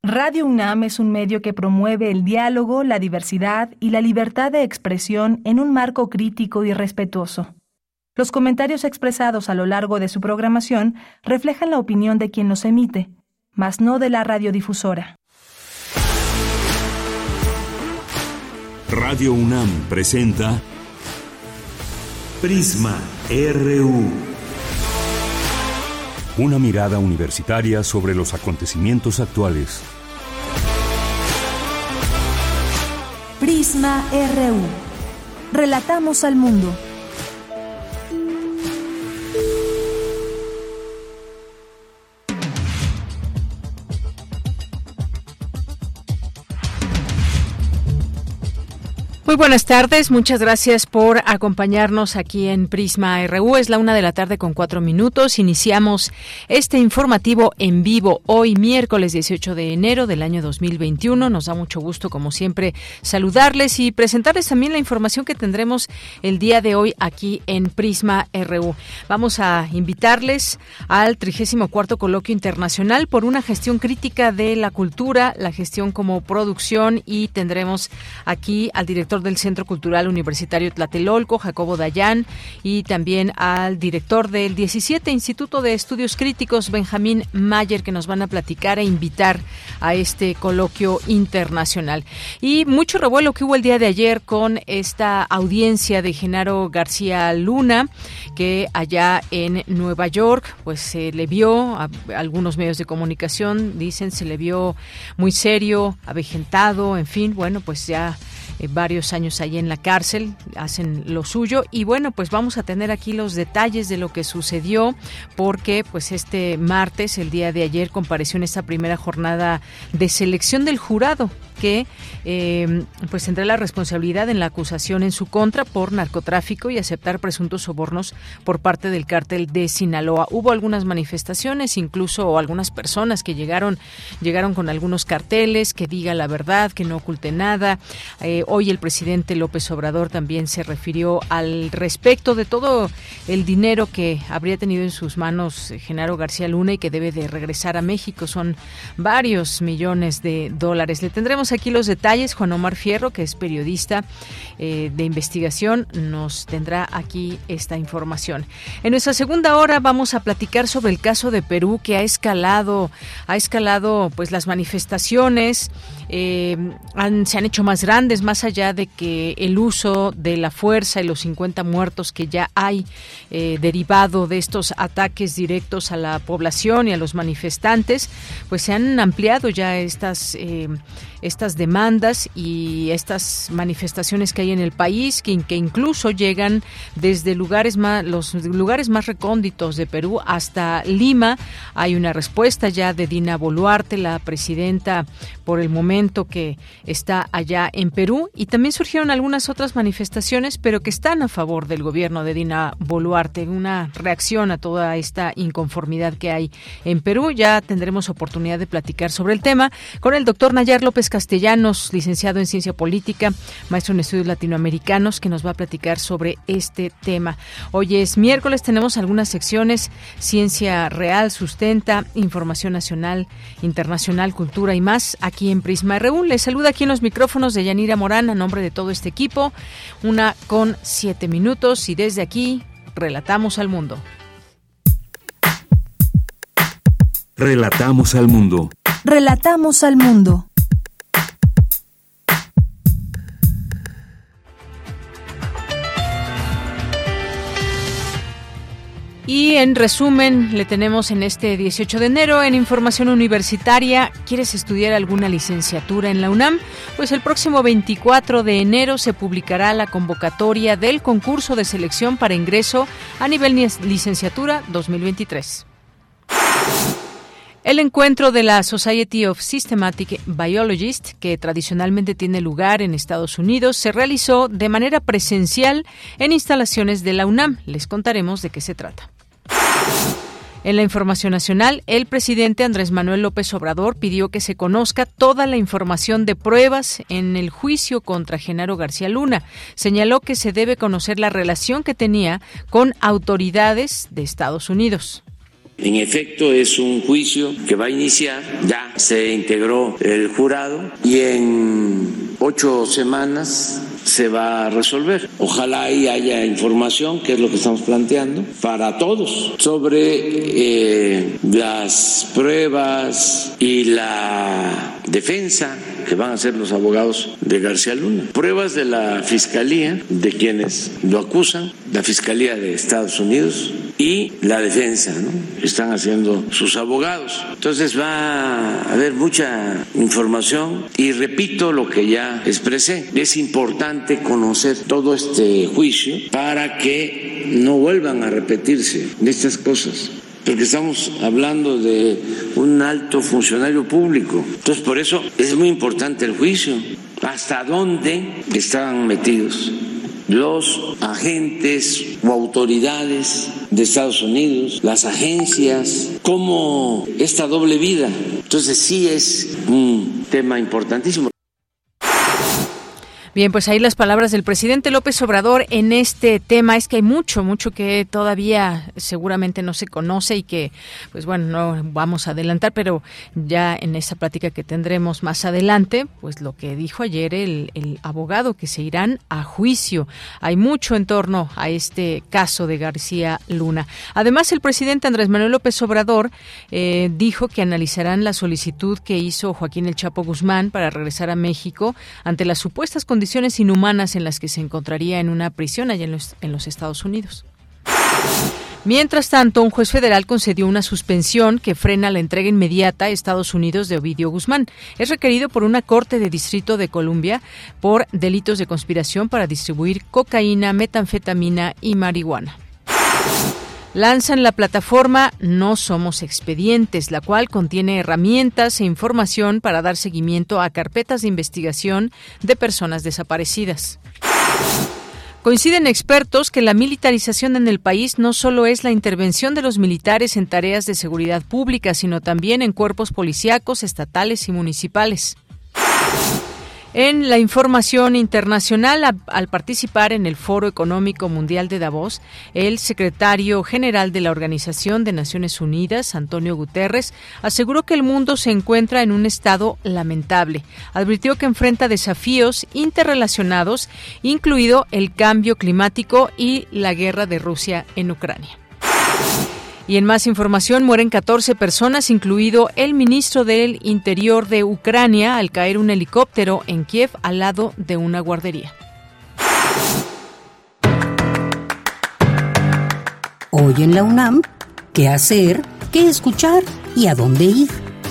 Radio UNAM es un medio que promueve el diálogo, la diversidad y la libertad de expresión en un marco crítico y respetuoso. Los comentarios expresados a lo largo de su programación reflejan la opinión de quien los emite, mas no de la radiodifusora. Radio UNAM presenta Prisma RU. Una mirada universitaria sobre los acontecimientos actuales. Prisma RU. Relatamos al mundo. Muy buenas tardes, muchas gracias por acompañarnos aquí en Prisma RU. Es la 1:04 p.m. Iniciamos este informativo en vivo hoy, miércoles 18 de enero del año 2021. Nos da mucho gusto, como siempre, saludarles y presentarles también la información que tendremos el día de hoy aquí en Prisma RU. Vamos a invitarles al 34º Coloquio Internacional por una gestión crítica de la cultura, la gestión como producción, y tendremos aquí al director del Centro Cultural Universitario Tlatelolco, Jacobo Dayan, y también al director del 17 Instituto de Estudios Críticos, Benjamín Mayer, que nos van a platicar e invitar a este coloquio internacional. Y mucho revuelo que hubo el día de ayer con esta audiencia de Genaro García Luna, que allá en Nueva York, pues se le vio, a algunos medios de comunicación dicen, se le vio muy serio, avejentado, en fin, bueno, pues ya varios años ahí en la cárcel, hacen lo suyo, y bueno, pues vamos a tener aquí los detalles de lo que sucedió, porque pues este martes, el día de ayer, compareció en esta primera jornada de selección del jurado, que pues tendrá la responsabilidad en la acusación en su contra por narcotráfico y aceptar presuntos sobornos por parte del cártel de Sinaloa. Hubo algunas manifestaciones, incluso algunas personas que llegaron con algunos carteles, que diga la verdad, que no oculte nada. Hoy el presidente López Obrador también se refirió al respecto de todo el dinero que habría tenido en sus manos Genaro García Luna y que debe de regresar a México. Son varios millones de dólares. Le tendremos aquí los detalles. Juan Omar Fierro, que es periodista de investigación, nos tendrá aquí esta información. En nuestra segunda hora vamos a platicar sobre el caso de Perú, que ha escalado pues las manifestaciones, se han hecho más grandes, más allá de que el uso de la fuerza y los 50 muertos que ya hay derivado de estos ataques directos a la población y a los manifestantes, pues se han ampliado ya estas demandas y estas manifestaciones que hay en el país, que incluso llegan desde los lugares más recónditos de Perú hasta Lima. Hay una respuesta ya de Dina Boluarte, la presidenta por el momento que está allá en Perú, y también surgieron algunas otras manifestaciones, pero que están a favor del gobierno de Dina Boluarte, una reacción a toda esta inconformidad que hay en Perú. Ya tendremos oportunidad de platicar sobre el tema con el doctor Nayar López Castellanos, licenciado en Ciencia Política, maestro en Estudios Latinoamericanos, que nos va a platicar sobre este tema. Hoy es miércoles, tenemos algunas secciones: Ciencia Real, Sustenta, Información Nacional, Internacional, Cultura y más, aquí en Prisma RU. Les saluda aquí en los micrófonos de Yanira Morán a nombre de todo este equipo. 1:07 y desde aquí relatamos al mundo. Relatamos al mundo. Relatamos al mundo. Y en resumen, le tenemos en este 18 de enero en Información Universitaria. ¿Quieres estudiar alguna licenciatura en la UNAM? Pues el próximo 24 de enero se publicará la convocatoria del concurso de selección para ingreso a nivel licenciatura 2023. El encuentro de la Society of Systematic Biologists, que tradicionalmente tiene lugar en Estados Unidos, se realizó de manera presencial en instalaciones de la UNAM. Les contaremos de qué se trata. En la información nacional, el presidente Andrés Manuel López Obrador pidió que se conozca toda la información de pruebas en el juicio contra Genaro García Luna. Señaló que se debe conocer la relación que tenía con autoridades de Estados Unidos. En efecto, es un juicio que va a iniciar, ya se integró el jurado y en 8 semanas se va a resolver. Ojalá ahí haya información, que es lo que estamos planteando, para todos, sobre las pruebas y la defensa que van a hacer los abogados de García Luna. Pruebas de la Fiscalía, de quienes lo acusan, la Fiscalía de Estados Unidos y la defensa, ¿no? Están haciendo sus abogados. Entonces va a haber mucha información y repito lo que ya expresé. Es importante conocer todo este juicio para que no vuelvan a repetirse estas cosas, porque estamos hablando de un alto funcionario público. Entonces, por eso es muy importante el juicio. ¿Hasta dónde estaban metidos los agentes o autoridades de Estados Unidos, las agencias? ¿Cómo esta doble vida? Entonces, sí es un tema importantísimo. Bien, pues ahí las palabras del presidente López Obrador en este tema. Es que hay mucho que todavía seguramente no se conoce y que, pues bueno, no vamos a adelantar, pero ya en esa plática que tendremos más adelante, pues lo que dijo ayer el abogado, que se irán a juicio. Hay mucho en torno a este caso de García Luna. Además, el presidente Andrés Manuel López Obrador dijo que analizarán la solicitud que hizo Joaquín El Chapo Guzmán para regresar a México ante las supuestas condiciones inhumanas en las que se encontraría en una prisión allá en los Estados Unidos. Mientras tanto, un juez federal concedió una suspensión que frena la entrega inmediata a Estados Unidos de Ovidio Guzmán. Es requerido por una corte de distrito de Columbia por delitos de conspiración para distribuir cocaína, metanfetamina y marihuana. Lanzan la plataforma No Somos Expedientes, la cual contiene herramientas e información para dar seguimiento a carpetas de investigación de personas desaparecidas. Coinciden expertos que la militarización en el país no solo es la intervención de los militares en tareas de seguridad pública, sino también en cuerpos policíacos, estatales y municipales. En la información internacional, al participar en el Foro Económico Mundial de Davos, el secretario general de la Organización de Naciones Unidas, Antonio Guterres, aseguró que el mundo se encuentra en un estado lamentable. Advirtió que enfrenta desafíos interrelacionados, incluido el cambio climático y la guerra de Rusia en Ucrania. Y en más información, mueren 14 personas, incluido el ministro del Interior de Ucrania, al caer un helicóptero en Kiev al lado de una guardería. Hoy en la UNAM, ¿qué hacer, qué escuchar y a dónde ir?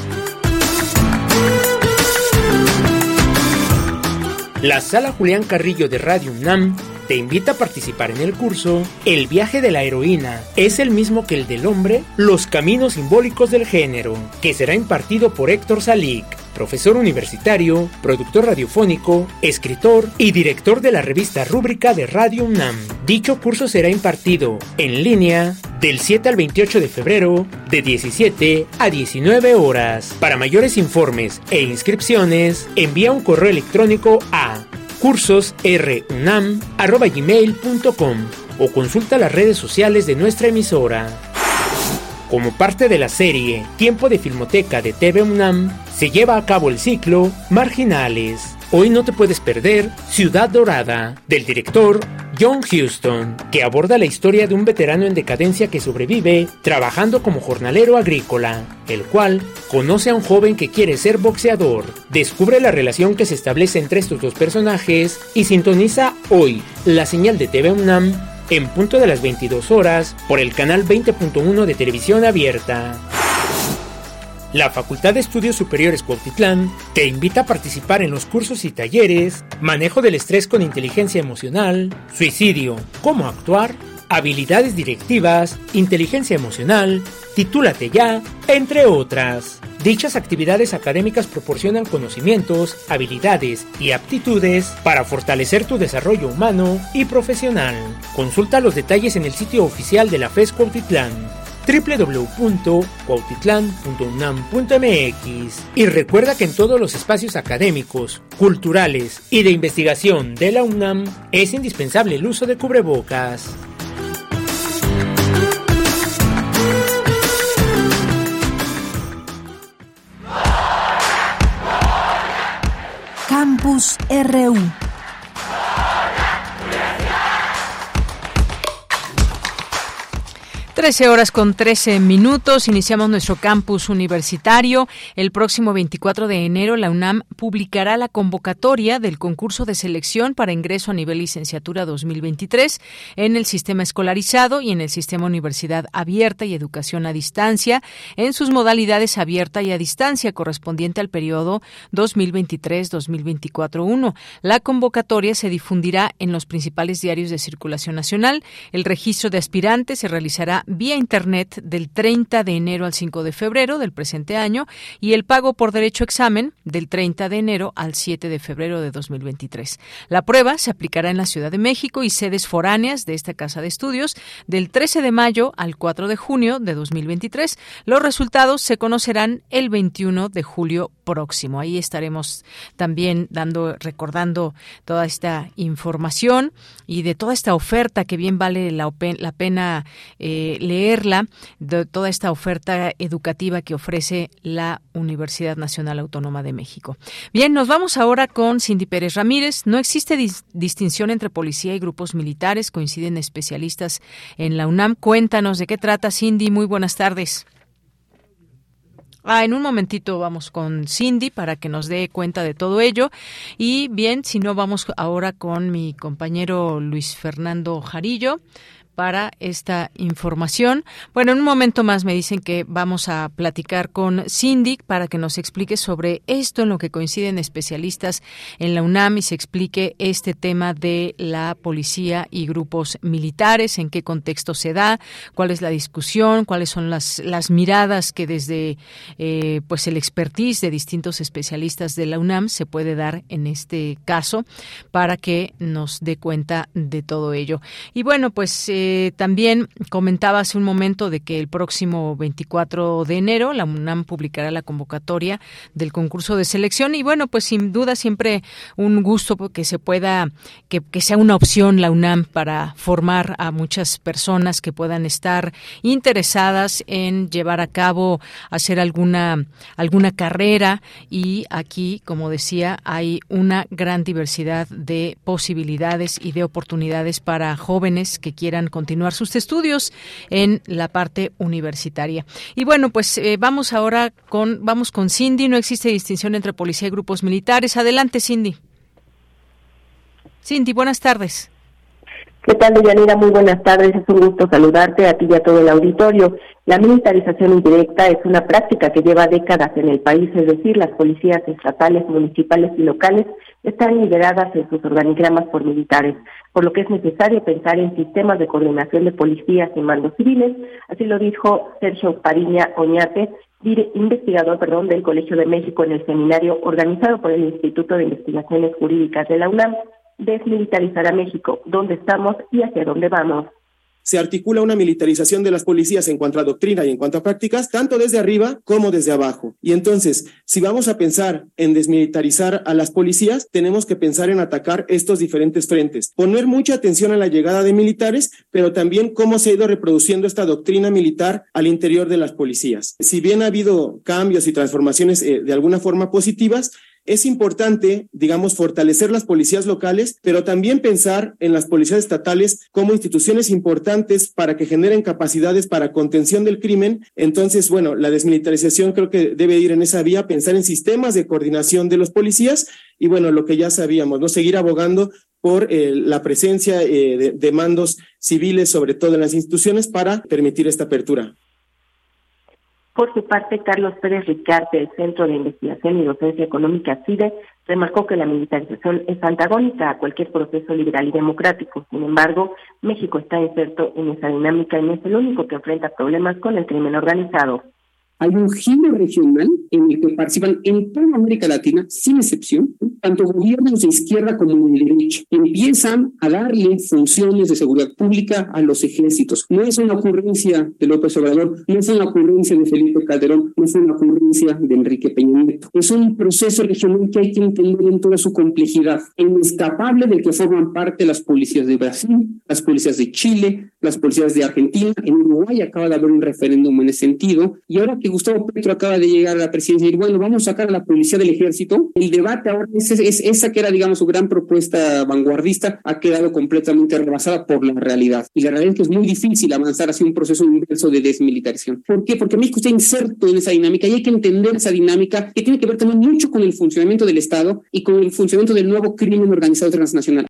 La Sala Julián Carrillo de Radio UNAM te invita a participar en el curso El viaje de la heroína es el mismo que el del hombre, los caminos simbólicos del género, que será impartido por Héctor Salic, profesor universitario, productor radiofónico, escritor y director de la revista Rúbrica de Radio UNAM. Dicho curso será impartido en línea del 7 al 28 de febrero de 17 a 19 horas. Para mayores informes e inscripciones, envía un correo electrónico a cursosrunam@gmail.com o consulta las redes sociales de nuestra emisora. Como parte de la serie Tiempo de Filmoteca de TV UNAM, se lleva a cabo el ciclo Marginales. Hoy no te puedes perder Ciudad Dorada, del director John Huston, que aborda la historia de un veterano en decadencia que sobrevive trabajando como jornalero agrícola, el cual conoce a un joven que quiere ser boxeador. Descubre la relación que se establece entre estos dos personajes y sintoniza hoy la señal de TV UNAM en punto de las 22 horas por el canal 20.1 de televisión abierta. La Facultad de Estudios Superiores Cuautitlán te invita a participar en los cursos y talleres Manejo del estrés con inteligencia emocional, Suicidio, cómo actuar, Habilidades directivas, Inteligencia emocional, Titúlate ya, entre otras. Dichas actividades académicas proporcionan conocimientos, habilidades y aptitudes para fortalecer tu desarrollo humano y profesional. Consulta los detalles en el sitio oficial de la FES Cuautitlán, www.cuautitlán.unam.mx, y recuerda que en todos los espacios académicos, culturales y de investigación de la UNAM es indispensable el uso de cubrebocas. Campus RU. Horas con 13 minutos. Iniciamos nuestro campus universitario. El próximo 24 de enero, la UNAM publicará la convocatoria del concurso de selección para ingreso a nivel licenciatura 2023 en el sistema escolarizado y en el sistema universidad abierta y educación a distancia, en sus modalidades abierta y a distancia, correspondiente al periodo 2023-2024-1. La convocatoria se difundirá en los principales diarios de circulación nacional. El registro de aspirantes se realizará vía Internet del 30 de enero al 5 de febrero del presente año y el pago por derecho a examen del 30 de enero al 7 de febrero de 2023. La prueba se aplicará en la Ciudad de México y sedes foráneas de esta casa de estudios del 13 de mayo al 4 de junio de 2023. Los resultados se conocerán el 21 de julio próximo. Ahí estaremos también recordando toda esta información y de toda esta oferta que bien vale la pena leerla, de toda esta oferta educativa que ofrece la Universidad Nacional Autónoma de México. Bien, nos vamos ahora con Cindy Pérez Ramírez. No existe distinción entre policía y grupos militares, coinciden especialistas en la UNAM. Cuéntanos de qué trata, Cindy. Muy buenas tardes. En un momentito vamos con Cindy para que nos dé cuenta de todo ello. Y bien, si no, vamos ahora con mi compañero Luis Fernando Jarillo para esta información. Bueno, en un momento más me dicen que vamos a platicar con Cindy para que nos explique sobre esto en lo que coinciden especialistas en la UNAM y se explique este tema de la policía y grupos militares, en qué contexto se da, cuál es la discusión, cuáles son las miradas que desde pues el expertise de distintos especialistas de la UNAM se puede dar en este caso para que nos dé cuenta de todo ello. Y bueno, pues también comentaba hace un momento de que el próximo 24 de enero la UNAM publicará la convocatoria del concurso de selección y bueno, pues sin duda siempre un gusto que se pueda, que sea una opción la UNAM para formar a muchas personas que puedan estar interesadas en llevar a cabo, hacer alguna carrera y aquí, como decía, hay una gran diversidad de posibilidades y de oportunidades para jóvenes que quieran continuar sus estudios en la parte universitaria. Y bueno, pues vamos con Cindy. No existe distinción entre policía y grupos militares. Adelante, Cindy. Cindy, buenas tardes. ¿Qué tal, Deyanira? Muy buenas tardes. Es un gusto saludarte a ti y a todo el auditorio. La militarización indirecta es una práctica que lleva décadas en el país, es decir, las policías estatales, municipales y locales están lideradas en sus organigramas por militares, por lo que es necesario pensar en sistemas de coordinación de policías y mandos civiles. Así lo dijo Sergio Pariña Oñate, investigador del Colegio de México, en el seminario organizado por el Instituto de Investigaciones Jurídicas de la UNAM, Desmilitarizar a México, dónde estamos y hacia dónde vamos. Se articula una militarización de las policías en cuanto a doctrina y en cuanto a prácticas, tanto desde arriba como desde abajo. Y entonces, si vamos a pensar en desmilitarizar a las policías, tenemos que pensar en atacar estos diferentes frentes. Poner mucha atención a la llegada de militares, pero también cómo se ha ido reproduciendo esta doctrina militar al interior de las policías. Si bien ha habido cambios y transformaciones de alguna forma positivas, es importante, fortalecer las policías locales, pero también pensar en las policías estatales como instituciones importantes para que generen capacidades para contención del crimen. Entonces, la desmilitarización creo que debe ir en esa vía, pensar en sistemas de coordinación de los policías y, lo que ya sabíamos, seguir abogando por la presencia de mandos civiles, sobre todo en las instituciones, para permitir esta apertura. Por su parte, Carlos Pérez Ricarte, del Centro de Investigación y Docencia Económica CIDE, remarcó que la militarización es antagónica a cualquier proceso liberal y democrático. Sin embargo, México está inserto en esa dinámica y no es el único que enfrenta problemas con el crimen organizado. Hay un giro regional en el que participan en toda América Latina, sin excepción, tanto gobiernos de izquierda como de derecha. Empiezan a darle funciones de seguridad pública a los ejércitos. No es una ocurrencia de López Obrador, no es una ocurrencia de Felipe Calderón, no es una ocurrencia de Enrique Peña Nieto. Es un proceso regional que hay que entender en toda su complejidad, inescapable del que forman parte las policías de Brasil, las policías de Chile, las policías de Argentina, en Uruguay acaba de haber un referéndum en ese sentido, y ahora que Gustavo Petro acaba de llegar a la presidencia y bueno, vamos a sacar a la policía del ejército, el debate ahora es esa que era, digamos, su gran propuesta vanguardista, ha quedado completamente rebasada por la realidad. Y la realidad es que es muy difícil avanzar hacia un proceso inverso de desmilitarización. ¿Por qué? Porque México está inserto en esa dinámica y hay que entender esa dinámica que tiene que ver también mucho con el funcionamiento del Estado y con el funcionamiento del nuevo crimen organizado transnacional.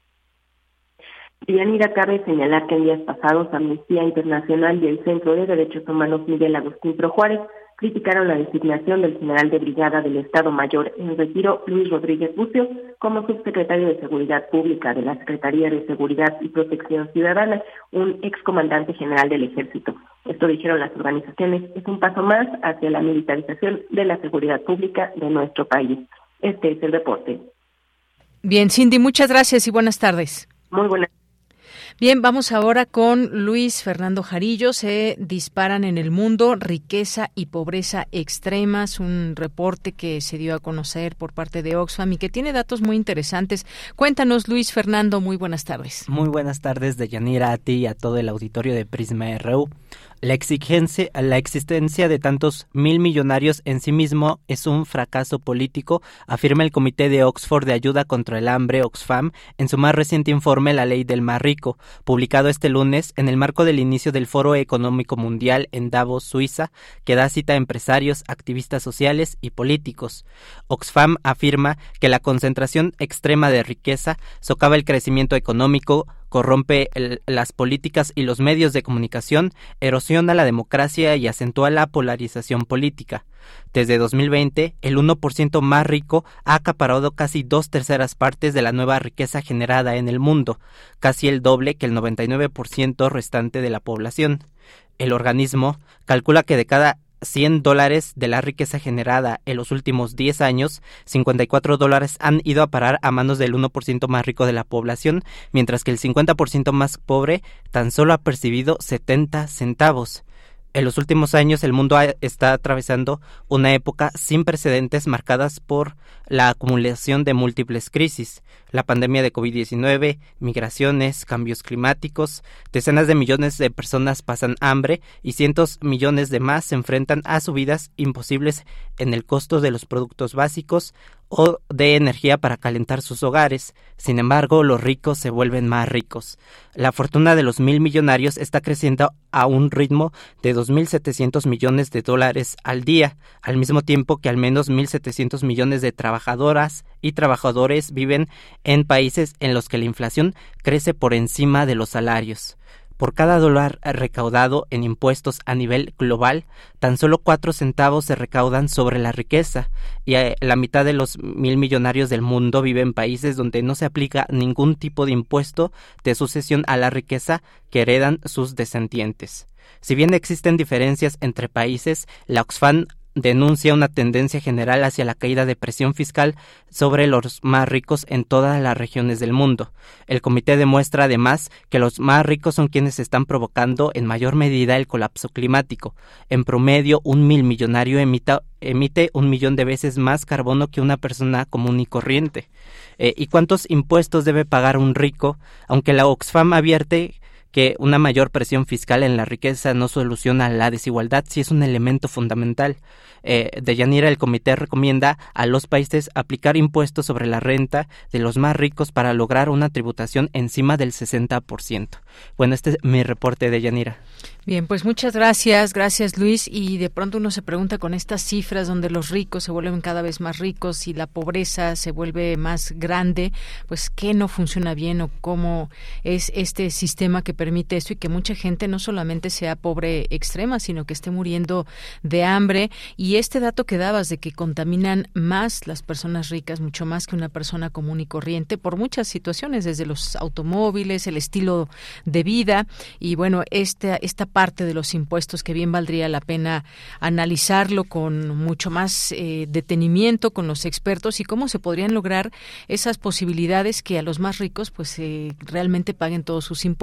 Deyanira, cabe señalar que en días pasados Amnistía Internacional y el Centro de Derechos Humanos Miguel Agustín Pro Juárez criticaron la designación del general de brigada del Estado Mayor en retiro, Luis Rodríguez Bucio, como subsecretario de Seguridad Pública de la Secretaría de Seguridad y Protección Ciudadana, un excomandante general del Ejército. Esto, dijeron las organizaciones, es un paso más hacia la militarización de la seguridad pública de nuestro país. Este es el reporte. Bien, Cindy, muchas gracias y buenas tardes. Muy buenas. Bien, vamos ahora con Luis Fernando Jarillo. Se disparan en el mundo riqueza y pobreza extremas, un reporte que se dio a conocer por parte de Oxfam y que tiene datos muy interesantes. Cuéntanos, Luis Fernando, muy buenas tardes. Muy buenas tardes, Deyanira, a ti y a todo el auditorio de Prisma RU. La existencia de tantos mil millonarios en sí mismo es un fracaso político, afirma el Comité de Oxford de Ayuda contra el Hambre, Oxfam, en su más reciente informe La Ley del Más Rico, publicado este lunes en el marco del inicio del Foro Económico Mundial en Davos, Suiza, que da cita a empresarios, activistas sociales y políticos. Oxfam afirma que la concentración extrema de riqueza socava el crecimiento económico, corrompe las políticas y los medios de comunicación, erosiona la democracia y acentúa la polarización política. Desde 2020, el 1% más rico ha acaparado casi 2/3 partes de la nueva riqueza generada en el mundo, casi el doble que el 99% restante de la población. El organismo calcula que de cada $100 de la riqueza generada en los últimos 10 años, $54 han ido a parar a manos del 1% más rico de la población, mientras que el 50% más pobre tan solo ha percibido 70 centavos. En los últimos años el mundo está atravesando una época sin precedentes marcadas por la acumulación de múltiples crisis, la pandemia de COVID-19, migraciones, cambios climáticos, decenas de millones de personas pasan hambre y cientos millones de más se enfrentan a subidas imposibles en el costo de los productos básicos o de energía para calentar sus hogares. Sin embargo, los ricos se vuelven más ricos. La fortuna de los 1,000 millonarios está creciendo a un ritmo de $2,700 millones al día, al mismo tiempo que al menos 1,700 millones de trabajadoras y trabajadores viven en países en los que la inflación crece por encima de los salarios. Por cada dólar recaudado en impuestos a nivel global, tan solo 4 centavos se recaudan sobre la riqueza, y la mitad de los 1,000 millonarios del mundo vive en países donde no se aplica ningún tipo de impuesto de sucesión a la riqueza que heredan sus descendientes. Si bien existen diferencias entre países, la Oxfam denuncia una tendencia general hacia la caída de presión fiscal sobre los más ricos en todas las regiones del mundo. El comité demuestra además que los más ricos son quienes están provocando en mayor medida el colapso climático. En promedio, un 1,000 millonario emite 1 millón de veces más carbono que una persona común y corriente. ¿Y cuántos impuestos debe pagar un rico? Aunque la Oxfam advierte que una mayor presión fiscal en la riqueza no soluciona la desigualdad, sí es un elemento fundamental. Deyanira, el comité recomienda a los países aplicar impuestos sobre la renta de los más ricos para lograr una tributación encima del 60%. Bueno, este es mi reporte, Deyanira. Bien, pues muchas gracias, Luis. Y de pronto uno se pregunta con estas cifras donde los ricos se vuelven cada vez más ricos y la pobreza se vuelve más grande, pues ¿qué no funciona bien o cómo es este sistema que permite esto y que mucha gente no solamente sea pobre extrema, sino que esté muriendo de hambre? Y este dato que dabas de que contaminan más las personas ricas, mucho más que una persona común y corriente, por muchas situaciones, desde los automóviles, el estilo de vida, y bueno, esta parte de los impuestos que bien valdría la pena analizarlo con mucho más detenimiento con los expertos y cómo se podrían lograr esas posibilidades que a los más ricos pues realmente paguen todos sus impuestos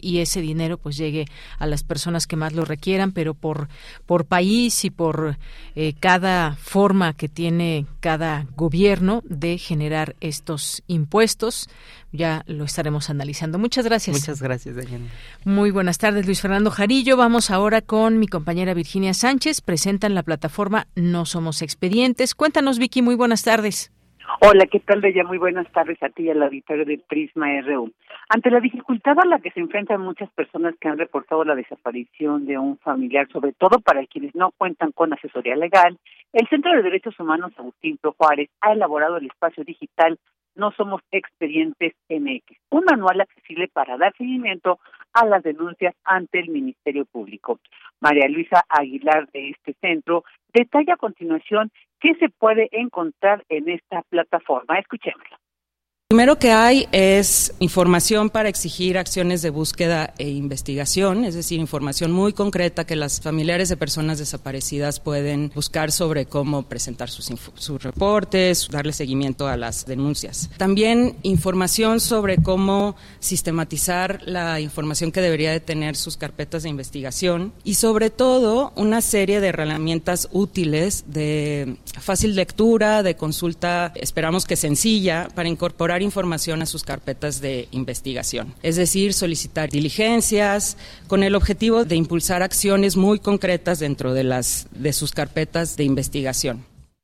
y ese dinero pues llegue a las personas que más lo requieran, pero por país y por cada forma que tiene cada gobierno de generar estos impuestos. Ya lo estaremos analizando. Muchas gracias. Muchas gracias, Dayana. Muy buenas tardes, Luis Fernando Jarillo. Vamos ahora con mi compañera Virginia Sánchez. Presentan la plataforma No Somos Expedientes. Cuéntanos, Vicky, muy buenas tardes. Hola, ¿qué tal, Bella? Muy buenas tardes a ti y al auditorio de Prisma RU. Ante la dificultad a la que se enfrentan muchas personas que han reportado la desaparición de un familiar, sobre todo para quienes no cuentan con asesoría legal, el Centro de Derechos Humanos Agustín Pro Juárez ha elaborado el espacio digital No Somos Expedientes MX, un manual accesible para dar seguimiento a las denuncias ante el Ministerio Público. María Luisa Aguilar, de este centro, detalla a continuación qué se puede encontrar en esta plataforma. Escuchémoslo. Primero que hay es información para exigir acciones de búsqueda e investigación, es decir, información muy concreta que las familiares de personas desaparecidas pueden buscar sobre cómo presentar sus reportes, darle seguimiento a las denuncias. También información sobre cómo sistematizar la información que debería de tener sus carpetas de investigación y sobre todo una serie de herramientas útiles de fácil lectura, de consulta, esperamos que sencilla, para incorporar información a sus carpetas de investigación. Es decir, solicitar diligencias con el objetivo de impulsar acciones muy concretas dentro de sus carpetas de investigación.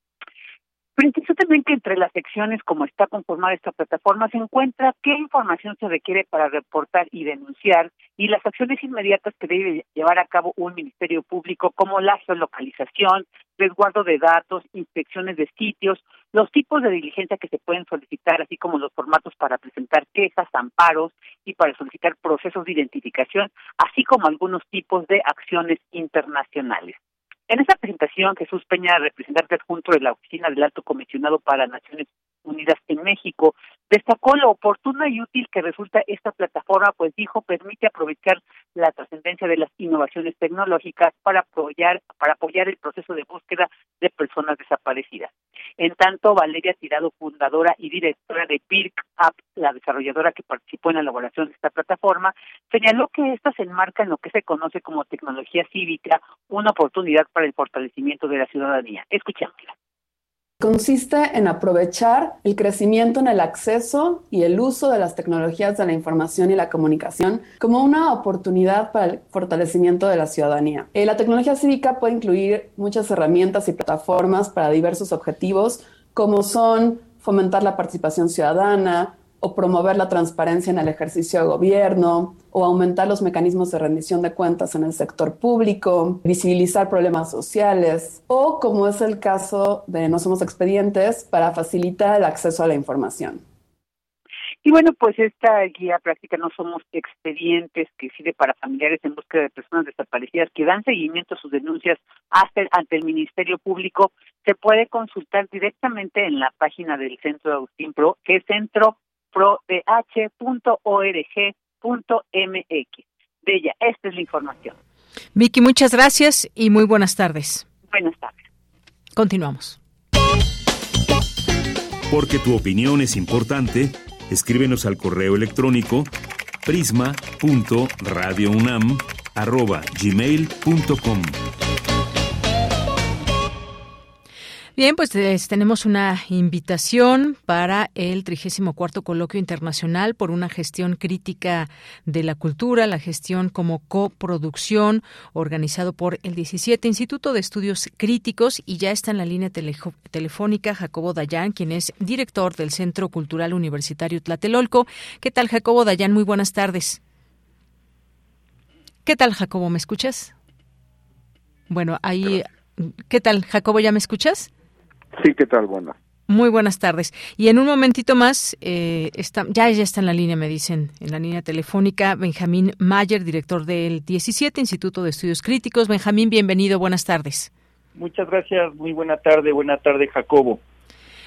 Precisamente entre las secciones como está conformada esta plataforma se encuentra qué información se requiere para reportar y denunciar y las acciones inmediatas que debe llevar a cabo un Ministerio Público como la geolocalización, resguardo de datos, inspecciones de sitios, los tipos de diligencia que se pueden solicitar, así como los formatos para presentar quejas, amparos y para solicitar procesos de identificación, así como algunos tipos de acciones internacionales. En esta presentación, Jesús Peña, representante adjunto de la Oficina del Alto Comisionado para Naciones Unidas en México, destacó lo oportuna y útil que resulta esta plataforma, pues dijo, permite aprovechar la trascendencia de las innovaciones tecnológicas para apoyar el proceso de búsqueda de personas desaparecidas. En tanto, Valeria Tirado, fundadora y directora de Birk App, la desarrolladora que participó en la elaboración de esta plataforma, señaló que esta se enmarca en lo que se conoce como tecnología cívica, una oportunidad para el fortalecimiento de la ciudadanía. Escuchémosla. Consiste en aprovechar el crecimiento en el acceso y el uso de las tecnologías de la información y la comunicación como una oportunidad para el fortalecimiento de la ciudadanía. La tecnología cívica puede incluir muchas herramientas y plataformas para diversos objetivos, como son fomentar la participación ciudadana, o promover la transparencia en el ejercicio de gobierno, o aumentar los mecanismos de rendición de cuentas en el sector público, visibilizar problemas sociales, o, como es el caso de No Somos Expedientes, para facilitar el acceso a la información. Y bueno, pues esta guía práctica No Somos Expedientes, que sirve para familiares en búsqueda de personas desaparecidas que dan seguimiento a sus denuncias ante el Ministerio Público, se puede consultar directamente en la página del Centro de Agustín Pro, que es centroprodh.org.mx. Bella, esta es la información. Vicky, muchas gracias y muy buenas tardes. Buenas tardes. Continuamos. Porque tu opinión es importante, escríbenos al correo electrónico prisma.radiounam@gmail.com. Bien, pues tenemos una invitación para el 34º Coloquio Internacional por una gestión crítica de la cultura, la gestión como coproducción, organizado por el 17 Instituto de Estudios Críticos, y ya está en la línea telefónica Jacobo Dayan, quien es director del Centro Cultural Universitario Tlatelolco. ¿Qué tal, Jacobo Dayan? Muy buenas tardes. ¿Qué tal, Jacobo? ¿Me escuchas? Bueno, ahí... ¿Qué tal, Jacobo? ¿Ya me escuchas? Sí, ¿qué tal? Buenas. Muy buenas tardes. Y en un momentito más, ya está en la línea, me dicen, en la línea telefónica, Benjamín Mayer, director del 17 Instituto de Estudios Críticos. Benjamín, bienvenido, buenas tardes. Muchas gracias, muy buena tarde, Jacobo.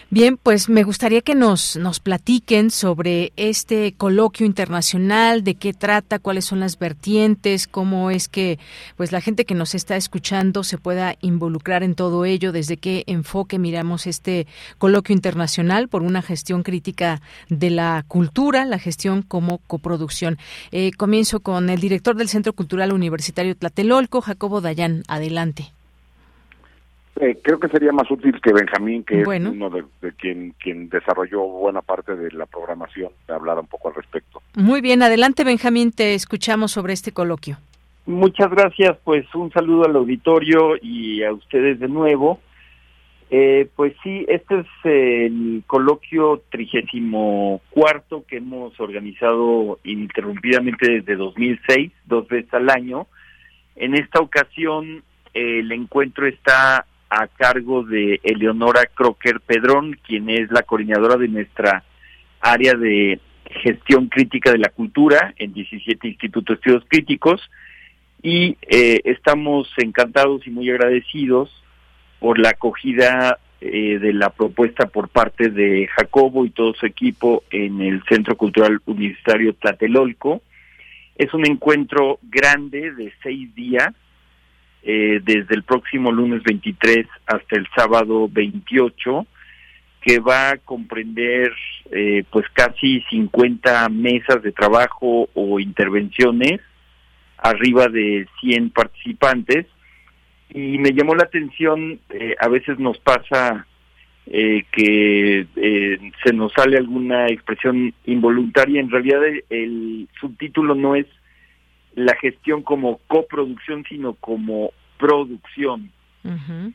Bien, pues me gustaría que nos platiquen sobre este coloquio internacional, de qué trata, cuáles son las vertientes, cómo es que pues la gente que nos está escuchando se pueda involucrar en todo ello, desde qué enfoque miramos este coloquio internacional por una gestión crítica de la cultura, la gestión como coproducción. Comienzo con el director del Centro Cultural Universitario Tlatelolco, Jacobo Dayan. Adelante. Creo que sería más útil que Benjamín, que bueno, es uno de quien desarrolló buena parte de la programación, de hablar un poco al respecto. Muy bien, adelante Benjamín, te escuchamos sobre este coloquio. Muchas gracias, pues un saludo al auditorio y a ustedes de nuevo. Pues sí, este es el coloquio 34º que hemos organizado ininterrumpidamente desde 2006, 2 veces al año. En esta ocasión el encuentro está a cargo de Eleonora Crocker Pedrón, quien es la coordinadora de nuestra área de gestión crítica de la cultura en 17 Instituto de Estudios Críticos, y estamos encantados y muy agradecidos por la acogida de la propuesta por parte de Jacobo y todo su equipo en el Centro Cultural Universitario Tlatelolco. Es un encuentro grande de 6 días, desde el próximo lunes 23 hasta el sábado 28, que va a comprender pues casi 50 mesas de trabajo o intervenciones, arriba de 100 participantes. Y me llamó la atención, a veces nos pasa que se nos sale alguna expresión involuntaria. En realidad el subtítulo no es la gestión como coproducción, sino como producción. Uh-huh.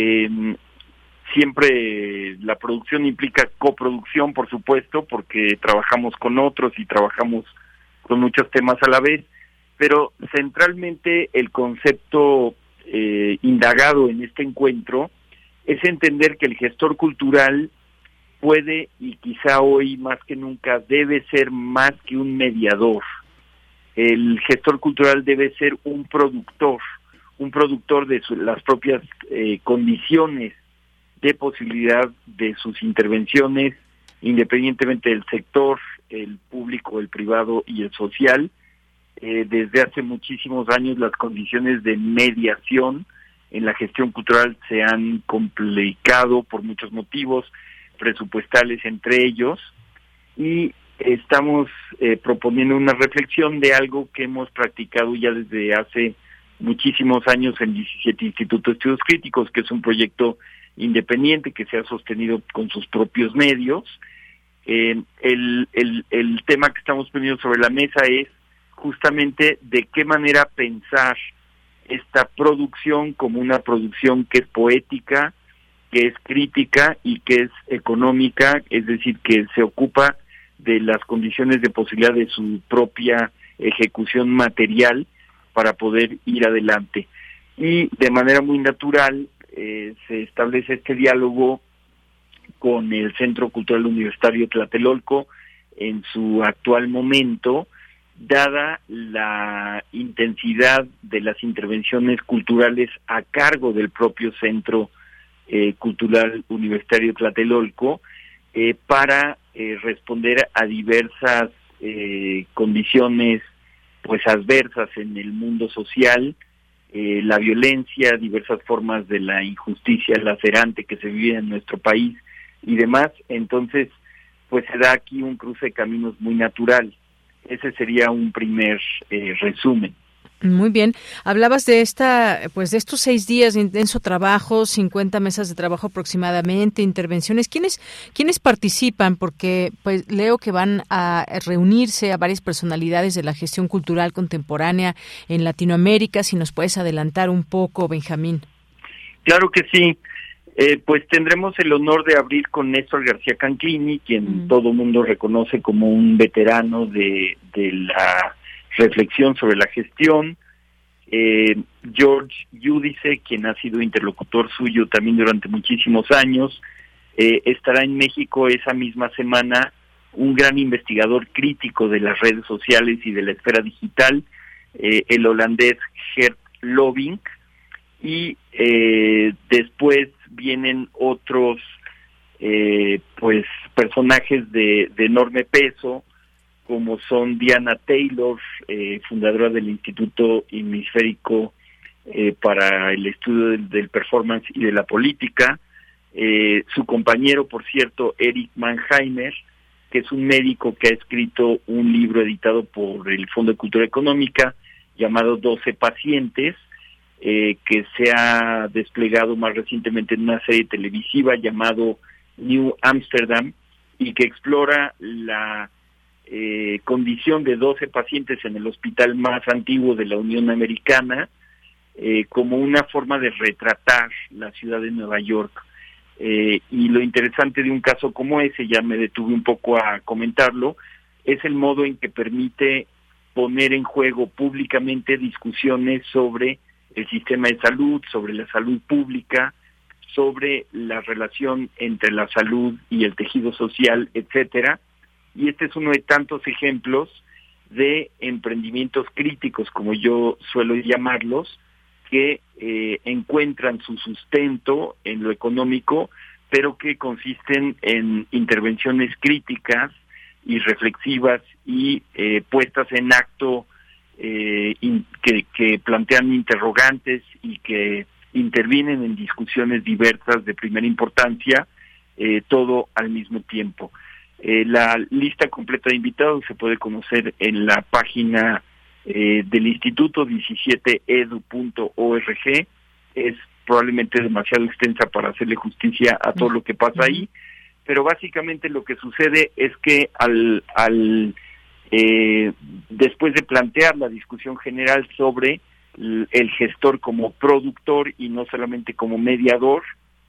Siempre la producción implica coproducción, por supuesto, porque trabajamos con otros y trabajamos con muchos temas a la vez, pero centralmente el concepto indagado en este encuentro es entender que el gestor cultural puede, y quizá hoy más que nunca debe ser más que un mediador. El gestor cultural debe ser un productor de las propias condiciones de posibilidad de sus intervenciones, independientemente del sector, el público, el privado y el social. Desde hace muchísimos años las condiciones de mediación en la gestión cultural se han complicado por muchos motivos, presupuestales entre ellos, y estamos proponiendo una reflexión de algo que hemos practicado ya desde hace muchísimos años en 17 Instituto de Estudios Críticos, que es un proyecto independiente que se ha sostenido con sus propios medios. El tema que estamos poniendo sobre la mesa es justamente de qué manera pensar esta producción como una producción que es poética, que es crítica y que es económica, es decir, que se ocupa de las condiciones de posibilidad de su propia ejecución material para poder ir adelante. Y de manera muy natural se establece este diálogo con el Centro Cultural Universitario Tlatelolco en su actual momento, dada la intensidad de las intervenciones culturales a cargo del propio Centro Cultural Universitario Tlatelolco, para responder a diversas condiciones pues adversas en el mundo social, la violencia, diversas formas de la injusticia lacerante que se vive en nuestro país y demás. Entonces, pues se da aquí un cruce de caminos muy natural. Ese sería un primer resumen. Muy bien. Hablabas de de estos 6 días de intenso trabajo, 50 mesas de trabajo aproximadamente, intervenciones. ¿Quiénes participan? Porque pues leo que van a reunirse a varias personalidades de la gestión cultural contemporánea en Latinoamérica. Si nos puedes adelantar un poco, Benjamín. Claro que sí. Pues tendremos el honor de abrir con Néstor García Canclini, quien todo mundo reconoce como un veterano de la reflexión sobre la gestión. George Giudice, quien ha sido interlocutor suyo también durante muchísimos años. Estará en México esa misma semana un gran investigador crítico de las redes sociales y de la esfera digital, el holandés Gert Lovink, y después vienen otros pues personajes de enorme peso, como son Diana Taylor, fundadora del Instituto Hemisférico para el estudio del performance y de la política, su compañero, por cierto, Eric Mannheimer, que es un médico que ha escrito un libro editado por el Fondo de Cultura Económica llamado 12 pacientes, que se ha desplegado más recientemente en una serie televisiva llamado New Amsterdam, y que explora la condición de 12 pacientes en el hospital más antiguo de la Unión Americana, como una forma de retratar la ciudad de Nueva York. Y lo interesante de un caso como ese, ya me detuve un poco a comentarlo, es el modo en que permite poner en juego públicamente discusiones sobre el sistema de salud, sobre la salud pública, sobre la relación entre la salud y el tejido social, etcétera. Y este es uno de tantos ejemplos de emprendimientos críticos, como yo suelo llamarlos, que encuentran su sustento en lo económico, pero que consisten en intervenciones críticas y reflexivas y puestas en acto, que plantean interrogantes y que intervienen en discusiones diversas de primera importancia, todo al mismo tiempo. La lista completa de invitados se puede conocer en la página del Instituto 17edu.org. Es probablemente demasiado extensa para hacerle justicia a todo lo que pasa ahí, pero básicamente lo que sucede es que después de plantear la discusión general sobre el gestor como productor y no solamente como mediador,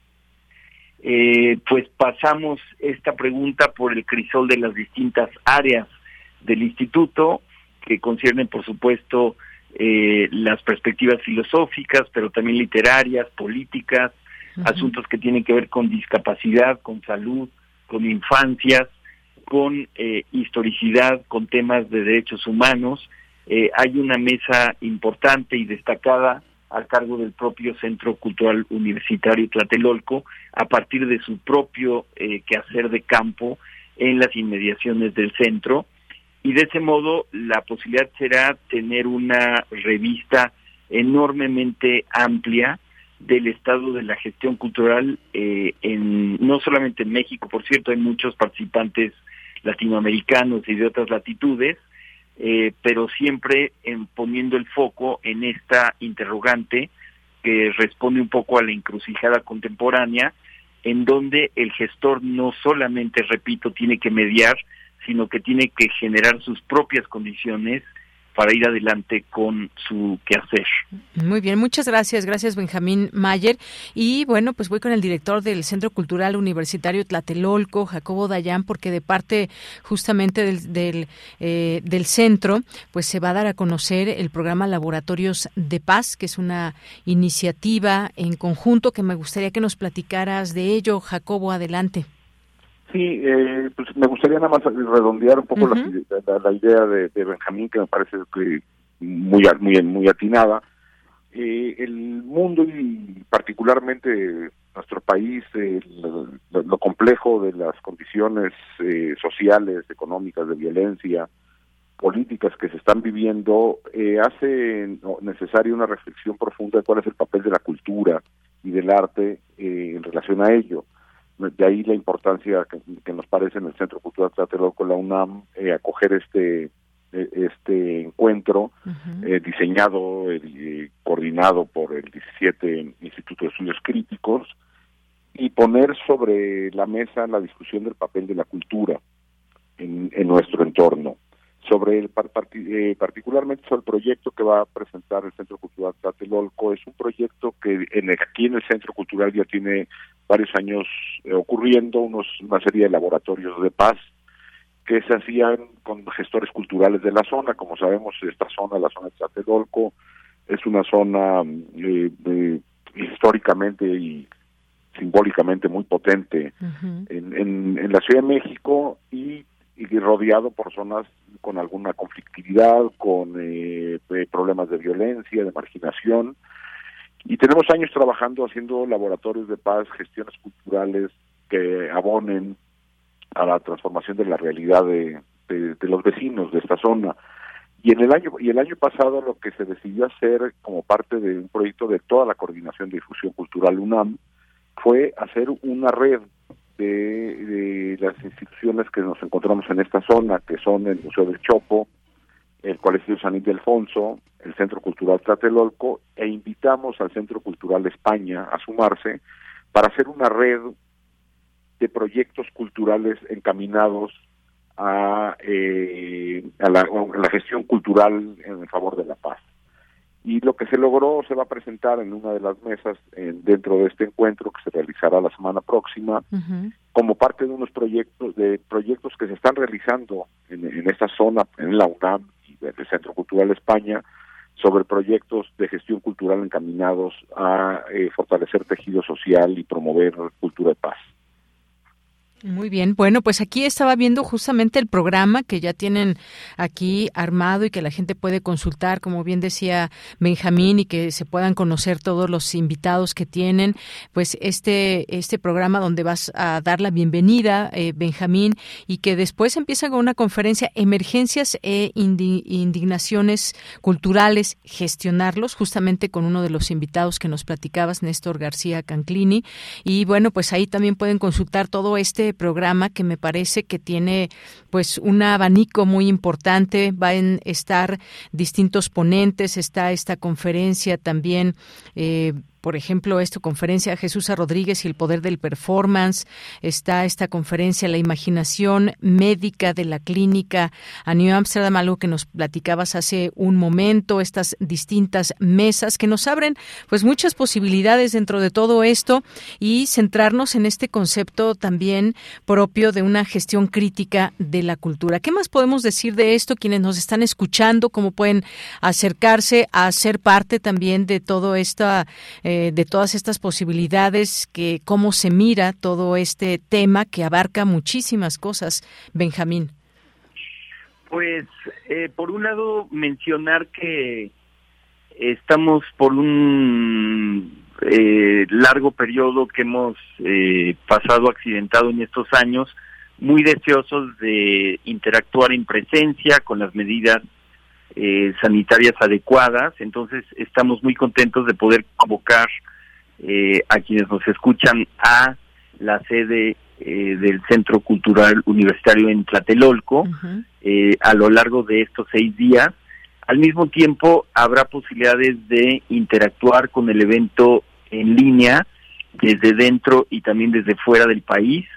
pues pasamos esta pregunta por el crisol de las distintas áreas del instituto, que conciernen, por supuesto, las perspectivas filosóficas, pero también literarias, políticas, asuntos que tienen que ver con discapacidad, con salud, con infancias, con historicidad, con temas de derechos humanos. Hay una mesa importante y destacada a cargo del propio Centro Cultural Universitario Tlatelolco, a partir de su propio quehacer de campo en las inmediaciones del centro, y de ese modo la posibilidad será tener una revista enormemente amplia del estado de la gestión cultural, no solamente en México, por cierto, hay muchos participantes latinoamericanos y de otras latitudes, pero siempre poniendo el foco en esta interrogante que responde un poco a la encrucijada contemporánea, en donde el gestor no solamente, repito, tiene que mediar, sino que tiene que generar sus propias condiciones para ir adelante con su quehacer. Muy bien, muchas gracias. Gracias, Benjamín Mayer. Y bueno, pues voy con el director del Centro Cultural Universitario Tlatelolco, Jacobo Dayan, porque de parte justamente del centro, pues se va a dar a conocer el programa Laboratorios de Paz, que es una iniciativa en conjunto que me gustaría que nos platicaras de ello. Jacobo, adelante. Sí, pues me gustaría nada más redondear un poco la idea de Benjamín, que me parece que muy atinada. El mundo y particularmente nuestro país, lo complejo de las condiciones sociales, económicas, de violencia, políticas que se están viviendo, hace necesaria una reflexión profunda de cuál es el papel de la cultura y del arte en relación a ello. De ahí la importancia que nos parece en el Centro Cultural Tlatelolco, la UNAM, acoger este encuentro diseñado y coordinado por el 17 Instituto de Estudios Críticos, y poner sobre la mesa la discusión del papel de la cultura en nuestro entorno. Particularmente sobre el proyecto que va a presentar el Centro Cultural Tlatelolco. Es un proyecto que aquí en el Centro Cultural ya tiene varios años ocurriendo, una serie de laboratorios de paz que se hacían con gestores culturales de la zona. Como sabemos, esta zona, la zona de Tlatelolco, es una zona históricamente y simbólicamente muy potente en la Ciudad de México, y rodeado por zonas con alguna conflictividad, con problemas de violencia, de marginación. Y tenemos años trabajando, haciendo laboratorios de paz, gestiones culturales que abonen a la transformación de la realidad de los vecinos de esta zona. Y el año pasado lo que se decidió hacer como parte de un proyecto de toda la Coordinación de Difusión Cultural UNAM fue hacer una red de las instituciones que nos encontramos en esta zona, que son el Museo del Chopo, el Colegio San Ildefonso, el Centro Cultural Tlatelolco, e invitamos al Centro Cultural España a sumarse para hacer una red de proyectos culturales encaminados a la gestión cultural en favor de la paz. Y lo que se logró se va a presentar en una de las mesas dentro de este encuentro que se realizará la semana próxima, como parte de unos proyectos que se están realizando en esta zona, en la UNAM y del Centro Cultural España, sobre proyectos de gestión cultural encaminados a fortalecer tejido social y promover cultura de paz. Muy bien, bueno, pues aquí estaba viendo justamente el programa que ya tienen aquí armado y que la gente puede consultar, como bien decía Benjamín, y que se puedan conocer todos los invitados que tienen, pues este programa donde vas a dar la bienvenida, Benjamín, y que después empieza con una conferencia, Emergencias e Indignaciones Culturales, gestionarlos, justamente con uno de los invitados que nos platicabas, Néstor García Canclini, y bueno, pues ahí también pueden consultar todo este programa que me parece que tiene pues un abanico muy importante. Van a estar distintos ponentes, está esta conferencia también, por ejemplo, conferencia Jesús Rodríguez y el poder del performance, está esta conferencia La imaginación médica de la clínica a New Amsterdam, algo que nos platicabas hace un momento, estas distintas mesas que nos abren pues muchas posibilidades dentro de todo esto y centrarnos en este concepto también propio de una gestión crítica de la cultura. ¿Qué más podemos decir de esto? Quienes nos están escuchando, ¿cómo pueden acercarse a ser parte también de todo de todas estas posibilidades, que cómo se mira todo este tema que abarca muchísimas cosas, Benjamín? Pues, por un lado, mencionar que estamos por un largo periodo que hemos pasado accidentado en estos años, muy deseosos de interactuar en presencia con las medidas sanitarias adecuadas. Entonces estamos muy contentos de poder convocar a quienes nos escuchan a la sede del Centro Cultural Universitario en Tlatelolco a lo largo de estos 6 días. Al mismo tiempo habrá posibilidades de interactuar con el evento en línea desde dentro y también desde fuera del país.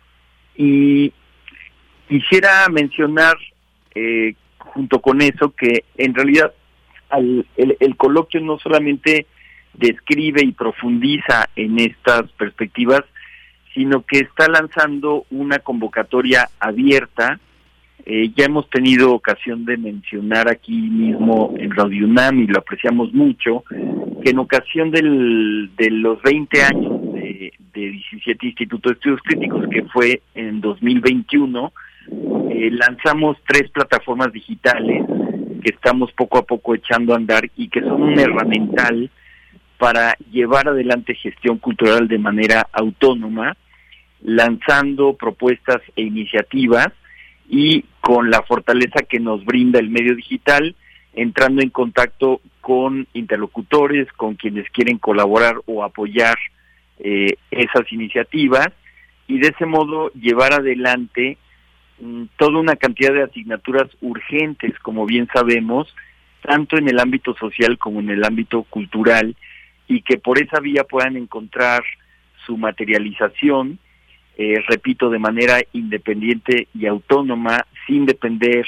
Y quisiera mencionar junto con eso que en realidad el coloquio no solamente describe y profundiza en estas perspectivas, sino que está lanzando una convocatoria abierta. Ya hemos tenido ocasión de mencionar aquí mismo en Radio UNAM, y lo apreciamos mucho, que en ocasión de los 20 años de 17 Instituto de Estudios Críticos, que fue en 2021, lanzamos 3 plataformas digitales que estamos poco a poco echando a andar y que son un herramental para llevar adelante gestión cultural de manera autónoma, lanzando propuestas e iniciativas y con la fortaleza que nos brinda el medio digital, entrando en contacto con interlocutores, con quienes quieren colaborar o apoyar esas iniciativas, y de ese modo llevar adelante toda una cantidad de asignaturas urgentes, como bien sabemos, tanto en el ámbito social como en el ámbito cultural, y que por esa vía puedan encontrar su materialización, repito, de manera independiente y autónoma, sin depender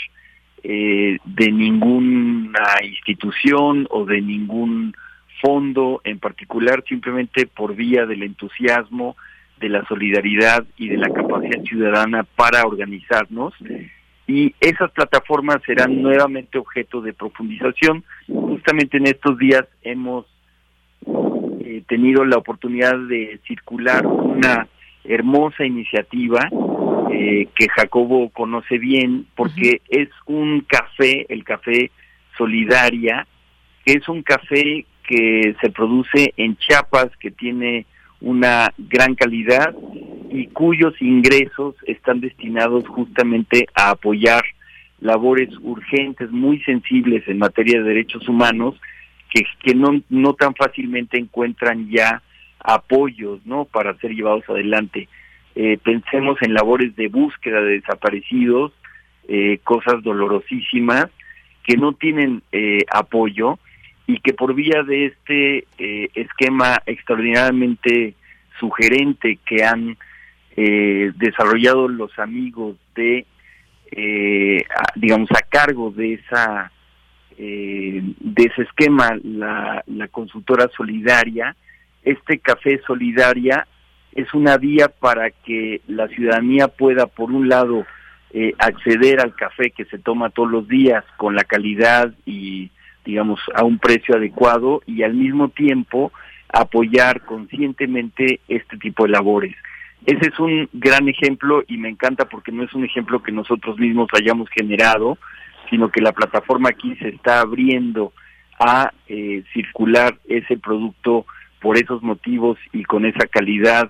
de ninguna institución o de ningún fondo en particular, simplemente por vía del entusiasmo, de la solidaridad y de la capacidad ciudadana para organizarnos. Y esas plataformas serán nuevamente objeto de profundización. Justamente en estos días hemos tenido la oportunidad de circular una hermosa iniciativa que Jacobo conoce bien, porque es un café, el Café Solidaria, que es un café que se produce en Chiapas, que tiene una gran calidad y cuyos ingresos están destinados justamente a apoyar labores urgentes, muy sensibles en materia de derechos humanos, que no tan fácilmente encuentran ya apoyos, ¿no?, para ser llevados adelante. Pensemos en labores de búsqueda de desaparecidos, cosas dolorosísimas que no tienen apoyo, y que por vía de este esquema extraordinariamente sugerente que han desarrollado los amigos de, digamos, a cargo de ese esquema, la consultora Solidaria. Este Café Solidaria es una vía para que la ciudadanía pueda, por un lado, acceder al café que se toma todos los días con la calidad y, digamos, a un precio adecuado, y al mismo tiempo apoyar conscientemente este tipo de labores. Ese es un gran ejemplo, y me encanta porque no es un ejemplo que nosotros mismos hayamos generado, sino que la plataforma aquí se está abriendo a circular ese producto por esos motivos y con esa calidad,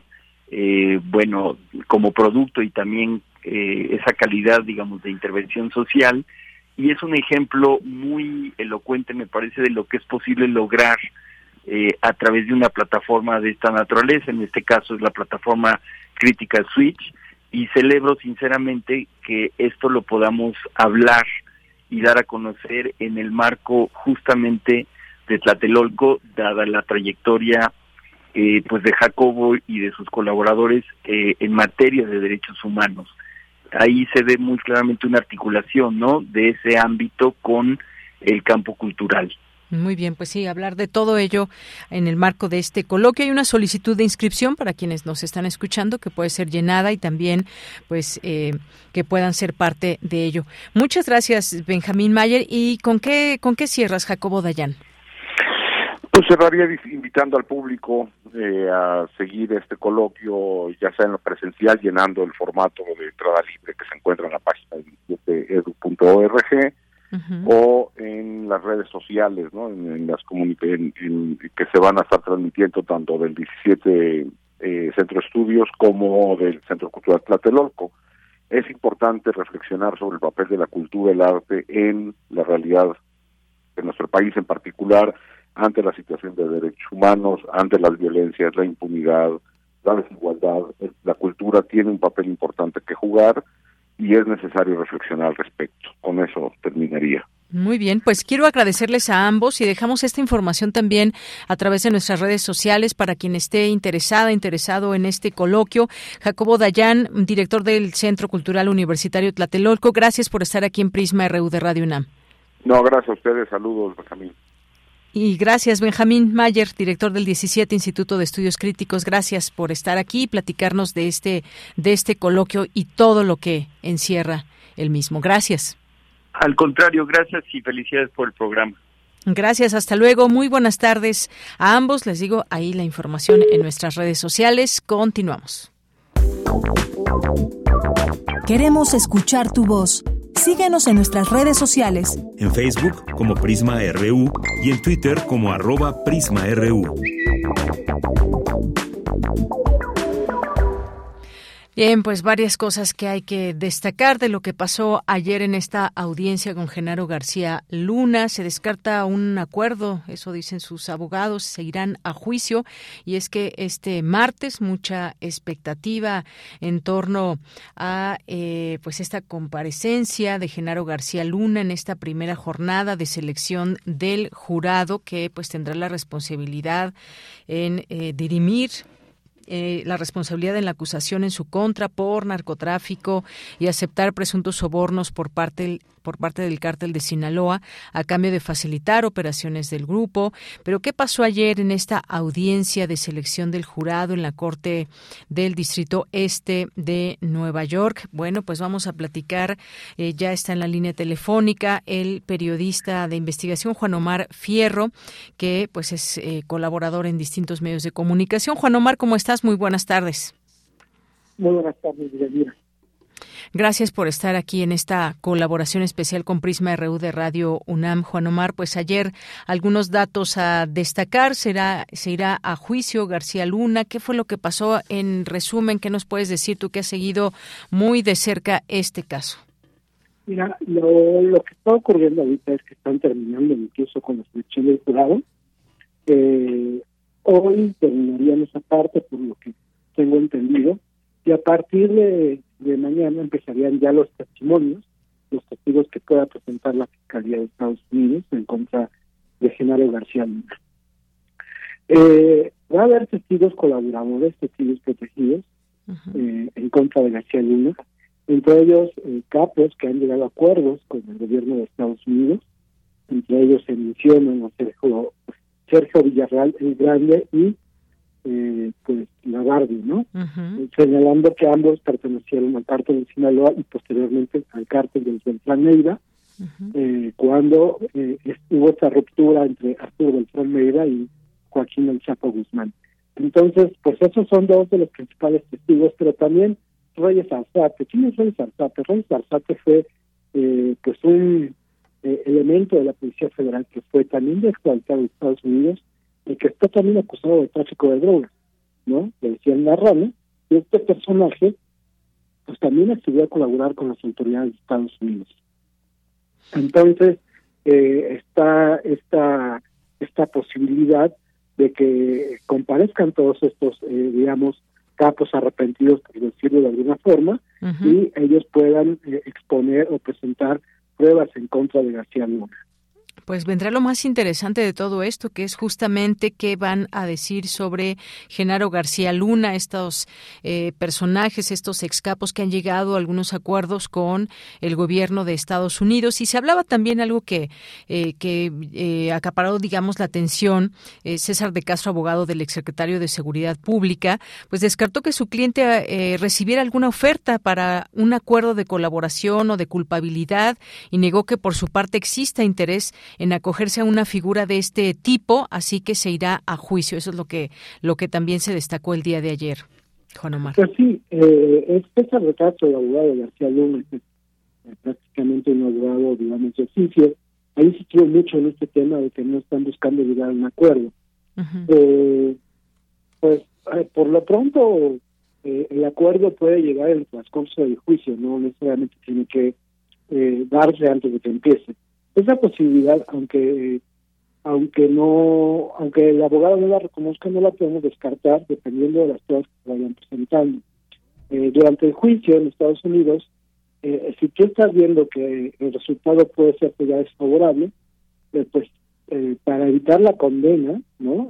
bueno, como producto, y también esa calidad, digamos, de intervención social. Y es un ejemplo muy elocuente, me parece, de lo que es posible lograr a través de una plataforma de esta naturaleza. En este caso es la plataforma Critical Switch, y celebro sinceramente que esto lo podamos hablar y dar a conocer en el marco justamente de Tlatelolco, dada la trayectoria pues de Jacobo y de sus colaboradores en materia de derechos humanos. Ahí se ve muy claramente una articulación, ¿no?, de ese ámbito con el campo cultural. Muy bien, pues sí, hablar de todo ello en el marco de este coloquio. Hay una solicitud de inscripción para quienes nos están escuchando que puede ser llenada, y también pues que puedan ser parte de ello. Muchas gracias, Benjamín Mayer. ¿Y con qué cierras, Jacobo Dayan? Pues cerraría invitando al público a seguir este coloquio, ya sea en lo presencial, llenando el formato de entrada libre que se encuentra en la página de edu.org, o en las redes sociales, ¿no?, en las que se van a estar transmitiendo tanto del 17 Centro de Estudios como del Centro Cultural Tlatelolco. Es importante reflexionar sobre el papel de la cultura y el arte en la realidad de nuestro país, en particular ante la situación de derechos humanos, ante las violencias, la impunidad, la desigualdad. La cultura tiene un papel importante que jugar, y es necesario reflexionar al respecto. Con eso terminaría. Muy bien, pues quiero agradecerles a ambos, y dejamos esta información también a través de nuestras redes sociales para quien esté interesado en este coloquio. Jacobo Dayan, director del Centro Cultural Universitario Tlatelolco, gracias por estar aquí en Prisma RU de Radio UNAM. No, gracias a ustedes. Saludos, Benjamín. Y gracias, Benjamín Mayer, director del 17 Instituto de Estudios Críticos. Gracias por estar aquí y platicarnos de este coloquio y todo lo que encierra el mismo. Gracias. Al contrario, gracias y felicidades por el programa. Gracias, hasta luego. Muy buenas tardes a ambos. Les digo ahí la información en nuestras redes sociales. Continuamos. Queremos escuchar tu voz. Síguenos en nuestras redes sociales. En Facebook como Prisma RU y en Twitter como @PrismaRU. Bien, pues varias cosas que hay que destacar de lo que pasó ayer en esta audiencia con Genaro García Luna. Se descarta un acuerdo, eso dicen sus abogados, se irán a juicio, y es que este martes mucha expectativa en torno a pues esta comparecencia de Genaro García Luna en esta primera jornada de selección del jurado, que pues tendrá la responsabilidad en dirimir la responsabilidad en la acusación en su contra por narcotráfico y aceptar presuntos sobornos por parte del cártel de Sinaloa a cambio de facilitar operaciones del grupo. Pero ¿qué pasó ayer en esta audiencia de selección del jurado en la Corte del Distrito Este de Nueva York? Bueno, pues vamos a platicar, ya está en la línea telefónica el periodista de investigación Juan Omar Fierro, que pues es colaborador en distintos medios de comunicación. Juan Omar, ¿cómo estás? Muy buenas tardes. Muy buenas tardes, Guillermo. Gracias por estar aquí en esta colaboración especial con Prisma RU de Radio UNAM. Juan Omar, pues ayer algunos datos a destacar. Se irá a juicio García Luna. ¿Qué fue lo que pasó? En resumen, ¿qué nos puedes decir tú que has seguido muy de cerca este caso? Mira, lo que está ocurriendo ahorita es que están terminando incluso con la selección del jurado. Hoy terminarían esa parte, por lo que tengo entendido, y a partir de mañana empezarían ya los testimonios, los testigos que pueda presentar la Fiscalía de Estados Unidos en contra de Genaro García Luna. Va a haber testigos colaboradores, testigos protegidos, en contra de García Luna, entre ellos capos que han llegado a acuerdos con el gobierno de Estados Unidos. Entre ellos se mencionan a Sergio Villarreal el Grande y pues Lagarde, ¿no? Señalando que ambos pertenecieron al cártel de Sinaloa y posteriormente al cártel del Beltrán Leiva, cuando hubo esta ruptura entre Arturo Beltrán Leiva y Joaquín El Chapo Guzmán. Entonces, pues esos son dos de los principales testigos, pero también Reyes Arzate. ¿Quién es Reyes Arzate? Reyes Arzate fue pues un elemento de la Policía Federal que fue también descontado de Estados Unidos y que está también acusado de tráfico de drogas, ¿no? Le decían la rana, y este personaje pues también estuvo a colaborar con las autoridades de Estados Unidos. Entonces está esta posibilidad de que comparezcan todos estos digamos capos arrepentidos, por decirlo de alguna forma, y ellos puedan exponer o presentar pruebas en contra de García Luna. Pues vendrá lo más interesante de todo esto, que es justamente qué van a decir sobre Genaro García Luna, estos personajes, estos excapos que han llegado a algunos acuerdos con el gobierno de Estados Unidos. Y se hablaba también algo que acaparó, digamos, la atención. César de Castro, abogado del exsecretario de Seguridad Pública, pues descartó que su cliente recibiera alguna oferta para un acuerdo de colaboración o de culpabilidad y negó que por su parte exista interés en acogerse a una figura de este tipo, así que se irá a juicio. Eso es lo que también se destacó el día de ayer, Juan Omar. Pues sí, es César de Castro, el abogado de García Luna, que es prácticamente un abogado, digamos, de oficio. Ahí insistió mucho en este tema de que no están buscando llegar a un acuerdo. Pues por lo pronto el acuerdo puede llegar en el transcurso del juicio, no necesariamente tiene que darse antes de que empiece. Esa posibilidad, aunque el abogado no la reconozca, no la podemos descartar dependiendo de las pruebas que se vayan presentando. Durante el juicio en Estados Unidos, si tú estás viendo que el resultado puede ser ya desfavorable, pues para evitar la condena, ¿no?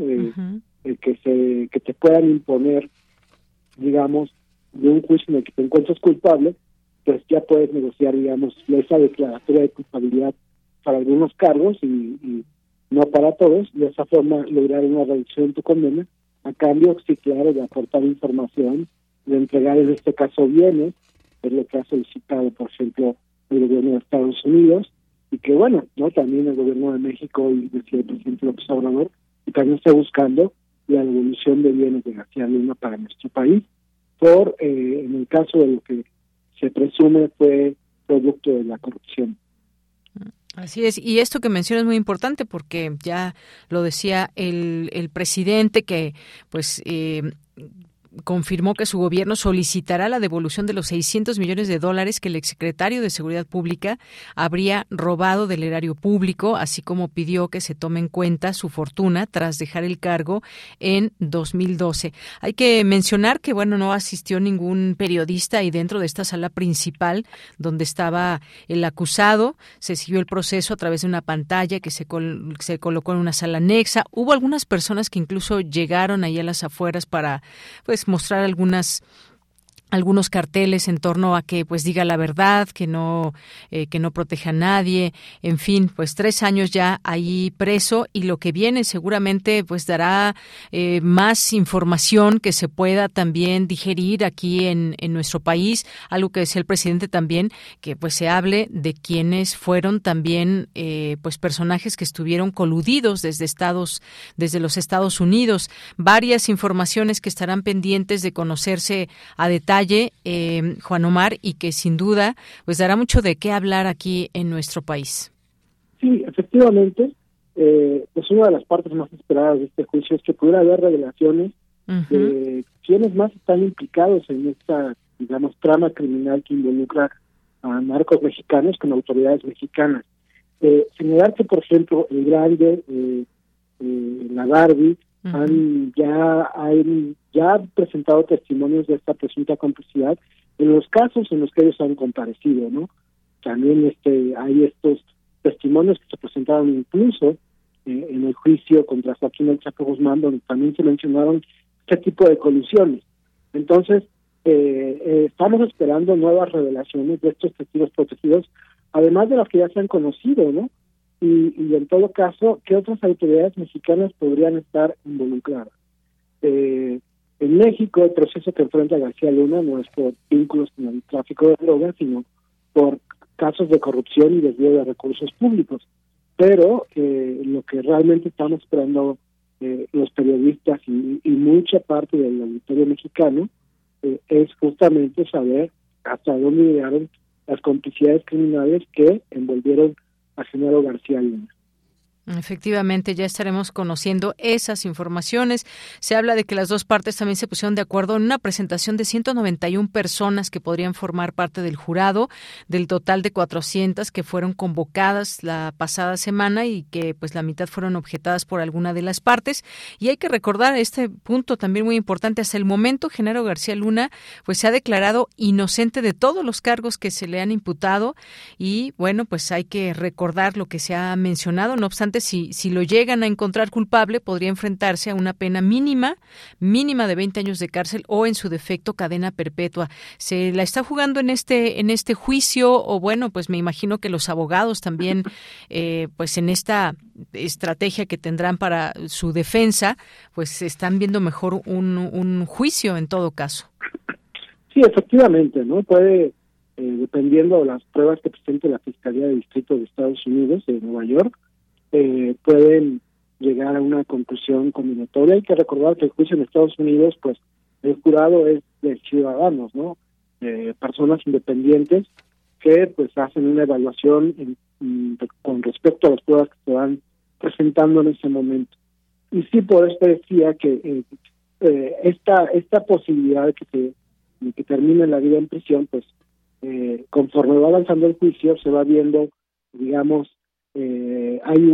Que te puedan imponer, digamos, de un juicio en el que te encuentres culpable, pues ya puedes negociar, digamos, esa declaratoria de culpabilidad para algunos cargos y no para todos, y de esa forma lograr una reducción de tu condena, a cambio, sí, claro, de aportar información, de entregar en este caso bienes, es lo que ha solicitado, por ejemplo, el gobierno de Estados Unidos, y que bueno, no también el gobierno de México y el presidente López Obrador, y también está buscando la devolución de bienes de García Luna para nuestro país, por en el caso de lo que se presume fue producto de la corrupción. Así es, y esto que mencionas es muy importante porque ya lo decía el presidente que pues confirmó que su gobierno solicitará la devolución de los $600 millones que el exsecretario de Seguridad Pública habría robado del erario público, así como pidió que se tome en cuenta su fortuna tras dejar el cargo en 2012. Hay que mencionar que, bueno, no asistió ningún periodista ahí dentro de esta sala principal donde estaba el acusado. Se siguió el proceso a través de una pantalla que se colocó en una sala anexa. Hubo algunas personas que incluso llegaron ahí a las afueras para, pues, mostrar algunos carteles en torno a que pues diga la verdad, que no proteja a nadie, en fin, pues 3 años ya ahí preso, y lo que viene seguramente pues dará más información que se pueda también digerir aquí en nuestro país, algo que decía el presidente también, que pues se hable de quienes fueron también pues personajes que estuvieron coludidos desde los Estados Unidos, varias informaciones que estarán pendientes de conocerse a detalle Valle, Juan Omar, y que sin duda pues dará mucho de qué hablar aquí en nuestro país. Sí, efectivamente, pues una de las partes más esperadas de este juicio es que pudiera haber revelaciones de quiénes más están implicados en esta, digamos, trama criminal que involucra a narcos mexicanos con autoridades mexicanas. Señalar que, por ejemplo, el Grande, la Barbie, ya han presentado testimonios de esta presunta complicidad en los casos en los que ellos han comparecido, ¿no? También hay estos testimonios que se presentaron incluso en el juicio contra Joaquín El Chapo Guzmán, donde también se mencionaron este tipo de colusiones. Entonces, estamos esperando nuevas revelaciones de estos testigos protegidos, además de las que ya se han conocido, ¿no? Y en todo caso, ¿qué otras autoridades mexicanas podrían estar involucradas? En México, el proceso que enfrenta García Luna no es por vínculos con el tráfico de drogas, sino por casos de corrupción y desvío de recursos públicos. Pero lo que realmente estamos esperando los periodistas y mucha parte del auditorio mexicano es justamente saber hasta dónde llegaron las complicidades criminales que envolvieron a Genaro García Luna. Efectivamente, ya estaremos conociendo esas informaciones. Se habla de que las dos partes también se pusieron de acuerdo en una presentación de 191 personas que podrían formar parte del jurado, del total de 400 que fueron convocadas la pasada semana y que pues la mitad fueron objetadas por alguna de las partes. Y hay que recordar este punto también muy importante. Hasta el momento, Genaro García Luna pues se ha declarado inocente de todos los cargos que se le han imputado y bueno, pues hay que recordar lo que se ha mencionado. No obstante, si lo llegan a encontrar culpable, podría enfrentarse a una pena mínima de 20 años de cárcel o, en su defecto, cadena perpetua. ¿Se la está jugando en este juicio? O bueno, pues me imagino que los abogados también, pues en esta estrategia que tendrán para su defensa, pues están viendo mejor un juicio en todo caso. Sí, efectivamente, ¿no? Puede, dependiendo de las pruebas que presente la Fiscalía del Distrito de Estados Unidos, de Nueva York, pueden llegar a una conclusión combinatoria. Hay que recordar que el juicio en Estados Unidos, pues, el jurado es de ciudadanos, ¿no? Personas independientes que, pues, hacen una evaluación con respecto a las pruebas que se van presentando en ese momento. Y sí, por eso decía que esta posibilidad de que termine la vida en prisión, pues, conforme va avanzando el juicio, se va viendo, digamos, hay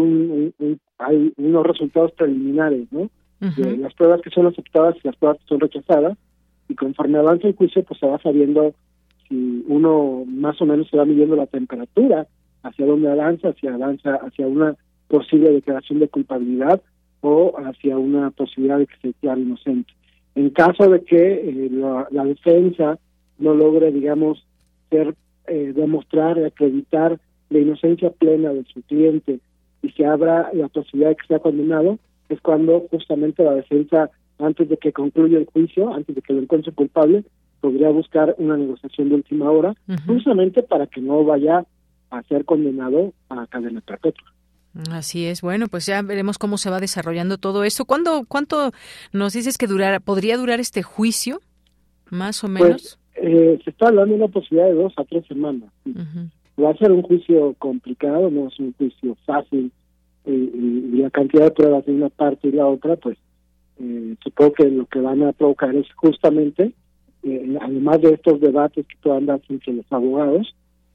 unos resultados preliminares, ¿no? De las pruebas que son aceptadas y las pruebas que son rechazadas, y conforme avanza el juicio, pues se va sabiendo si uno más o menos se va midiendo la temperatura, hacia dónde avanza hacia una posible declaración de culpabilidad o hacia una posibilidad de que se declare inocente. En caso de que la defensa no logre, digamos, demostrar, acreditar la inocencia plena de su cliente y se abra la posibilidad de que sea condenado, es cuando justamente la defensa, antes de que concluya el juicio, antes de que lo encuentre culpable, podría buscar una negociación de última hora, justamente para que no vaya a ser condenado a cadena perpetua. Así es. Bueno, pues ya veremos cómo se va desarrollando todo esto. ¿Cuánto nos dices que podría durar este juicio, más o menos? Pues, se está hablando de una posibilidad de 2 a 3 semanas. Va a ser un juicio complicado, no es un juicio fácil, y la cantidad de pruebas de una parte y la otra, pues supongo que lo que van a provocar es justamente, además de estos debates que puedan darse entre los abogados,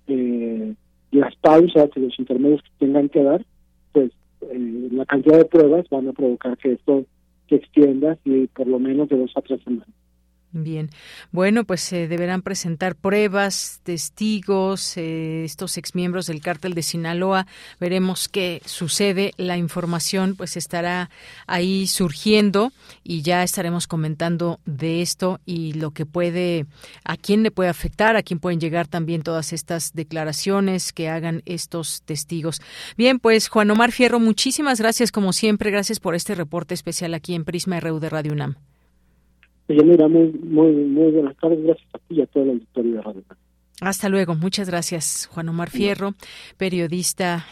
las pausas y los intermedios que tengan que dar, pues la cantidad de pruebas van a provocar que esto se extienda y por lo menos de 2 a 3 semanas. Bien, bueno, pues se deberán presentar pruebas, testigos, estos exmiembros del cártel de Sinaloa. Veremos qué sucede. La información pues estará ahí surgiendo y ya estaremos comentando de esto y lo que puede, a quién le puede afectar, a quién pueden llegar también todas estas declaraciones que hagan estos testigos. Bien, pues Juan Omar Fierro, muchísimas gracias como siempre. Gracias por este reporte especial aquí en Prisma RU de Radio UNAM. Mira, muy buenas tardes, gracias a ti y a todo el auditorio de Radio. Hasta luego. Muchas gracias, Juan Omar Fierro, periodista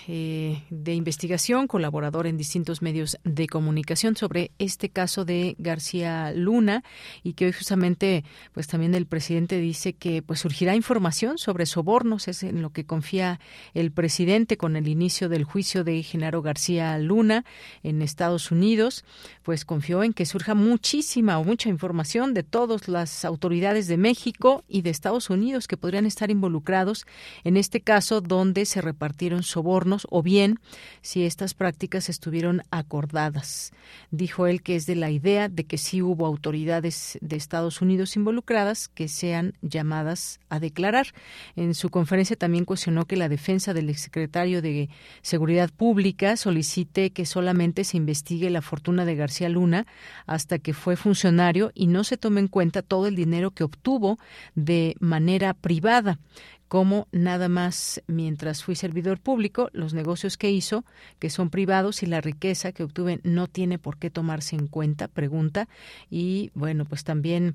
de investigación, colaborador en distintos medios de comunicación sobre este caso de García Luna, y que hoy justamente pues también el presidente dice que pues surgirá información sobre sobornos. Es en lo que confía el presidente con el inicio del juicio de Genaro García Luna en Estados Unidos. Pues confió en que surja mucha información de todas las autoridades de México y de Estados Unidos que podrían estar involucrados en este caso donde se repartieron sobornos, o bien si estas prácticas estuvieron acordadas. Dijo él que es de la idea de que sí hubo autoridades de Estados Unidos involucradas que sean llamadas a declarar. En su conferencia también cuestionó que la defensa del exsecretario de Seguridad Pública solicite que solamente se investigue la fortuna de García Luna hasta que fue funcionario y no se tome en cuenta todo el dinero que obtuvo de manera privada, como nada más mientras fui servidor público, los negocios que hizo, que son privados, y la riqueza que obtuve no tiene por qué tomarse en cuenta, pregunta. Y bueno, pues también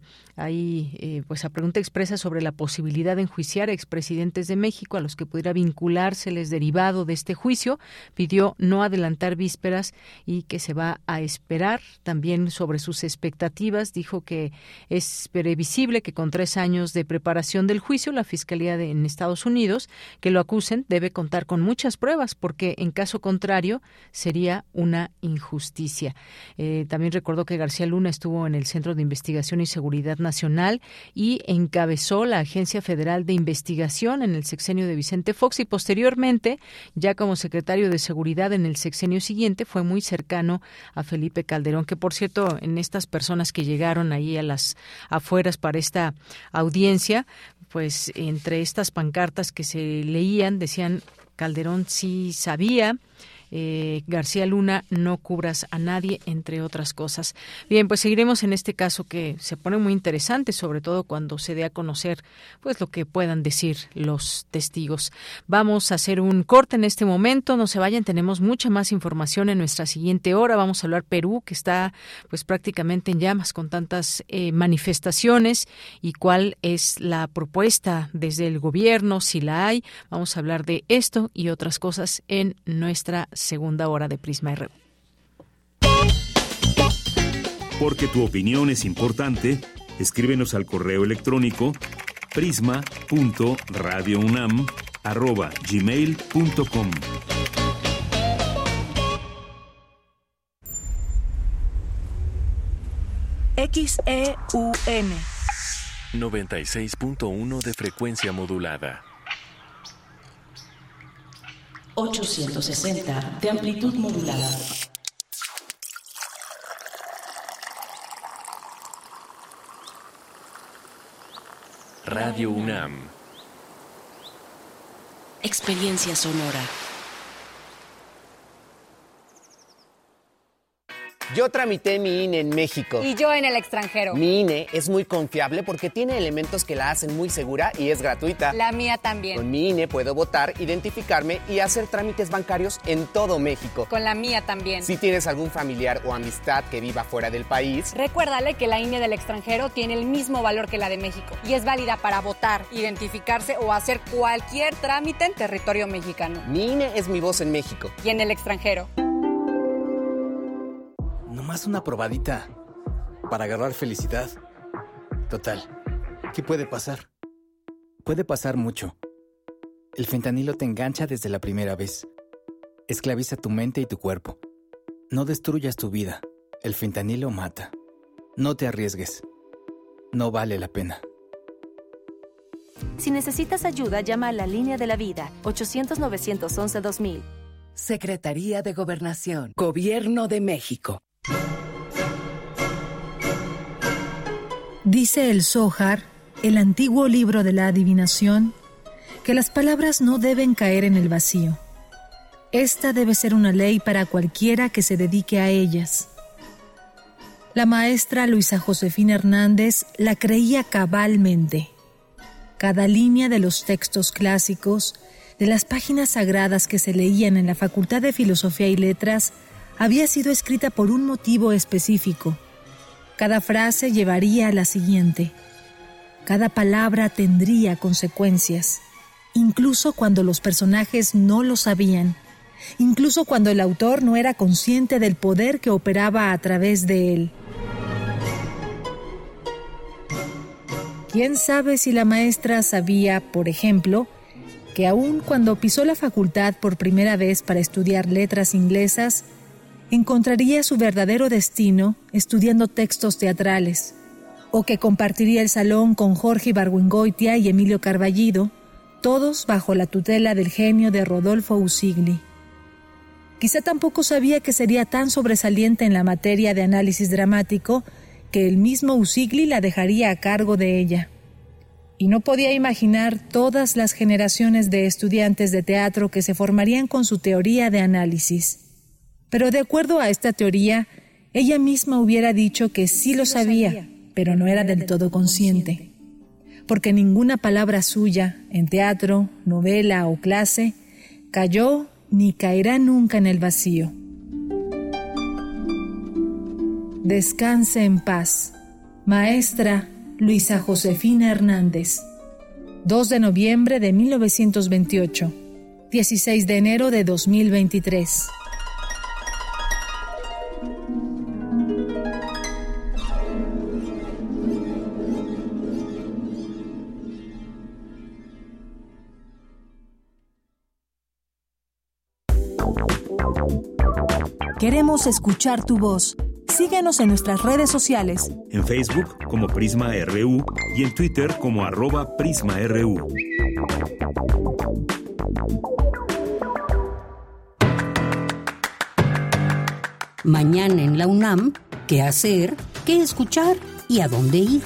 hay pues a pregunta expresa sobre la posibilidad de enjuiciar a expresidentes de México a los que pudiera vinculárseles derivado de este juicio. Pidió no adelantar vísperas y que se va a esperar. También sobre sus expectativas, dijo que es previsible que con 3 años de preparación del juicio, la Fiscalía en Estados Unidos que lo acusen debe contar con muchas pruebas, porque en caso contrario sería una injusticia. También recordó que García Luna estuvo en el Centro de Investigación y Seguridad Nacional y encabezó la Agencia Federal de Investigación en el sexenio de Vicente Fox, y posteriormente, ya como secretario de Seguridad en el sexenio siguiente, fue muy cercano a Felipe Calderón, que por cierto, en estas personas que llegaron ahí a las afueras para esta audiencia, pues entre estas pancartas que se leían decían: Calderón sí sabía, García Luna, no cubras a nadie, entre otras cosas. Bien, pues seguiremos en este caso que se pone muy interesante, sobre todo cuando se dé a conocer pues lo que puedan decir los testigos. Vamos a hacer un corte en este momento, no se vayan, tenemos mucha más información en nuestra siguiente hora. Vamos a hablar Perú, que está pues prácticamente en llamas con tantas manifestaciones, y cuál es la propuesta desde el gobierno, si la hay. Vamos a hablar de esto y otras cosas en nuestra segunda hora de Prisma RU. Porque tu opinión es importante, escríbenos al correo electrónico prisma.radiounam@gmail.com. XEUN 96.1 de frecuencia modulada. 860 de amplitud modulada. Radio UNAM. Experiencia sonora. Yo tramité mi INE en México. Y yo en el extranjero. Mi INE es muy confiable porque tiene elementos que la hacen muy segura y es gratuita. La mía también. Con mi INE puedo votar, identificarme y hacer trámites bancarios en todo México. Con la mía también. Si tienes algún familiar o amistad que viva fuera del país, recuérdale que la INE del extranjero tiene el mismo valor que la de México y es válida para votar, identificarse o hacer cualquier trámite en territorio mexicano. Mi INE es mi voz en México. Y en el extranjero. Nomás una probadita para agarrar felicidad. Total, ¿qué puede pasar? Puede pasar mucho. El fentanilo te engancha desde la primera vez. Esclaviza tu mente y tu cuerpo. No destruyas tu vida. El fentanilo mata. No te arriesgues. No vale la pena. Si necesitas ayuda, llama a la Línea de la Vida, 800-911-2000. Secretaría de Gobernación, Gobierno de México. Dice el Zohar, el antiguo libro de la adivinación, que las palabras no deben caer en el vacío. Esta debe ser una ley para cualquiera que se dedique a ellas. La maestra Luisa Josefina Hernández la creía cabalmente. Cada línea de los textos clásicos, de las páginas sagradas que se leían en la Facultad de Filosofía y Letras, había sido escrita por un motivo específico. Cada frase llevaría a la siguiente. Cada palabra tendría consecuencias, incluso cuando los personajes no lo sabían, incluso cuando el autor no era consciente del poder que operaba a través de él. ¿Quién sabe si la maestra sabía, por ejemplo, que aun cuando pisó la facultad por primera vez para estudiar letras inglesas, encontraría su verdadero destino estudiando textos teatrales, o que compartiría el salón con Jorge Ibargüengoitia y Emilio Carballido, todos bajo la tutela del genio de Rodolfo Usigli? Quizá tampoco sabía que sería tan sobresaliente en la materia de análisis dramático que el mismo Usigli la dejaría a cargo de ella. Y no podía imaginar todas las generaciones de estudiantes de teatro que se formarían con su teoría de análisis. Pero de acuerdo a esta teoría, ella misma hubiera dicho que sí lo sabía, pero no era del todo consciente. Porque ninguna palabra suya, en teatro, novela o clase, cayó ni caerá nunca en el vacío. Descanse en paz, maestra Luisa Josefina Hernández. 2 de noviembre de 1928, 16 de enero de 2023. Queremos escuchar tu voz. Síguenos en nuestras redes sociales. En Facebook como Prisma RU y en Twitter como @PrismaRU. Mañana en la UNAM, ¿qué hacer? ¿Qué escuchar? ¿Y a dónde ir?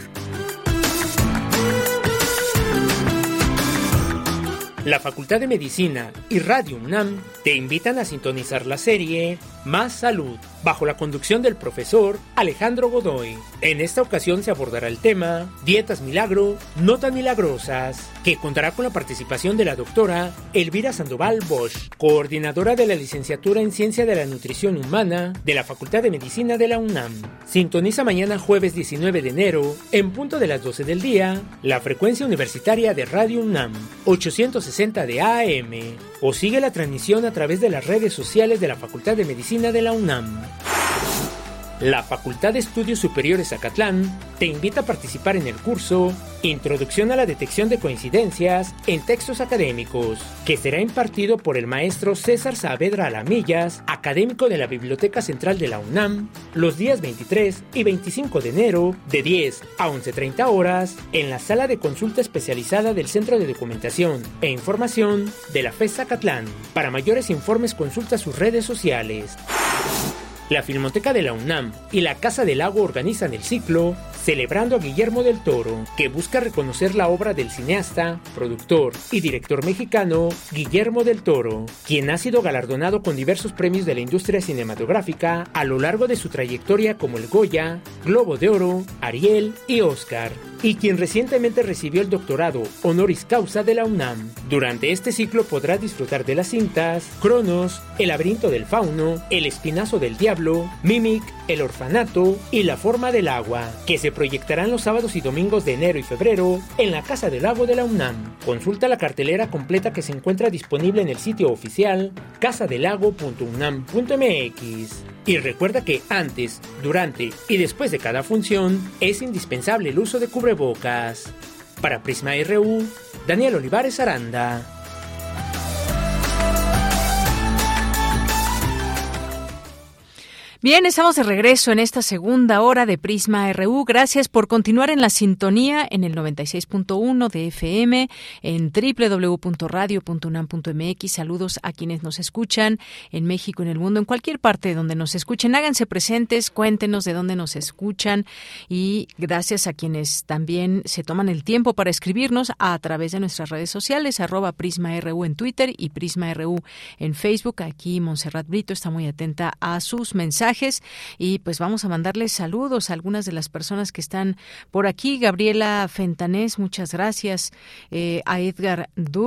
La Facultad de Medicina y Radio UNAM te invitan a sintonizar la serie Más Salud, bajo la conducción del profesor Alejandro Godoy. En esta ocasión se abordará el tema Dietas Milagro, no tan milagrosas, que contará con la participación de la doctora Elvira Sandoval Bosch, coordinadora de la licenciatura en Ciencia de la Nutrición Humana de la Facultad de Medicina de la UNAM. Sintoniza mañana jueves 19 de enero, en punto de las 12 del día, la frecuencia universitaria de Radio UNAM, 860 de AM, o sigue la transmisión a través de las redes sociales de la Facultad de Medicina de la UNAM. La Facultad de Estudios Superiores Acatlán te invita a participar en el curso Introducción a la Detección de Coincidencias en Textos Académicos, que será impartido por el maestro César Saavedra Alamillas, académico de la Biblioteca Central de la UNAM, los días 23 y 25 de enero, de 10 a 11:30 horas, en la sala de consulta especializada del Centro de Documentación e Información de la FES Acatlán. Para mayores informes consulta sus redes sociales. La Filmoteca de la UNAM y la Casa del Lago organizan el ciclo Celebrando a Guillermo del Toro, que busca reconocer la obra del cineasta, productor y director mexicano Guillermo del Toro, quien ha sido galardonado con diversos premios de la industria cinematográfica a lo largo de su trayectoria como el Goya, Globo de Oro, Ariel y Oscar, y quien recientemente recibió el doctorado honoris causa de la UNAM. Durante este ciclo podrás disfrutar de las cintas Cronos, El laberinto del fauno, El espinazo del diablo, Mimic, El orfanato y La forma del agua, que se proyectarán los sábados y domingos de enero y febrero en la Casa del Lago de la UNAM. Consulta la cartelera completa que se encuentra disponible en el sitio oficial casadelago.unam.mx. Y recuerda que antes, durante y después de cada función es indispensable el uso de cubrebocas. Para Prisma RU, Daniel Olivares Aranda. Bien, estamos de regreso en esta segunda hora de Prisma RU. Gracias por continuar en la sintonía en el 96.1 de FM, en www.radio.unam.mx. Saludos a quienes nos escuchan en México, en el mundo, en cualquier parte donde nos escuchen. Háganse presentes, cuéntenos de dónde nos escuchan, y gracias a quienes también se toman el tiempo para escribirnos a través de nuestras redes sociales, @PrismaRU en Twitter y Prisma RU en Facebook. Aquí Montserrat Brito está muy atenta a sus mensajes. Y pues vamos a mandarles saludos a algunas de las personas que están por aquí. Gabriela Fentanés, muchas gracias. A Edgar Dur,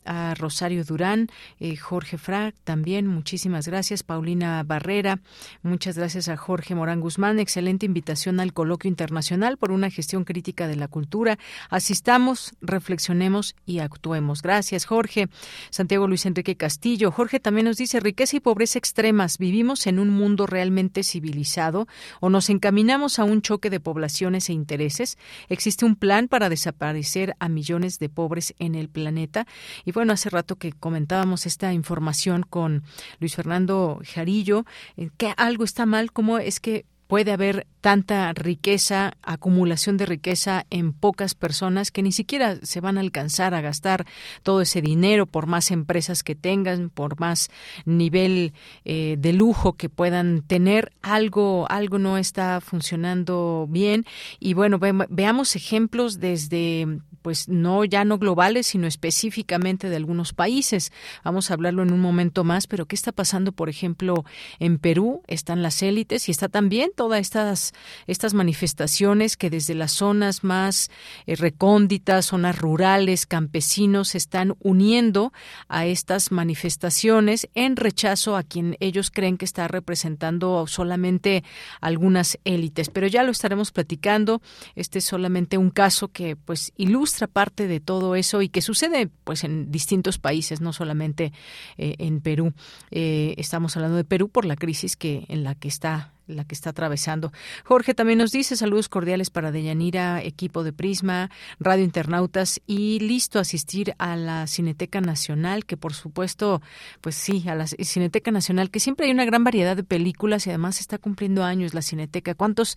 a Rosario Durán, Jorge Frac también, muchísimas gracias. Paulina Barrera, muchas gracias a Jorge Morán Guzmán, excelente invitación al coloquio internacional por una gestión crítica de la cultura. Asistamos, reflexionemos y actuemos. Gracias, Jorge. Santiago Luis Enrique Castillo. Jorge también nos dice, riqueza y pobreza extremas. ¿Vivimos en un mundo realmente civilizado o nos encaminamos a un choque de poblaciones e intereses? ¿Existe un plan para desaparecer a millones de pobres en el planeta? Y bueno, hace rato que comentábamos esta información con Luis Fernando Jarillo, que algo está mal, ¿cómo es que puede haber tanta riqueza, acumulación de riqueza en pocas personas que ni siquiera se van a alcanzar a gastar todo ese dinero por más empresas que tengan, por más nivel de lujo que puedan tener? Algo no está funcionando bien. Y bueno, veamos ejemplos desde, pues no globales, sino específicamente de algunos países. Vamos a hablarlo en un momento más, pero ¿qué está pasando, por ejemplo, en Perú? Están las élites y está también todas estas manifestaciones que desde las zonas más recónditas, zonas rurales, campesinos, se están uniendo a estas manifestaciones en rechazo a quien ellos creen que está representando solamente algunas élites. Pero ya lo estaremos platicando. Este es solamente un caso que pues ilustra parte de todo eso y que sucede pues en distintos países, no solamente en Perú. Estamos hablando de Perú por la crisis en la que está atravesando. Jorge también nos dice, saludos cordiales para Deyanira, equipo de Prisma, Radio Internautas, y listo a asistir a la Cineteca Nacional, que por supuesto, pues sí, a la Cineteca Nacional, que siempre hay una gran variedad de películas y además está cumpliendo años la Cineteca. ¿Cuántos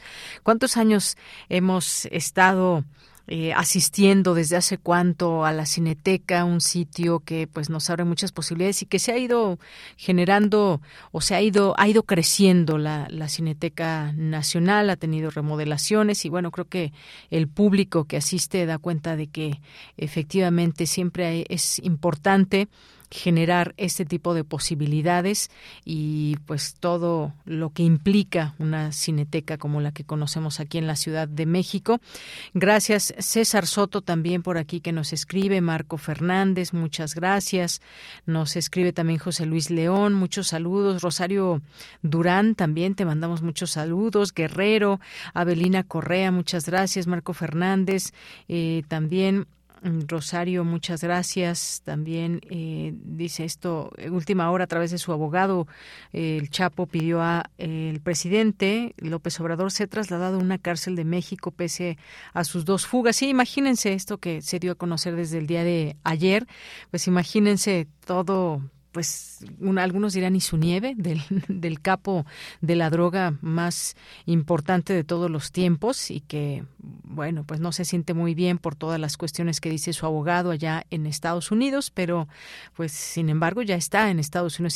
años hemos estado asistiendo, desde hace cuánto, a la Cineteca, un sitio que pues nos abre muchas posibilidades y que se ha ido generando o ha ido creciendo la Cineteca Nacional, ha tenido remodelaciones y bueno, creo que el público que asiste da cuenta de que efectivamente siempre es importante generar este tipo de posibilidades y pues todo lo que implica una cineteca como la que conocemos aquí en la Ciudad de México. Gracias César Soto también por aquí que nos escribe, Marco Fernández, muchas gracias. Nos escribe también José Luis León, muchos saludos. Rosario Durán también te mandamos muchos saludos. Guerrero, Abelina Correa, muchas gracias. Marco Fernández también. Rosario, muchas gracias. También dice esto, última hora a través de su abogado, el Chapo pidió a el presidente López Obrador ser trasladado a una cárcel de México pese a sus 2 fugas. Sí, imagínense esto que se dio a conocer desde el día de ayer, pues imagínense todo. Pues algunos dirán y su nieve del capo de la droga más importante de todos los tiempos y que, bueno, pues no se siente muy bien por todas las cuestiones que dice su abogado allá en Estados Unidos, pero pues sin embargo ya está en Estados Unidos.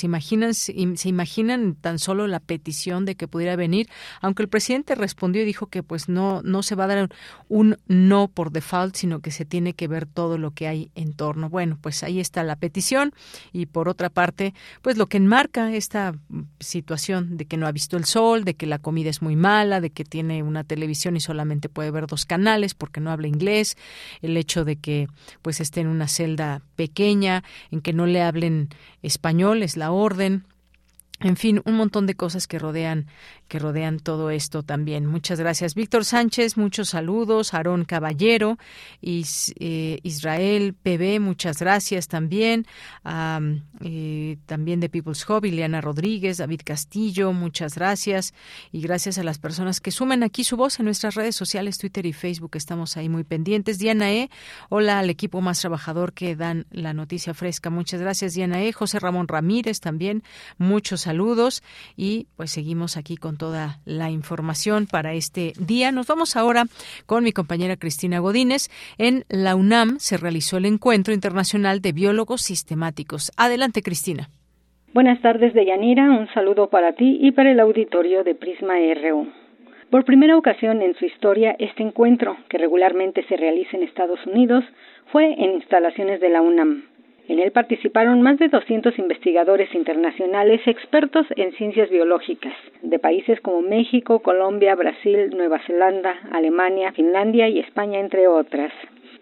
¿Se imaginan tan solo la petición de que pudiera venir? Aunque el presidente respondió y dijo que pues no se va a dar un no por default, sino que se tiene que ver todo lo que hay en torno. Bueno, pues ahí está la petición y por otra parte, pues lo que enmarca esta situación de que no ha visto el sol, de que la comida es muy mala, de que tiene una televisión y solamente puede ver 2 canales porque no habla inglés, el hecho de que pues esté en una celda pequeña, en que no le hablen español, es la orden. En fin, un montón de cosas que rodean todo esto también. Muchas gracias. Víctor Sánchez, muchos saludos. Aarón Caballero, Israel PB, muchas gracias también. También de People's Hub, Ileana Rodríguez, David Castillo, muchas gracias. Y gracias a las personas que sumen aquí su voz en nuestras redes sociales, Twitter y Facebook. Estamos ahí muy pendientes. Diana hola al equipo más trabajador que dan la noticia fresca. Muchas gracias, Diana José Ramón Ramírez también, muchos saludos y pues seguimos aquí con toda la información para este día. Nos vamos ahora con mi compañera Cristina Godínez. En la UNAM se realizó el Encuentro Internacional de Biólogos Sistemáticos. Adelante, Cristina. Buenas tardes, Deyanira. Un saludo para ti y para el auditorio de Prisma RU. Por primera ocasión en su historia, este encuentro, que regularmente se realiza en Estados Unidos, fue en instalaciones de la UNAM. En él participaron más de 200 investigadores internacionales expertos en ciencias biológicas, de países como México, Colombia, Brasil, Nueva Zelanda, Alemania, Finlandia y España, entre otras.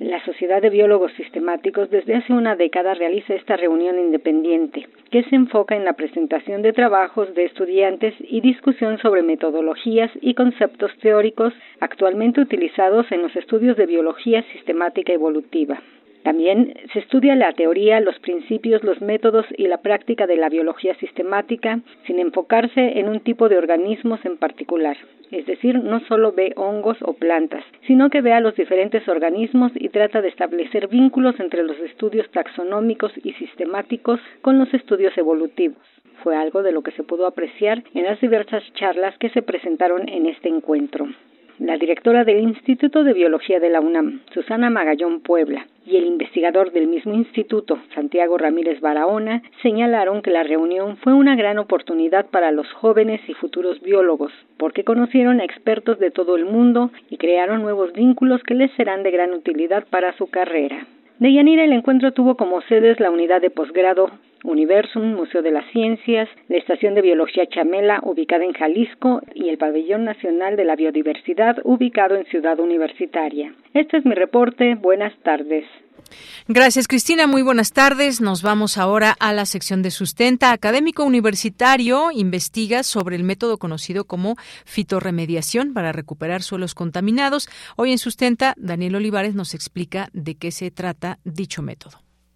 La Sociedad de Biólogos Sistemáticos desde hace una década realiza esta reunión independiente, que se enfoca en la presentación de trabajos de estudiantes y discusión sobre metodologías y conceptos teóricos actualmente utilizados en los estudios de biología sistemática evolutiva. También se estudia la teoría, los principios, los métodos y la práctica de la biología sistemática sin enfocarse en un tipo de organismos en particular. Es decir, no solo ve hongos o plantas, sino que ve a los diferentes organismos y trata de establecer vínculos entre los estudios taxonómicos y sistemáticos con los estudios evolutivos. Fue algo de lo que se pudo apreciar en las diversas charlas que se presentaron en este encuentro. La directora del Instituto de Biología de la UNAM, Susana Magallón Puebla, y el investigador del mismo instituto, Santiago Ramírez Barahona, señalaron que la reunión fue una gran oportunidad para los jóvenes y futuros biólogos, porque conocieron a expertos de todo el mundo y crearon nuevos vínculos que les serán de gran utilidad para su carrera. De Yanira, el encuentro tuvo como sedes la unidad de posgrado Universum, Museo de las Ciencias, la Estación de Biología Chamela, ubicada en Jalisco, y el Pabellón Nacional de la Biodiversidad, ubicado en Ciudad Universitaria. Este es mi reporte. Buenas tardes. Gracias, Cristina. Muy buenas tardes. Nos vamos ahora a la sección de Sustenta. Académico universitario investiga sobre el método conocido como fitorremediación para recuperar suelos contaminados. Hoy en Sustenta, Daniel Olivares nos explica de qué se trata dicho método.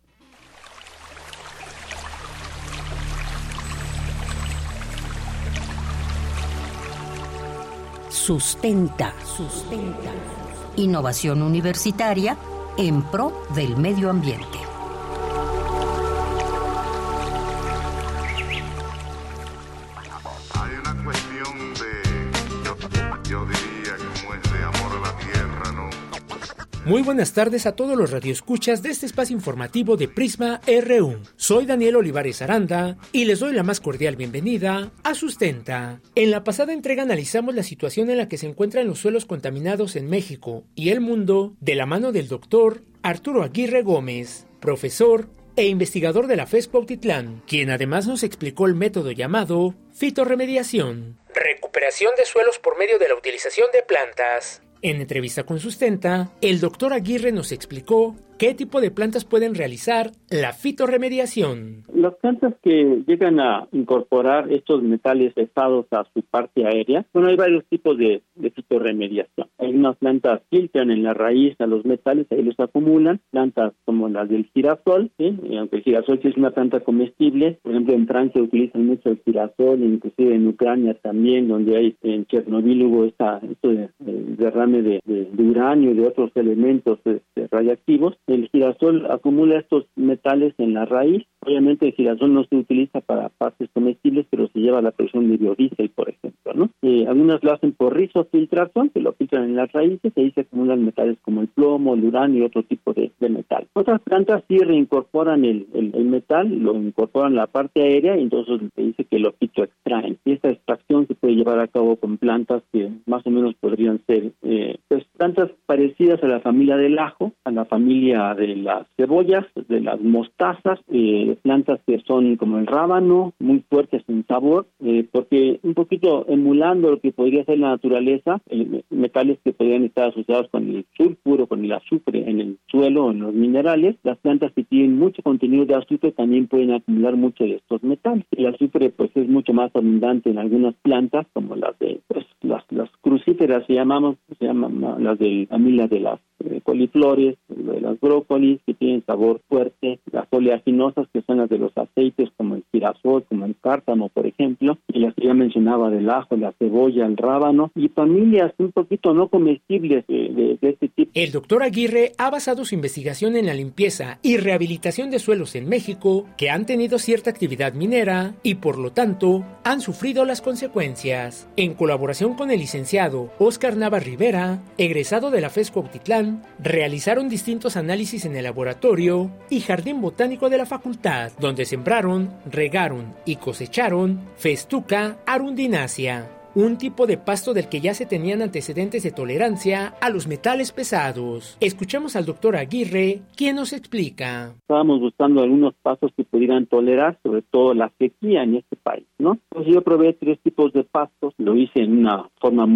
Sustenta. Innovación universitaria en pro del medio ambiente. Hay una cuestión de, yo diría, como es de amor a la tierra, ¿no? Muy buenas tardes a todos los radioescuchas de este espacio informativo de Prisma RU. Soy Daniel Olivares Aranda y les doy la más cordial bienvenida a Sustenta. En la pasada entrega analizamos la situación en la que se encuentran los suelos contaminados en México y el mundo de la mano del doctor Arturo Aguirre Gómez, profesor e investigador de la FES Cuautitlán, quien además nos explicó el método llamado fitorremediación, recuperación de suelos por medio de la utilización de plantas. En entrevista con Sustenta, el doctor Aguirre nos explicó qué tipo de plantas pueden realizar la fitorremediación. Las plantas que llegan a incorporar estos metales pesados a su parte aérea, bueno, hay varios tipos de fitorremediación. Hay unas plantas que filtran en la raíz a los metales, ahí los acumulan, plantas como las del girasol, ¿sí? Aunque el girasol sí es una planta comestible, por ejemplo en Francia utilizan mucho el girasol, inclusive en Ucrania también, donde hay en Chernobyl hubo esto de derrame de uranio y de otros elementos radiactivos. El girasol acumula estos metales en la raíz. Obviamente el girasol no se utiliza para partes comestibles, pero se lleva a la producción de biodiesel, por ejemplo, ¿no? Algunas lo hacen por rizofiltración, que lo filtran en las raíces, y ahí se acumulan metales como el plomo, el uranio y otro tipo de metal. Otras plantas sí reincorporan el metal, lo incorporan a la parte aérea, y entonces se dice que lo fitoextraen. Y esta extracción se puede llevar a cabo con plantas que más o menos podrían ser plantas parecidas a la familia del ajo, a la familia de las cebollas, de las mostazas, plantas que son como el rábano, muy fuertes en sabor, porque un poquito emulando lo que podría ser la naturaleza, metales que podrían estar asociados con el sulfuro, con el azufre en el suelo, en los minerales. Las plantas que tienen mucho contenido de azufre también pueden acumular mucho de estos metales. El azufre pues es mucho más abundante en algunas plantas, como las de las crucíferas se llaman las de familia de las coliflores, de las brócolis, que tienen sabor fuerte, las oleaginosas, que son las de los aceites, como el girasol, como el cártamo, por ejemplo, y las que ya mencionaba del ajo, la cebolla, el rábano, y familias un poquito no comestibles de este tipo. El doctor Aguirre ha basado su investigación en la limpieza y rehabilitación de suelos en México que han tenido cierta actividad minera y, por lo tanto, han sufrido las consecuencias. En colaboración con el licenciado Óscar Nava Rivera, egresado de la FES Cuautitlán, realizaron distintos análisis en el laboratorio y jardín botánico de la facultad, donde sembraron, regaron y cosecharon Festuca arundinacea, un tipo de pasto del que ya se tenían antecedentes de tolerancia a los metales pesados. Escuchamos al doctor Aguirre, quien nos explica. Estábamos buscando algunos pastos que pudieran tolerar, sobre todo la sequía en este país, ¿no? Entonces yo probé 3 tipos de pastos, lo hice en una forma muy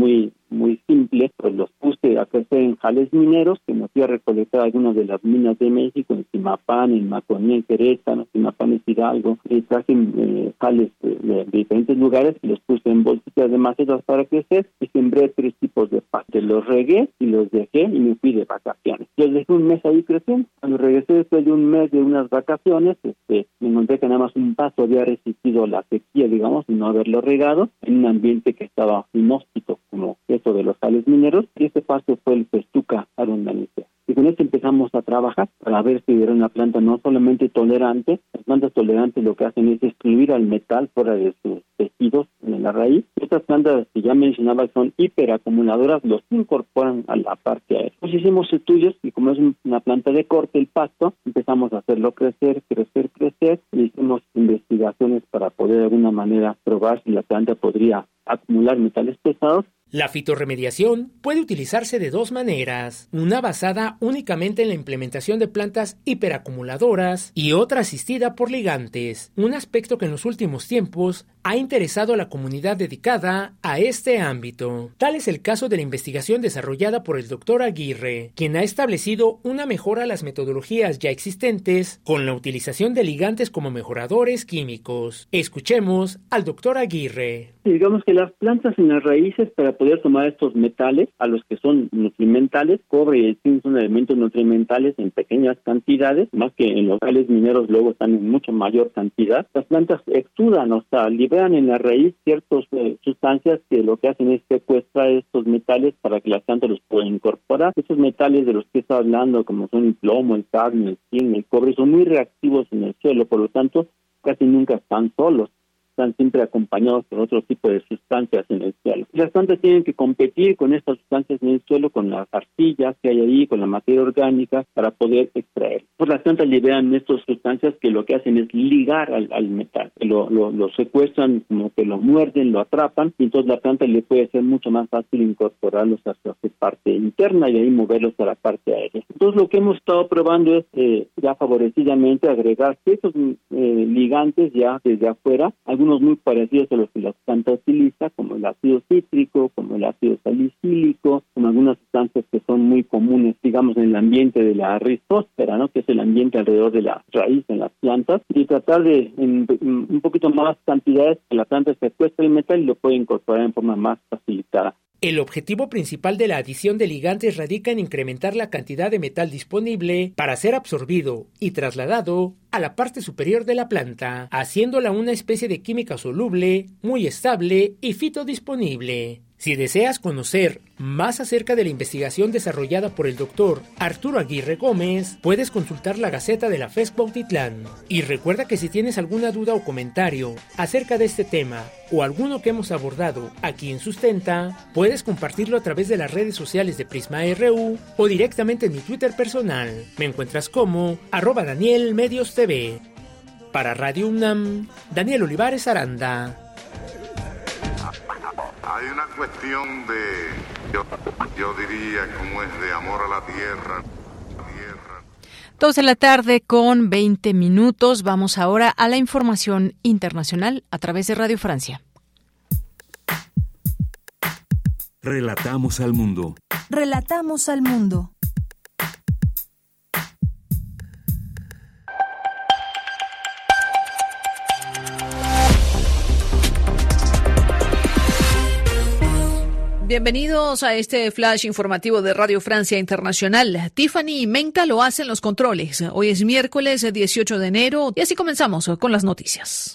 muy simple, pues los puse a crecer en jales mineros, que me fui a recolectar algunas de las minas de México, en Zimapán, en Maconía, en Querétaro, Zimapán es Hidalgo, y traje jales de diferentes lugares y los puse en bolsitas de macetas para crecer y sembré 3 tipos de pastos. Los regué y los dejé y me fui de vacaciones. Los dejé un mes ahí creciendo. Cuando regresé después de un mes de unas vacaciones, me encontré que nada más un paso había resistido la sequía, digamos, y no haberlo regado en un ambiente que estaba inhóspito, como eso de los jales mineros, y este paso fue el Festuca arundanacea. Y con esto empezamos a trabajar para ver si era una planta no solamente tolerante. Las plantas tolerantes lo que hacen es excluir al metal fuera de sus tejidos en la raíz. Estas plantas que ya mencionaba son hiperacumuladoras, los incorporan a la parte aérea. Pues hicimos estudios y como es una planta de corte, el pasto, empezamos a hacerlo crecer, y hicimos investigaciones para poder de alguna manera probar si la planta podría acumular metales pesados. La fitorremediación puede utilizarse de 2 maneras, una basada únicamente en la implementación de plantas hiperacumuladoras y otra asistida por ligantes, un aspecto que en los últimos tiempos ha interesado a la comunidad dedicada a este ámbito. Tal es el caso de la investigación desarrollada por el Dr. Aguirre, quien ha establecido una mejora a las metodologías ya existentes con la utilización de ligantes como mejoradores químicos. Escuchemos al Dr. Aguirre. Digamos que las plantas en las raíces, para poder tomar estos metales, a los que son nutrimentales, cobre y el zinc son elementos nutrimentales en pequeñas cantidades, más que en los jales mineros luego están en mucho mayor cantidad. Las plantas exudan, o sea, liberan en la raíz ciertas sustancias que lo que hacen es secuestrar estos metales para que las plantas los puedan incorporar. Estos metales de los que está hablando, como son el plomo, el cadmio, el zinc, el cobre, son muy reactivos en el suelo, por lo tanto, casi nunca están solos. Están siempre acompañados por otro tipo de sustancias en el suelo. Las plantas tienen que competir con estas sustancias en el suelo, con las arcillas que hay ahí, con la materia orgánica, para poder extraer. Pues las plantas liberan estas sustancias que lo que hacen es ligar al metal, lo secuestran, como que lo muerden, lo atrapan, y entonces la planta le puede ser mucho más fácil incorporarlos hacia su parte interna y ahí moverlos a la parte aérea. Entonces lo que hemos estado probando es ya favorecidamente agregar ciertos ligantes ya desde afuera, algunos muy parecidos a los que la planta utiliza, como el ácido cítrico, como el ácido salicílico, como algunas sustancias que son muy comunes, digamos, en el ambiente de la rizósfera, ¿no?, que es el ambiente alrededor de la raíz en las plantas, y tratar de, en un poquito más cantidades, que la planta secuestre el metal y lo puede incorporar en forma más facilitada. El objetivo principal de la adición de ligantes radica en incrementar la cantidad de metal disponible para ser absorbido y trasladado a la parte superior de la planta, haciéndola una especie de química soluble, muy estable y fitodisponible. Si deseas conocer más acerca de la investigación desarrollada por el doctor Arturo Aguirre Gómez, puedes consultar la Gaceta de la FES Cuautitlán. Y recuerda que si tienes alguna duda o comentario acerca de este tema o alguno que hemos abordado aquí en Sustenta, puedes compartirlo a través de las redes sociales de Prisma RU o directamente en mi Twitter personal. Me encuentras como @DanielMediosTV. Para Radio UNAM, Daniel Olivares Aranda. Hay una cuestión de, yo diría, como es de amor a la tierra. 2 de la tarde con 20 minutos. Vamos ahora a la información internacional a través de Radio Francia. Relatamos al mundo. Relatamos al mundo. Bienvenidos a este flash informativo de Radio Francia Internacional. Tiffany y Menka lo hacen los controles. Hoy es miércoles 18 de enero y así comenzamos con las noticias.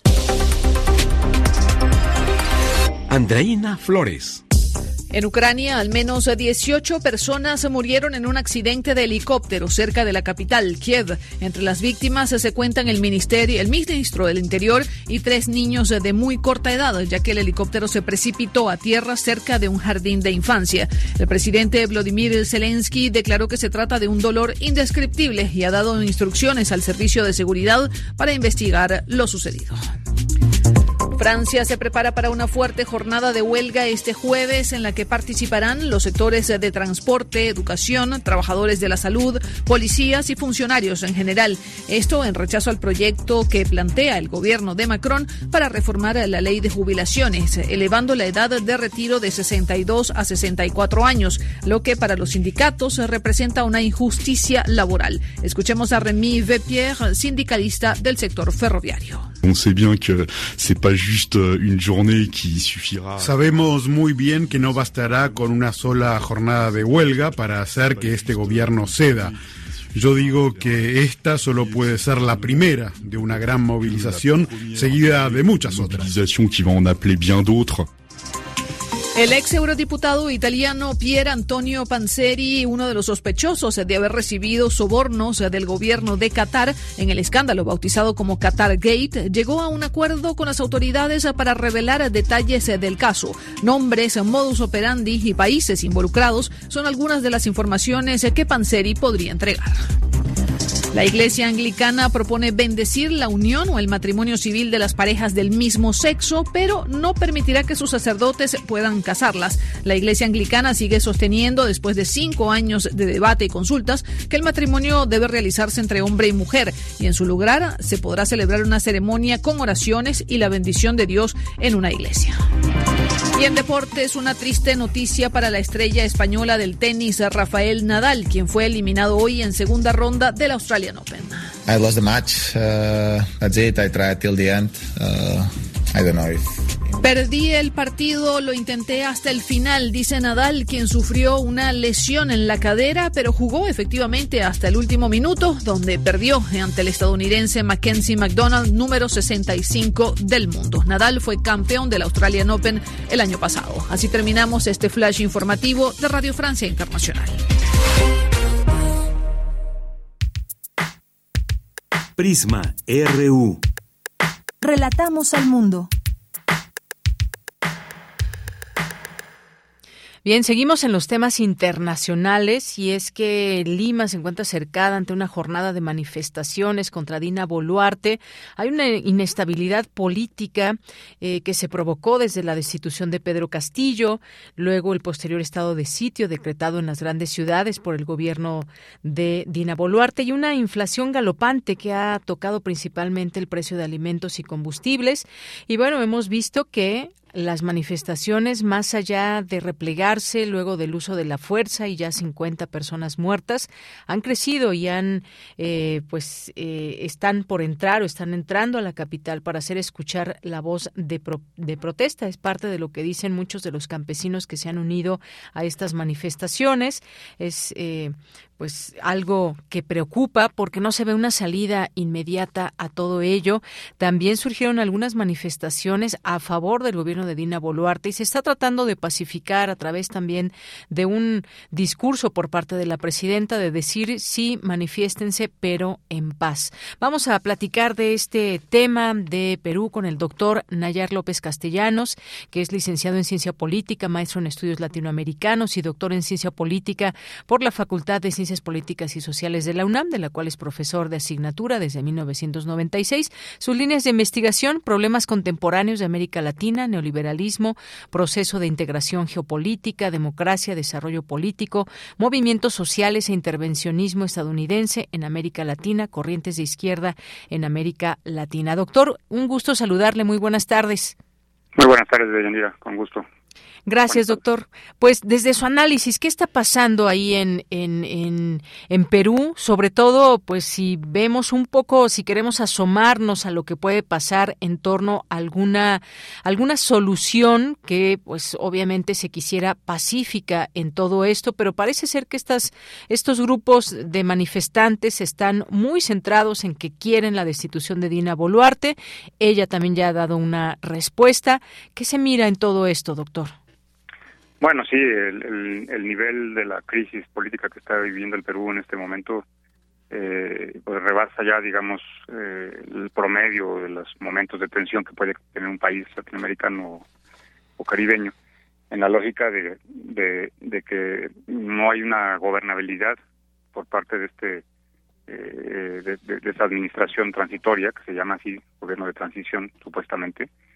Andreina Flores. En Ucrania, al menos 18 personas murieron en un accidente de helicóptero cerca de la capital, Kiev. Entre las víctimas se cuentan el ministro del Interior y 3 niños de muy corta edad, ya que el helicóptero se precipitó a tierra cerca de un jardín de infancia. El presidente Volodymyr Zelensky declaró que se trata de un dolor indescriptible y ha dado instrucciones al servicio de seguridad para investigar lo sucedido. Francia se prepara para una fuerte jornada de huelga este jueves en la que participarán los sectores de transporte, educación, trabajadores de la salud, policías y funcionarios en general. Esto en rechazo al proyecto que plantea el gobierno de Macron para reformar la ley de jubilaciones, elevando la edad de retiro de 62 a 64 años, lo que para los sindicatos representa una injusticia laboral. Escuchemos a Rémi Vepierre, sindicalista del sector ferroviario. Sabemos muy bien que no bastará con una sola jornada de huelga para hacer que este gobierno ceda. Yo digo que esta solo puede ser la primera de una gran movilización seguida de muchas otras. El ex eurodiputado italiano Pier Antonio Panzeri, uno de los sospechosos de haber recibido sobornos del gobierno de Qatar en el escándalo bautizado como Qatar Gate, llegó a un acuerdo con las autoridades para revelar detalles del caso. Nombres, modus operandi y países involucrados son algunas de las informaciones que Panzeri podría entregar. La Iglesia Anglicana propone bendecir la unión o el matrimonio civil de las parejas del mismo sexo, pero no permitirá que sus sacerdotes puedan casarlas. La Iglesia Anglicana sigue sosteniendo, después de 5 años de debate y consultas, que el matrimonio debe realizarse entre hombre y mujer, y en su lugar se podrá celebrar una ceremonia con oraciones y la bendición de Dios en una iglesia. Y en deportes, una triste noticia para la estrella española del tenis, Rafael Nadal, quien fue eliminado hoy en segunda ronda del Australian Open. I lost the match. That's it. I tried till the end. I don't know if... Perdí el partido, lo intenté hasta el final, dice Nadal, quien sufrió una lesión en la cadera, pero jugó efectivamente hasta el último minuto, donde perdió ante el estadounidense Mackenzie McDonald, número 65 del mundo. Nadal fue campeón del Australian Open el año pasado. Así terminamos este flash informativo de Radio Francia Internacional. Prisma RU. Relatamos al mundo. Bien, seguimos en los temas internacionales y es que Lima se encuentra cercada ante una jornada de manifestaciones contra Dina Boluarte. Hay una inestabilidad política que se provocó desde la destitución de Pedro Castillo, luego el posterior estado de sitio decretado en las grandes ciudades por el gobierno de Dina Boluarte y una inflación galopante que ha tocado principalmente el precio de alimentos y combustibles. Y bueno, hemos visto que las manifestaciones, más allá de replegarse luego del uso de la fuerza y ya 50 personas muertas, han crecido y están por entrar o están entrando a la capital para hacer escuchar la voz de protesta. Es parte de lo que dicen muchos de los campesinos que se han unido a estas manifestaciones. Es algo que preocupa porque no se ve una salida inmediata a todo ello. También surgieron algunas manifestaciones a favor del gobierno de Dina Boluarte y se está tratando de pacificar a través también de un discurso por parte de la presidenta de decir sí, manifiéstense, pero en paz. Vamos a platicar de este tema de Perú con el doctor Nayar López Castellanos, que es licenciado en Ciencia Política, maestro en Estudios Latinoamericanos y doctor en Ciencia Política por la Facultad de Ciencias Políticas y Sociales de la UNAM, de la cual es profesor de asignatura desde 1996. Sus líneas de investigación: problemas contemporáneos de América Latina, neoliberalismo, proceso de integración geopolítica, democracia, desarrollo político, movimientos sociales e intervencionismo estadounidense en América Latina, corrientes de izquierda en América Latina. Doctor, un gusto saludarle. Muy buenas tardes. Muy buenas tardes, Deyanira, con gusto. Gracias, doctor. Pues desde su análisis, ¿qué está pasando ahí en Perú? Sobre todo, pues si vemos un poco, si queremos asomarnos a lo que puede pasar en torno a alguna solución que, pues obviamente se quisiera pacífica en todo esto, pero parece ser que estos grupos de manifestantes están muy centrados en que quieren la destitución de Dina Boluarte. Ella también ya ha dado una respuesta. ¿Qué se mira en todo esto, doctor? Bueno, sí, el nivel de la crisis política que está viviendo el Perú en este momento pues rebasa ya, digamos, el promedio de los momentos de tensión que puede tener un país latinoamericano o caribeño, en la lógica de que no hay una gobernabilidad por parte de esa administración transitoria, que se llama así, gobierno de transición, supuestamente,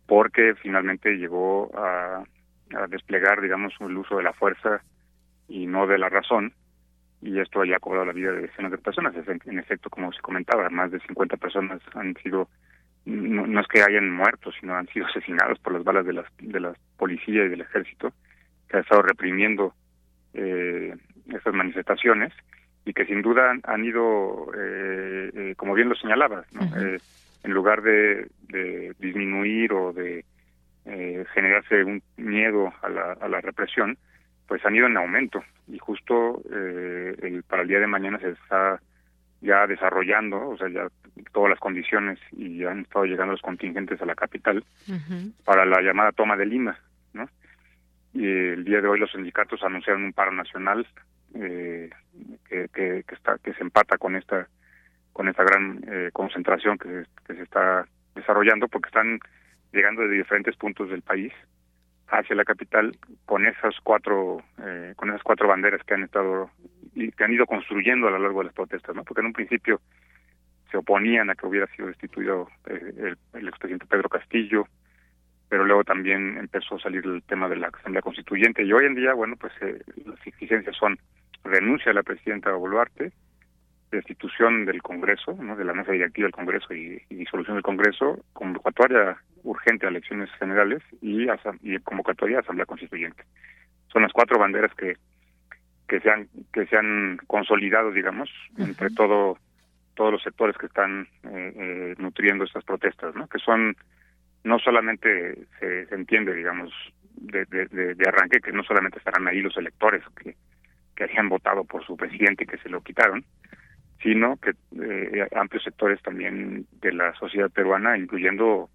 porque finalmente llegó a desplegar, digamos, el uso de la fuerza y no de la razón, y esto ya ha cobrado la vida de decenas de personas. En efecto, como se comentaba, más de 50 personas han sido, no es que hayan muerto, sino han sido asesinados por las balas de la policía y del ejército, que ha estado reprimiendo estas manifestaciones, y que sin duda han ido, como bien lo señalabas, ¿no? En lugar de disminuir o de generarse un miedo a la represión, pues han ido en aumento, y justo para el día de mañana se está ya desarrollando, o sea, ya todas las condiciones, y ya han estado llegando los contingentes a la capital para la llamada toma de Lima, ¿no? Y el día de hoy los sindicatos anunciaron un paro nacional que se empata con esta gran concentración que se está desarrollando, porque están llegando de diferentes puntos del país hacia la capital con esas cuatro banderas que han ido construyendo a lo largo de las protestas, ¿no? Porque en un principio se oponían a que hubiera sido destituido el expresidente Pedro Castillo, pero luego también empezó a salir el tema de la Asamblea Constituyente, y hoy en día, bueno, pues las exigencias son renuncia a la presidenta Boluarte, destitución del Congreso, ¿no?, de la mesa directiva del Congreso y disolución del Congreso, convocatoria urgente a elecciones generales y convocatoria a Asamblea Constituyente. Son las cuatro banderas que se han consolidado, digamos, entre todos los sectores que están nutriendo estas protestas, ¿no? Que son, no solamente se entiende, digamos, de arranque, que no solamente estarán ahí los electores que habían votado por su presidente y que se lo quitaron, sino que amplios sectores también de la sociedad peruana, incluyendo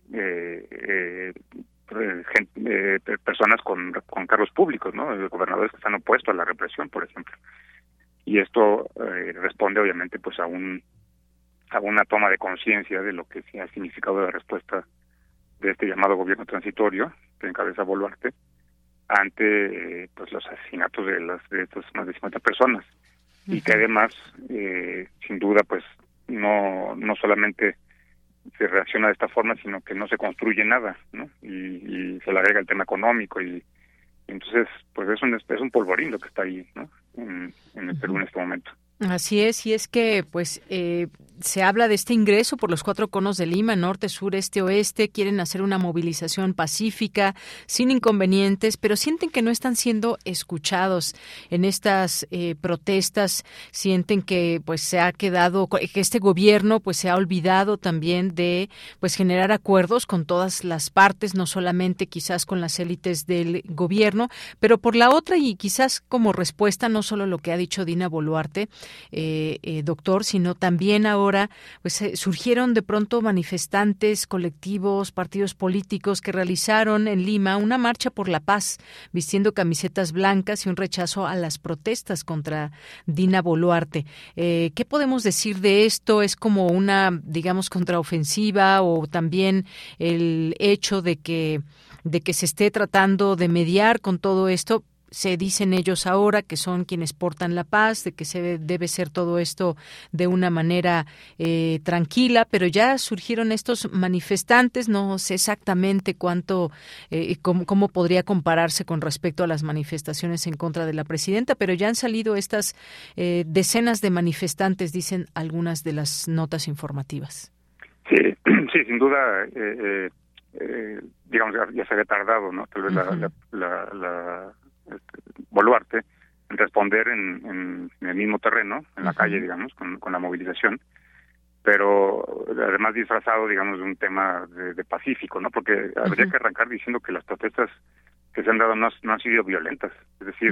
personas con cargos públicos, ¿no? Gobernadores que están opuestos a la represión, por ejemplo. Y esto responde, obviamente, pues a una toma de conciencia de lo que ha significado la respuesta de este llamado gobierno transitorio que encabeza Boluarte ante pues los asesinatos de estas más de 50 personas. Y que además, sin duda, pues no solamente se reacciona de esta forma, sino que no se construye nada, ¿no? Y se le agrega el tema económico, y entonces, pues es un polvorín lo que está ahí, ¿no?, en el Perú en este momento. Así es, y es que pues se habla de este ingreso por los 4 conos de Lima, norte, sur, este, oeste. Quieren hacer una movilización pacífica, sin inconvenientes, pero sienten que no están siendo escuchados en estas protestas. Sienten que pues se ha quedado, que este gobierno pues se ha olvidado también de pues generar acuerdos con todas las partes, no solamente quizás con las élites del gobierno, pero por la otra, y quizás como respuesta no solo lo que ha dicho Dina Boluarte, doctor, sino también ahora pues surgieron de pronto manifestantes, colectivos, partidos políticos que realizaron en Lima una marcha por la paz, vistiendo camisetas blancas y un rechazo a las protestas contra Dina Boluarte. ¿Qué podemos decir de esto? ¿Es como una, digamos, contraofensiva, o también el hecho de que se esté tratando de mediar con todo esto? Se dicen ellos ahora que son quienes portan la paz, de que debe ser todo esto de una manera tranquila, pero ya surgieron estos manifestantes. No sé exactamente cuánto, cómo podría compararse con respecto a las manifestaciones en contra de la presidenta, pero ya han salido estas decenas de manifestantes, dicen algunas de las notas informativas. Sí, sin duda, digamos, ya se había tardado, ¿no? Tal vez la Boluarte en responder en el mismo terreno, en la calle, digamos, con la movilización, pero además disfrazado, digamos, de un tema de pacífico, ¿no? Porque habría que arrancar diciendo que las protestas que se han dado no han sido violentas, es decir,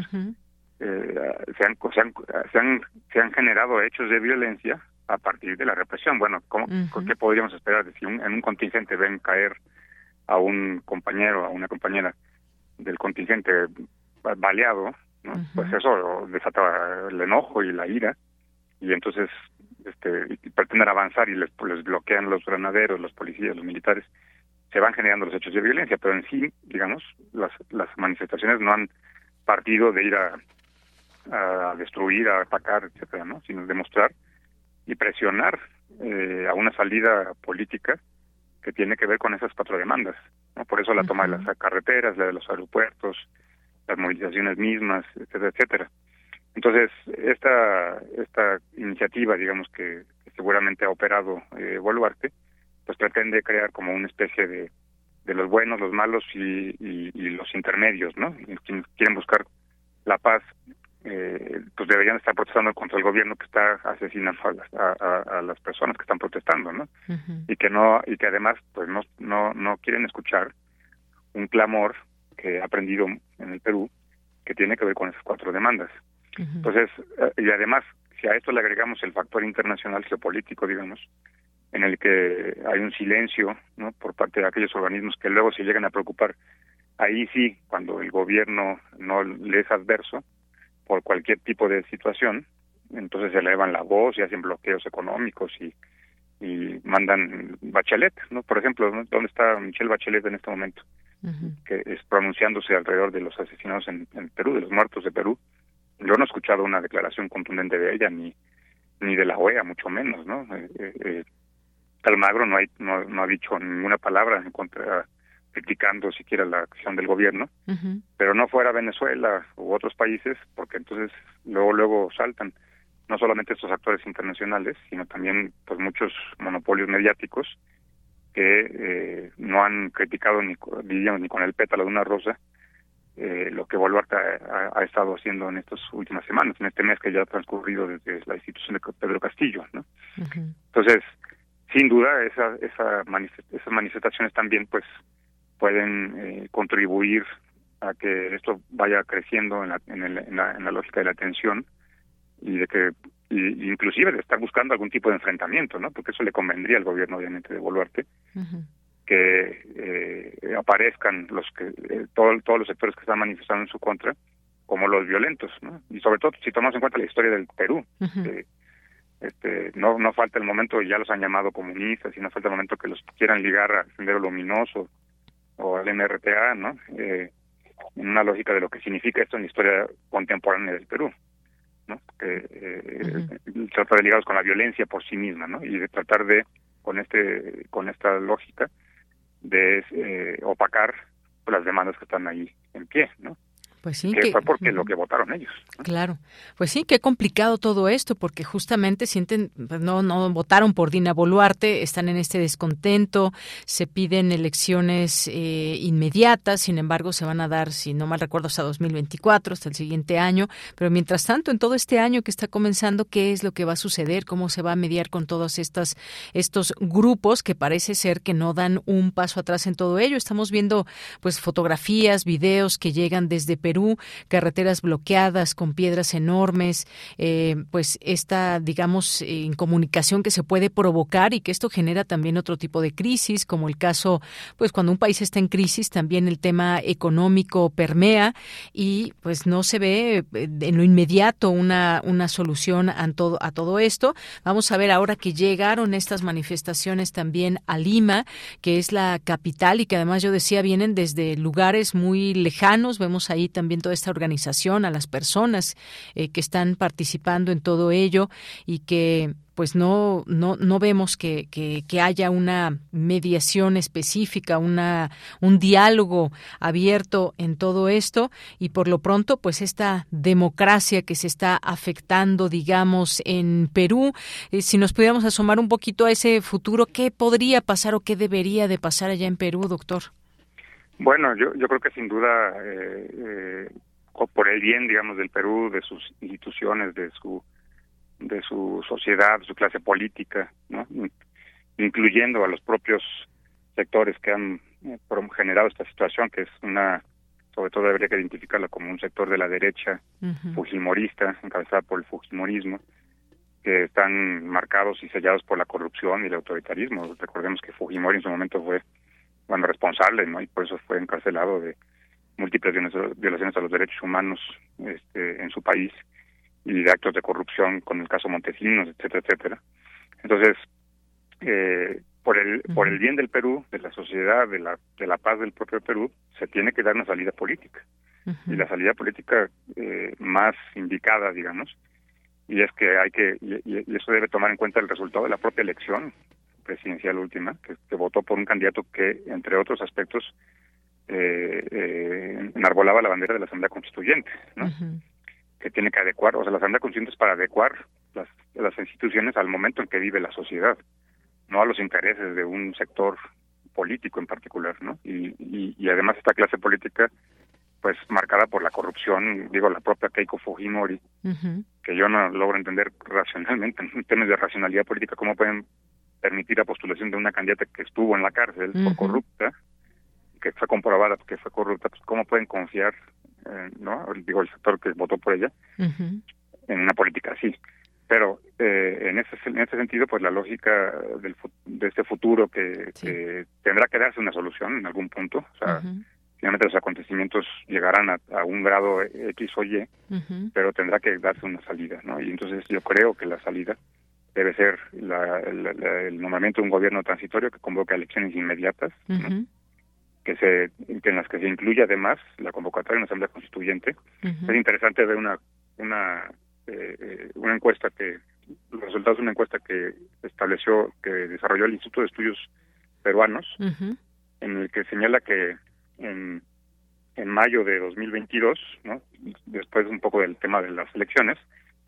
se han generado hechos de violencia a partir de la represión. Bueno, ¿qué podríamos esperar de si en un contingente ven caer a un compañero, a una compañera del contingente baleado, ¿no? Pues eso desata el enojo y la ira, y entonces pretenden avanzar y les bloquean los granaderos, los policías, los militares. Se van generando los hechos de violencia, pero en sí, digamos, las manifestaciones no han partido de ir a destruir, a atacar, etcétera, ¿no? Sino demostrar y presionar a una salida política que tiene que ver con esas 4 demandas, ¿no? Por eso la toma de las carreteras, la de los aeropuertos, las movilizaciones mismas, etcétera, etcétera. Entonces, esta iniciativa, digamos, que seguramente ha operado Boluarte, pues pretende crear como una especie de los buenos, los malos y los intermedios, ¿no? Y quienes quieren buscar la paz, pues deberían estar protestando contra el gobierno que está asesinando a las personas que están protestando, ¿no? Y que además pues no quieren escuchar un clamor que ha aprendido en el Perú, que tiene que ver con esas 4 demandas. Entonces, y además, si a esto le agregamos el factor internacional geopolítico, digamos, en el que hay un silencio, ¿no?, por parte de aquellos organismos que luego se llegan a preocupar, ahí sí, cuando el gobierno no le es adverso por cualquier tipo de situación, entonces se elevan la voz y hacen bloqueos económicos y mandan Bachelet, ¿no? Por ejemplo, ¿no? ¿Dónde está Michelle Bachelet en este momento? Que es pronunciándose alrededor de los asesinados en Perú, de los muertos de Perú. Yo no he escuchado una declaración contundente de ella, ni de la OEA, mucho menos, ¿no? Almagro no ha dicho ninguna palabra en contra, criticando siquiera la acción del gobierno, pero no fuera Venezuela u otros países, porque entonces luego saltan no solamente estos actores internacionales, sino también pues muchos monopolios mediáticos que no han criticado ni con el pétalo de una rosa lo que Boluarte ha estado haciendo en estas últimas semanas, en este mes que ya ha transcurrido desde la institución de Pedro Castillo, ¿no? Entonces, sin duda, esas manifestaciones también pues pueden contribuir a que esto vaya creciendo en la lógica de la tensión y de que inclusive de estar buscando algún tipo de enfrentamiento, ¿no? Porque eso le convendría al gobierno, obviamente, de Boluarte, que aparezcan todos los sectores que están manifestando en su contra como los violentos, ¿no? Y sobre todo si tomamos en cuenta la historia del Perú, no falta el momento, ya los han llamado comunistas, y no falta el momento que los quieran ligar al Sendero Luminoso o al MRTA, ¿no? En una lógica de lo que significa esto en la historia contemporánea del Perú, ¿no? Tratar de ligados con la violencia por sí misma, ¿no? Y de tratar de con esta lógica de opacar las demandas que están ahí en pie, ¿no? Pues sí, que fue porque lo que votaron ellos, ¿no? Claro, pues sí, qué complicado todo esto, porque justamente sienten, pues no votaron por Dina Boluarte, están en este descontento, se piden elecciones inmediatas, sin embargo se van a dar, si no mal recuerdo, hasta 2024, hasta el siguiente año, pero mientras tanto, en todo este año que está comenzando, ¿qué es lo que va a suceder? ¿Cómo se va a mediar con todos estos grupos que parece ser que no dan un paso atrás en todo ello? Estamos viendo pues fotografías, videos que llegan desde Perú, carreteras bloqueadas con piedras enormes, pues esta, digamos, incomunicación que se puede provocar y que esto genera también otro tipo de crisis, como el caso, pues cuando un país está en crisis, también el tema económico permea y pues no se ve en lo inmediato una solución a todo esto. Vamos a ver ahora que llegaron estas manifestaciones también a Lima, que es la capital y que además yo decía vienen desde lugares muy lejanos. Vemos ahí también toda esta organización, a las personas que están participando en todo ello y que pues no vemos que haya una mediación específica, un diálogo abierto en todo esto y por lo pronto pues esta democracia que se está afectando, digamos, en Perú, si nos pudiéramos asomar un poquito a ese futuro, ¿qué podría pasar o qué debería de pasar allá en Perú, doctor? Bueno, yo creo que sin duda por el bien, digamos, del Perú, de sus instituciones, de su sociedad, de su clase política, ¿no? Incluyendo a los propios sectores que han generado esta situación, que es sobre todo habría que identificarla como un sector de la derecha fujimorista, encabezada por el fujimorismo, que están marcados y sellados por la corrupción y el autoritarismo. Recordemos que Fujimori en su momento fue responsable, ¿no? Y por eso fue encarcelado de múltiples violaciones a los derechos humanos en su país y de actos de corrupción con el caso Montesinos, etcétera, etcétera. Entonces, por el bien del Perú, de la sociedad, de la paz del propio Perú, se tiene que dar una salida política. Y la salida política más indicada, digamos, y es que y eso debe tomar en cuenta el resultado de la propia elección presidencial última, que votó por un candidato que, entre otros aspectos, enarbolaba la bandera de la Asamblea Constituyente, ¿no? Uh-huh. Que tiene que adecuar, o sea, la Asamblea Constituyente es para adecuar las instituciones al momento en que vive la sociedad, no a los intereses de un sector político en particular, ¿no? Y además esta clase política, pues marcada por la corrupción, digo, la propia Keiko Fujimori, uh-huh. que yo no logro entender racionalmente, en temas de racionalidad política, cómo pueden permitir la postulación de una candidata que estuvo en la cárcel uh-huh. por corrupta, que fue comprobada que fue corrupta, pues cómo pueden confiar, ¿no? Digo, el sector que votó por ella, uh-huh. en una política así. Pero en ese sentido, pues la lógica de este futuro que tendrá que darse una solución en algún punto, o sea, uh-huh. finalmente los acontecimios llegarán a un grado X o Y, uh-huh. pero tendrá que darse una salida, ¿no? Y entonces yo creo que la salida debe ser el nombramiento de un gobierno transitorio que convoque elecciones inmediatas, uh-huh. ¿no? En las que se incluya además la convocatoria en la Asamblea Constituyente. Uh-huh. Es interesante ver una encuesta los resultados de una encuesta que desarrolló el Instituto de Estudios Peruanos, uh-huh. en el que señala que en mayo de 2022, ¿no? Después un poco del tema de las elecciones,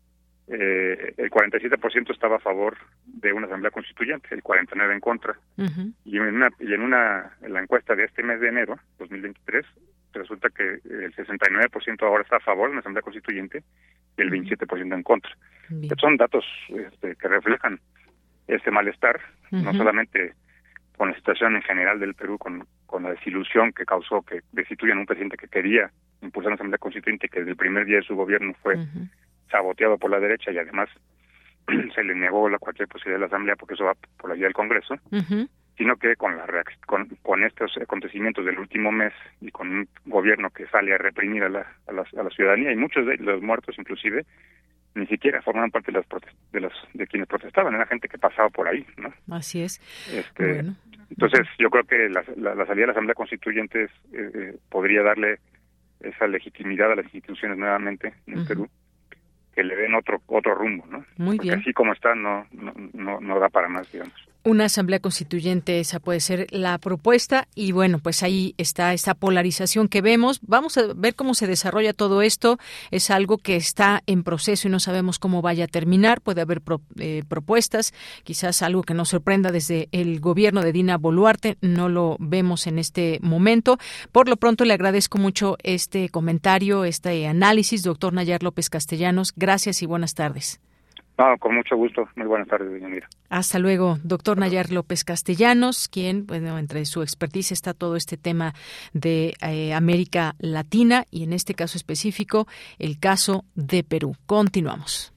el 47% estaba a favor de una Asamblea Constituyente, el 49% en contra. Uh-huh. Y en la encuesta de este mes de enero, 2023, resulta que el 69% ahora está a favor de una Asamblea Constituyente y el 27% en contra. Son datos que reflejan ese malestar, uh-huh. no solamente con la situación en general del Perú, con la desilusión que causó que destituyan a un presidente que quería impulsar una Asamblea Constituyente, que desde el primer día de su gobierno fue uh-huh. saboteado por la derecha y además se le negó cualquier posibilidad de la Asamblea porque eso va por la vía del Congreso, uh-huh. sino que con estos acontecimientos del último mes y con un gobierno que sale a reprimir a la ciudadanía, y muchos de los muertos inclusive ni siquiera formaban parte de quienes protestaban, era gente que pasaba por ahí, ¿no? Así es. Bueno. Entonces yo creo que la salida de la Asamblea Constituyente podría darle esa legitimidad a las instituciones nuevamente en el uh-huh. Perú, que le den otro rumbo, ¿no? Muy porque bien. Así como está no da para más, digamos. Una asamblea constituyente, esa puede ser la propuesta, y bueno, pues ahí está esta polarización que vemos. Vamos a ver cómo se desarrolla todo esto. Es algo que está en proceso y no sabemos cómo vaya a terminar. Puede haber propuestas, quizás algo que nos sorprenda desde el gobierno de Dina Boluarte, no lo vemos en este momento. Por lo pronto le agradezco mucho este comentario, este análisis, doctor Nayar López Castellanos. Gracias y buenas tardes. No, con mucho gusto. Muy buenas tardes, doña Mira. Hasta luego, doctor Nayar López Castellanos, quien, bueno, entre su expertise está todo este tema de América Latina y en este caso específico, el caso de Perú. Continuamos.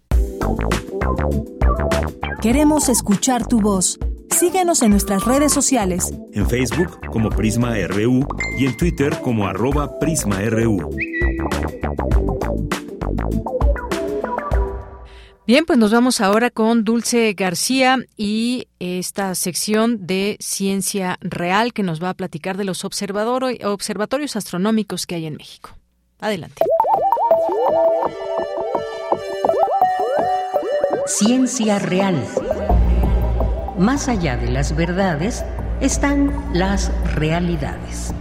Queremos escuchar tu voz. Síguenos en nuestras redes sociales. En Facebook como Prisma RU y en Twitter como @PrismaRU. Bien, pues nos vamos ahora con Dulce García y esta sección de Ciencia Real que nos va a platicar de los observatorios astronómicos que hay en México. Adelante. Ciencia Real. Más allá de las verdades están las realidades.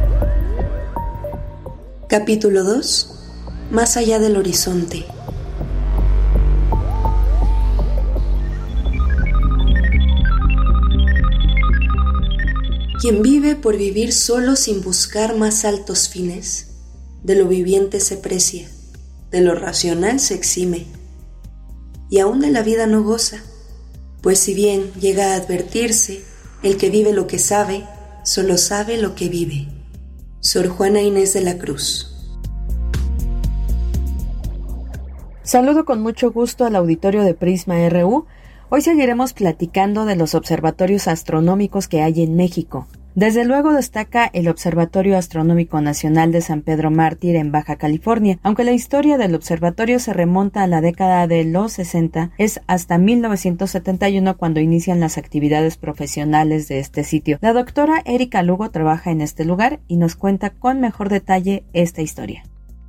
Capítulo 2. Más allá del horizonte. Quien vive por vivir solo sin buscar más altos fines, de lo viviente se precia, de lo racional se exime, y aún de la vida no goza, pues si bien llega a advertirse, el que vive lo que sabe, solo sabe lo que vive. Sor Juana Inés de la Cruz. Saludo con mucho gusto al auditorio de Prisma RU. Hoy seguiremos platicando de los observatorios astronómicos que hay en México. Desde luego destaca el Observatorio Astronómico Nacional de San Pedro Mártir en Baja California. Aunque la historia del observatorio se remonta a la década de los 60, es hasta 1971 cuando inician las actividades profesionales de este sitio. La doctora Erika Lugo trabaja en este lugar y nos cuenta con mejor detalle esta historia.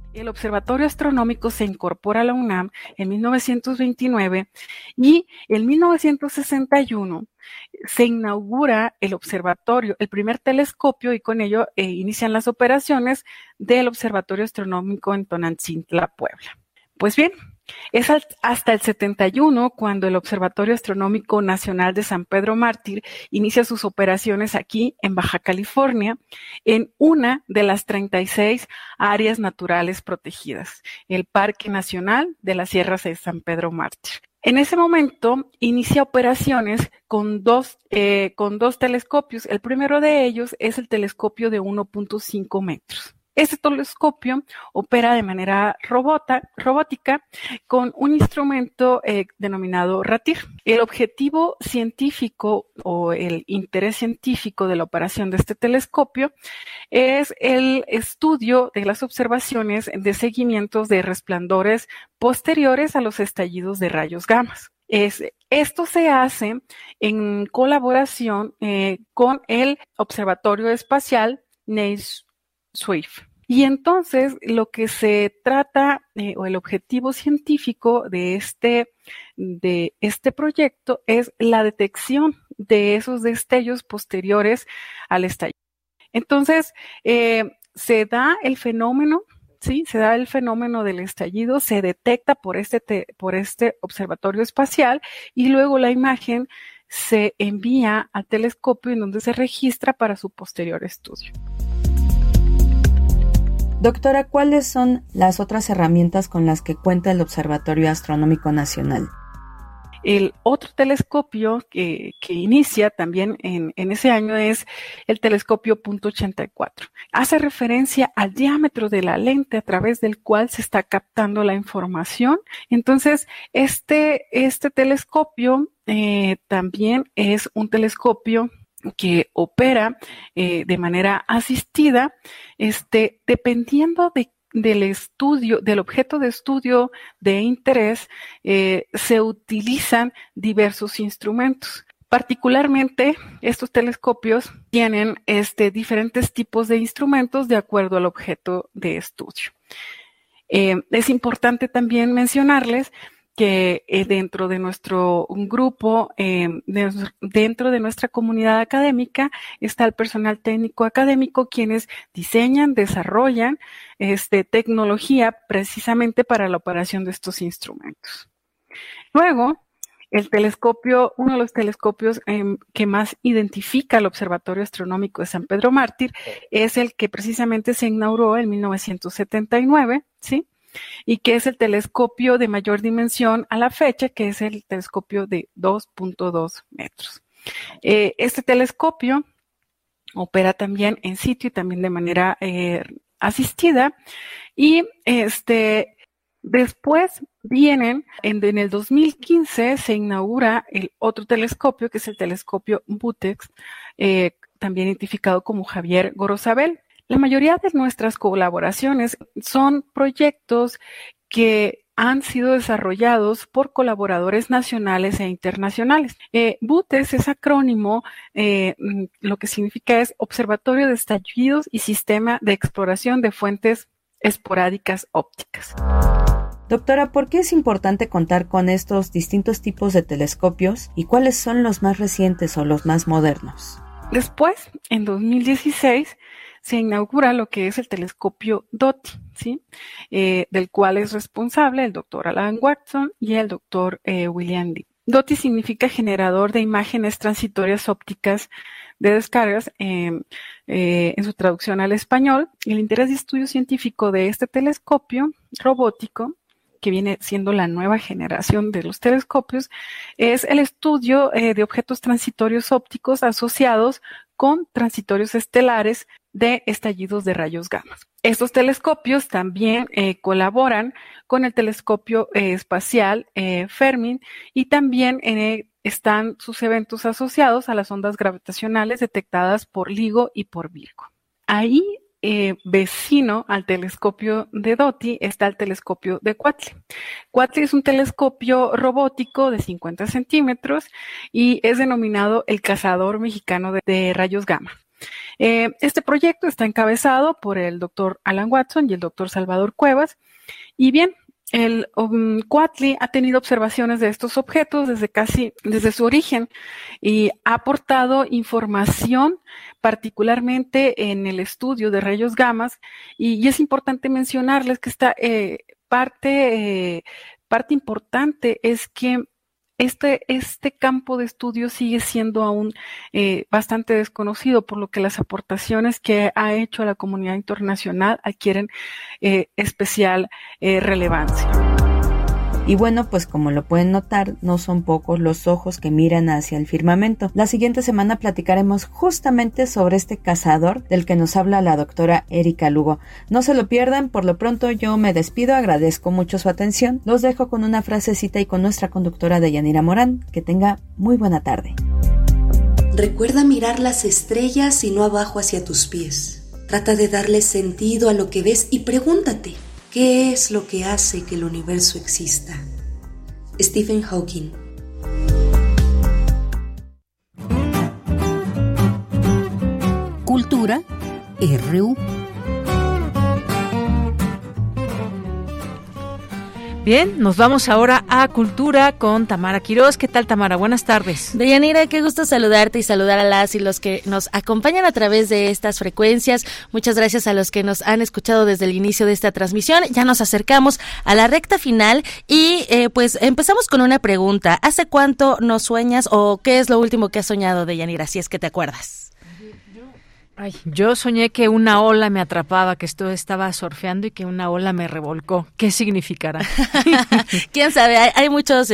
El Observatorio Astronómico se incorpora a la UNAM en 1929 y en 1961 se inaugura el observatorio, el primer telescopio, y con ello inician las operaciones del Observatorio Astronómico en Tonantzintla, Puebla. Pues bien, es hasta el 71 cuando el Observatorio Astronómico Nacional de San Pedro Mártir inicia sus operaciones aquí en Baja California, en una de las 36 áreas naturales protegidas, el Parque Nacional de las Sierras de San Pedro Mártir. En ese momento inicia operaciones con dos telescopios. El primero de ellos es el telescopio de 1.5 metros. Este telescopio opera de manera robótica con un instrumento denominado RATIR. El objetivo científico o el interés científico de la operación de este telescopio es el estudio de las observaciones de seguimientos de resplandores posteriores a los estallidos de rayos gamma. Esto se hace en colaboración con el Observatorio Espacial NASWIFT. Y entonces lo que se trata o el objetivo científico de este proyecto es la detección de esos destellos posteriores al estallido. Entonces se da el fenómeno, ¿sí? Se da el fenómeno del estallido, se detecta por este observatorio espacial y luego la imagen se envía al telescopio en donde se registra para su posterior estudio. Doctora, ¿cuáles son las otras herramientas con las que cuenta el Observatorio Astronómico Nacional? El otro telescopio que inicia también en ese año es el telescopio .84. Hace referencia al diámetro de la lente a través del cual se está captando la información. Entonces, este telescopio también es un telescopio que opera de manera asistida, dependiendo del estudio, del objeto de estudio de interés, se utilizan diversos instrumentos. Particularmente, estos telescopios tienen diferentes tipos de instrumentos de acuerdo al objeto de estudio. Es importante también mencionarles que dentro de nuestro grupo, dentro de nuestra comunidad académica, está el personal técnico académico, quienes diseñan, desarrollan tecnología precisamente para la operación de estos instrumentos. Luego, uno de los telescopios que más identifica al Observatorio Astronómico de San Pedro Mártir es el que precisamente se inauguró en 1979, ¿sí? Y que es el telescopio de mayor dimensión a la fecha, que es el telescopio de 2.2 metros. Este telescopio opera también en sitio y también de manera asistida, y después vienen, en el 2015 se inaugura el otro telescopio, que es el telescopio Butex, también identificado como Javier Gorosabel. La mayoría de nuestras colaboraciones son proyectos que han sido desarrollados por colaboradores nacionales e internacionales. BUTES es acrónimo, lo que significa es Observatorio de Estallidos y Sistema de Exploración de Fuentes Esporádicas Ópticas. Doctora, ¿por qué es importante contar con estos distintos tipos de telescopios y cuáles son los más recientes o los más modernos? Después, en 2016, se inaugura lo que es el telescopio DOTI, ¿sí? Del cual es responsable el doctor Alan Watson y el doctor William Lee. DOTI significa Generador de Imágenes Transitorias Ópticas de Descargas en su traducción al español. El interés de estudio científico de este telescopio robótico, que viene siendo la nueva generación de los telescopios, es el estudio de objetos transitorios ópticos asociados con transitorios estelares de estallidos de rayos gamma. Estos telescopios también colaboran con el telescopio espacial Fermi, y también están sus eventos asociados a las ondas gravitacionales detectadas por LIGO y por Virgo. Ahí, vecino al telescopio de DOTI, está el telescopio de Cuatli. Cuatli es un telescopio robótico de 50 centímetros y es denominado el cazador mexicano de rayos gamma. Este proyecto está encabezado por el doctor Alan Watson y el doctor Salvador Cuevas. Y bien, el Cuatli ha tenido observaciones de estos objetos desde su origen y ha aportado información particularmente en el estudio de rayos gamas, y es importante mencionarles que esta parte importante es que este campo de estudio sigue siendo aún bastante desconocido, por lo que las aportaciones que ha hecho a la comunidad internacional adquieren especial relevancia. Y bueno, pues como lo pueden notar, no son pocos los ojos que miran hacia el firmamento. La siguiente semana platicaremos justamente sobre este cazador del que nos habla la doctora Erika Lugo. No se lo pierdan. Por lo pronto yo me despido, agradezco mucho su atención. Los dejo con una frasecita y con nuestra conductora Deyanira Morán. Que tenga muy buena tarde. Recuerda mirar las estrellas y no abajo hacia tus pies. Trata de darle sentido a lo que ves y pregúntate, ¿qué es lo que hace que el universo exista? Stephen Hawking. Cultura RU. Bien, nos vamos ahora a Cultura con Tamara Quirós. ¿Qué tal, Tamara? Buenas tardes. Deyanira, qué gusto saludarte y saludar a las y los que nos acompañan a través de estas frecuencias. Muchas gracias a los que nos han escuchado desde el inicio de esta transmisión. Ya nos acercamos a la recta final y pues empezamos con una pregunta. ¿Hace cuánto no sueñas o qué es lo último que has soñado, Deyanira, si es que te acuerdas? Ay, yo soñé que una ola me atrapaba, que estaba surfeando y que una ola me revolcó. ¿Qué significará? Quién sabe, hay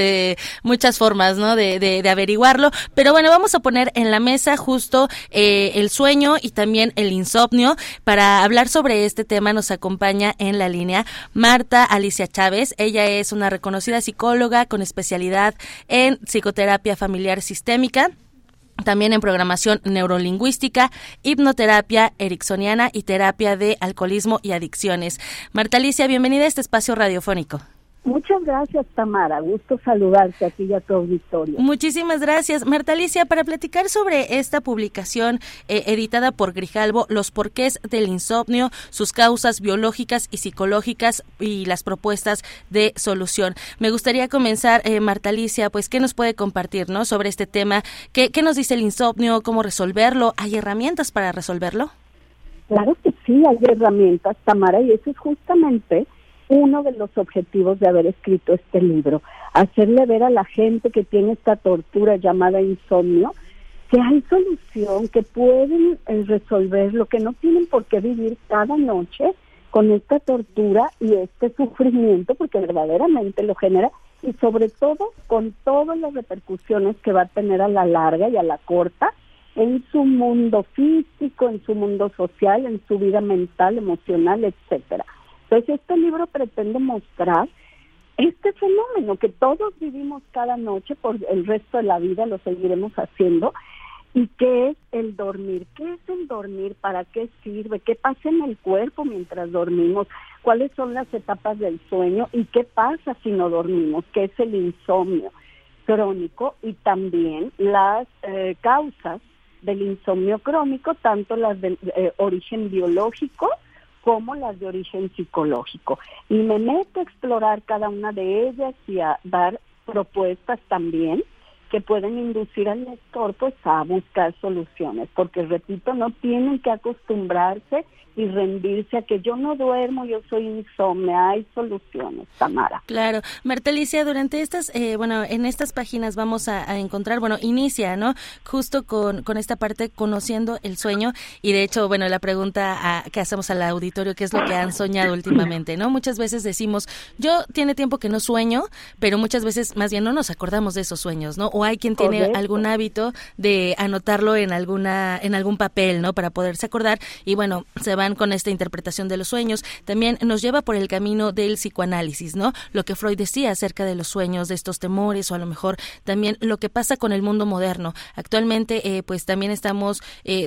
muchas formas, ¿no? de averiguarlo, pero bueno, vamos a poner en la mesa justo el sueño y también el insomnio. Para hablar sobre este tema nos acompaña en la línea Marta Alicia Chávez. Ella es una reconocida psicóloga con especialidad en psicoterapia familiar sistémica, también en programación neurolingüística, hipnoterapia ericksoniana y terapia de alcoholismo y adicciones. Marta Alicia, bienvenida a este espacio radiofónico. Muchas gracias, Tamara. Gusto saludarte aquí y a tu auditorio. Muchísimas gracias. Marta Alicia, para platicar sobre esta publicación editada por Grijalbo, los porqués del insomnio, sus causas biológicas y psicológicas y las propuestas de solución. Me gustaría comenzar, Marta Alicia, pues, ¿qué nos puede compartir, ¿no? sobre este tema? ¿Qué nos dice el insomnio? ¿Cómo resolverlo? ¿Hay herramientas para resolverlo? Claro que sí, hay herramientas, Tamara, y eso es justamente uno de los objetivos de haber escrito este libro, hacerle ver a la gente que tiene esta tortura llamada insomnio que hay solución, que pueden resolverlo, que no tienen por qué vivir cada noche con esta tortura y este sufrimiento, porque verdaderamente lo genera, y sobre todo con todas las repercusiones que va a tener a la larga y a la corta en su mundo físico, en su mundo social, en su vida mental, emocional, etcétera. Entonces, este libro pretende mostrar este fenómeno que todos vivimos cada noche, por el resto de la vida lo seguiremos haciendo, y qué es el dormir. ¿Qué es el dormir? ¿Para qué sirve? ¿Qué pasa en el cuerpo mientras dormimos? ¿Cuáles son las etapas del sueño? ¿Y qué pasa si no dormimos? ¿Qué es el insomnio crónico? Y también las causas del insomnio crónico, tanto las de origen biológico como las de origen psicológico. Y me meto a explorar cada una de ellas y a dar propuestas también que pueden inducir al lector pues a buscar soluciones, porque repito, no tienen que acostumbrarse y rendirse a que yo no duermo, yo soy insomnia. Hay soluciones, Tamara. Claro. Marta Alicia, durante estas, en estas páginas vamos a encontrar, inicia, ¿no? Justo con esta parte, conociendo el sueño, y de hecho, la pregunta que hacemos al auditorio, ¿qué es lo que han soñado últimamente, no? Muchas veces decimos, yo tiene tiempo que no sueño, pero muchas veces más bien no nos acordamos de esos sueños, ¿no? O hay quien tiene algún hábito de anotarlo en algún papel, ¿no? Para poderse acordar, y se van con esta interpretación de los sueños. También nos lleva por el camino del psicoanálisis, ¿no? Lo que Freud decía acerca de los sueños, de estos temores, o a lo mejor también lo que pasa con el mundo moderno. Actualmente, pues también estamos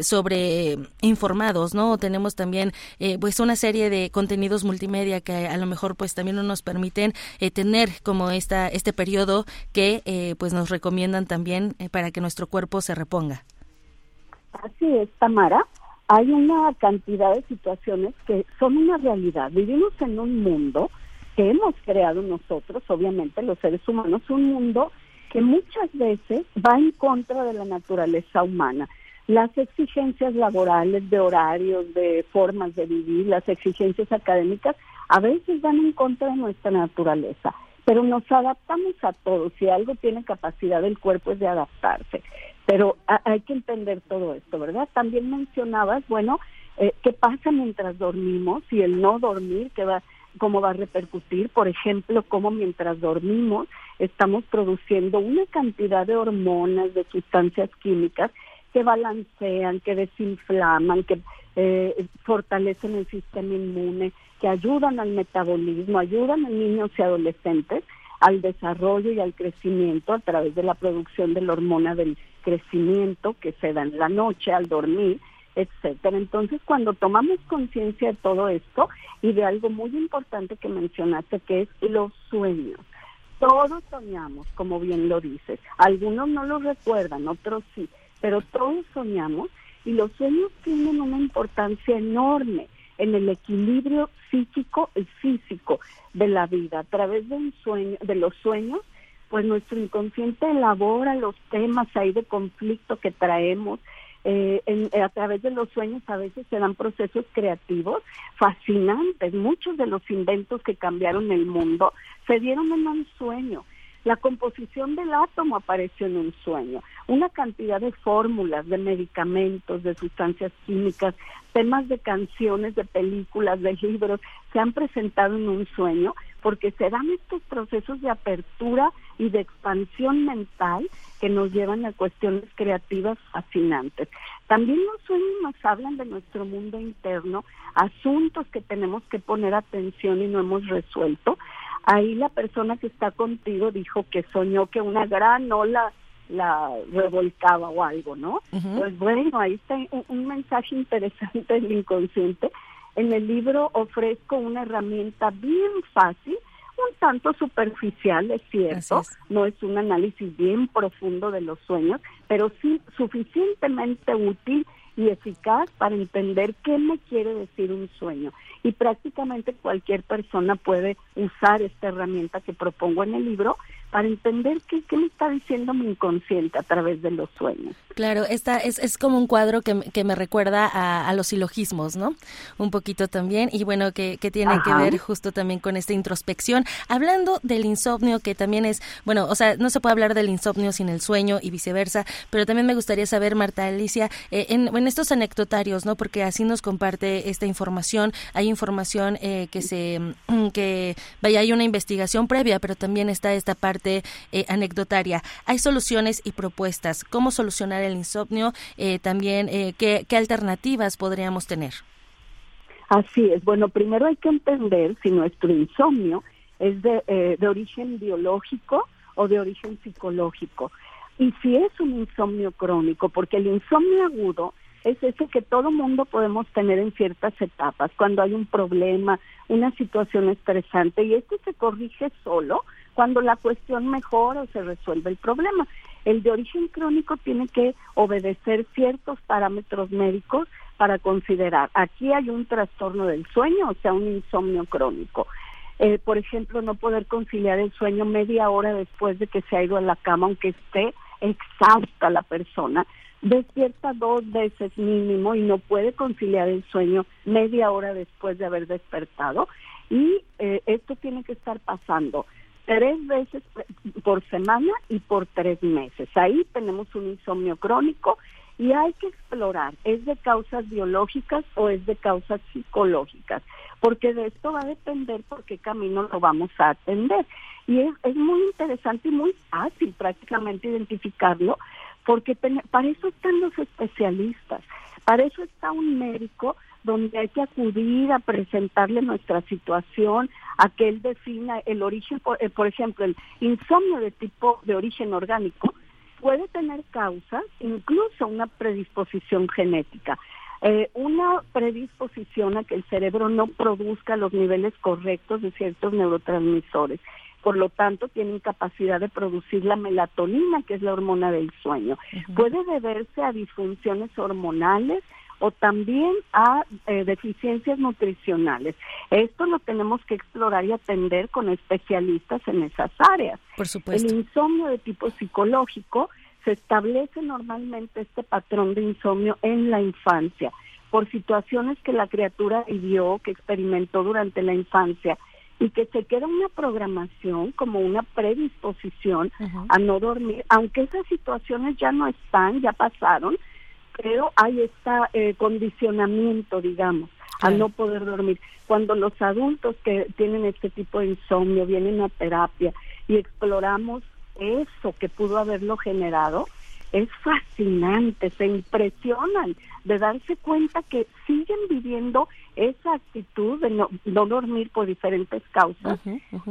sobreinformados, ¿no? Tenemos también, pues una serie de contenidos multimedia que a lo mejor, pues también no nos permiten tener como este periodo que, pues nos recomiendan también para que nuestro cuerpo se reponga. Así es, Tamara. hay una cantidad de situaciones que son una realidad. Vivimos en un mundo que hemos creado nosotros, obviamente los seres humanos, un mundo que muchas veces va en contra de la naturaleza humana. Las exigencias laborales, de horarios, de formas de vivir, las exigencias académicas, a veces van en contra de nuestra naturaleza, pero nos adaptamos a todo. Si algo tiene capacidad del cuerpo es de adaptarse, pero hay que entender todo esto, ¿verdad? También mencionabas, bueno, ¿qué pasa mientras dormimos? Y el no dormir, ¿cómo va a repercutir? Por ejemplo, cómo mientras dormimos estamos produciendo una cantidad de hormonas, de sustancias químicas que balancean, que desinflaman, que fortalecen el sistema inmune, que ayudan al metabolismo, ayudan a niños y adolescentes al desarrollo y al crecimiento a través de la producción de la hormona del crecimiento que se da en la noche al dormir, etcétera. Entonces, cuando tomamos conciencia de todo esto y de algo muy importante que mencionaste, que es los sueños. Todos soñamos, como bien lo dices. Algunos no lo recuerdan, otros sí, pero todos soñamos, y los sueños tienen una importancia enorme en el equilibrio psíquico y físico de la vida. A través de un sueño, de los sueños, pues nuestro inconsciente elabora los temas ahí de conflicto que traemos. A través de los sueños a veces se dan procesos creativos fascinantes. Muchos de los inventos que cambiaron el mundo se dieron en un sueño. La composición del átomo apareció en un sueño. Una cantidad de fórmulas, de medicamentos, de sustancias químicas, temas de canciones, de películas, de libros, se han presentado en un sueño porque se dan estos procesos de apertura y de expansión mental que nos llevan a cuestiones creativas fascinantes. También los sueños nos hablan de nuestro mundo interno, asuntos que tenemos que poner atención y no hemos resuelto. Ahí la persona que está contigo dijo que soñó que una gran ola la revolcaba o algo, ¿no? Uh-huh. Pues bueno, ahí está un mensaje interesante del inconsciente. En el libro ofrezco una herramienta bien fácil, un tanto superficial, es cierto, no es un análisis bien profundo de los sueños, pero sí suficientemente útil y eficaz para entender qué me quiere decir un sueño. Y prácticamente cualquier persona puede usar esta herramienta que propongo en el libro para entender qué me está diciendo mi inconsciente a través de los sueños. Claro, esta es como un cuadro que me recuerda a los silogismos, ¿no? Un poquito también, y bueno, que tiene que ver justo también con esta introspección. Hablando del insomnio, que también es, bueno, o sea, no se puede hablar del insomnio sin el sueño y viceversa, pero también me gustaría saber, Marta Alicia, en estos anecdotarios, ¿no? Porque así nos comparte esta información, hay información que hay una investigación previa, pero también está esta parte anecdotaria. Hay soluciones y propuestas. ¿Cómo solucionar el insomnio? También, ¿qué alternativas podríamos tener? Así es. Bueno, primero hay que entender si nuestro insomnio es de origen biológico o de origen psicológico. Y si es un insomnio crónico, porque el insomnio agudo es ese que todo mundo podemos tener en ciertas etapas, cuando hay un problema, una situación estresante, y este se corrige solo cuando la cuestión mejora o se resuelve el problema. El de origen crónico tiene que obedecer ciertos parámetros médicos para considerar, aquí hay un trastorno del sueño, o sea, un insomnio crónico. Por ejemplo, no poder conciliar el sueño media hora después de que se ha ido a la cama, aunque esté exhausta la persona, despierta 2 veces mínimo y no puede conciliar el sueño media hora después de haber despertado, y esto tiene que estar pasando 3 veces por semana y por 3 meses. Ahí tenemos un insomnio crónico y hay que explorar, ¿es de causas biológicas o es de causas psicológicas? Porque de esto va a depender por qué camino lo vamos a atender. Y es muy interesante y muy fácil prácticamente identificarlo, porque para eso están los especialistas, para eso está un médico donde hay que acudir a presentarle nuestra situación, a que él defina el origen. Por ejemplo, el insomnio de origen orgánico puede tener causas, incluso una predisposición genética, una predisposición a que el cerebro no produzca los niveles correctos de ciertos neurotransmisores. Por lo tanto, tiene incapacidad de producir la melatonina, que es la hormona del sueño. Uh-huh. Puede deberse a disfunciones hormonales o también a deficiencias nutricionales. Esto lo tenemos que explorar y atender con especialistas en esas áreas. Por supuesto. El insomnio de tipo psicológico, se establece normalmente este patrón de insomnio en la infancia, por situaciones que la criatura vivió, que experimentó durante la infancia, y que se queda una programación como una predisposición a no dormir, aunque esas situaciones ya no están, ya pasaron, pero hay este condicionamiento, digamos, a no poder dormir. Cuando los adultos que tienen este tipo de insomnio vienen a terapia y exploramos eso que pudo haberlo generado, es fascinante, se impresionan de darse cuenta que siguen viviendo esa actitud de no dormir por diferentes causas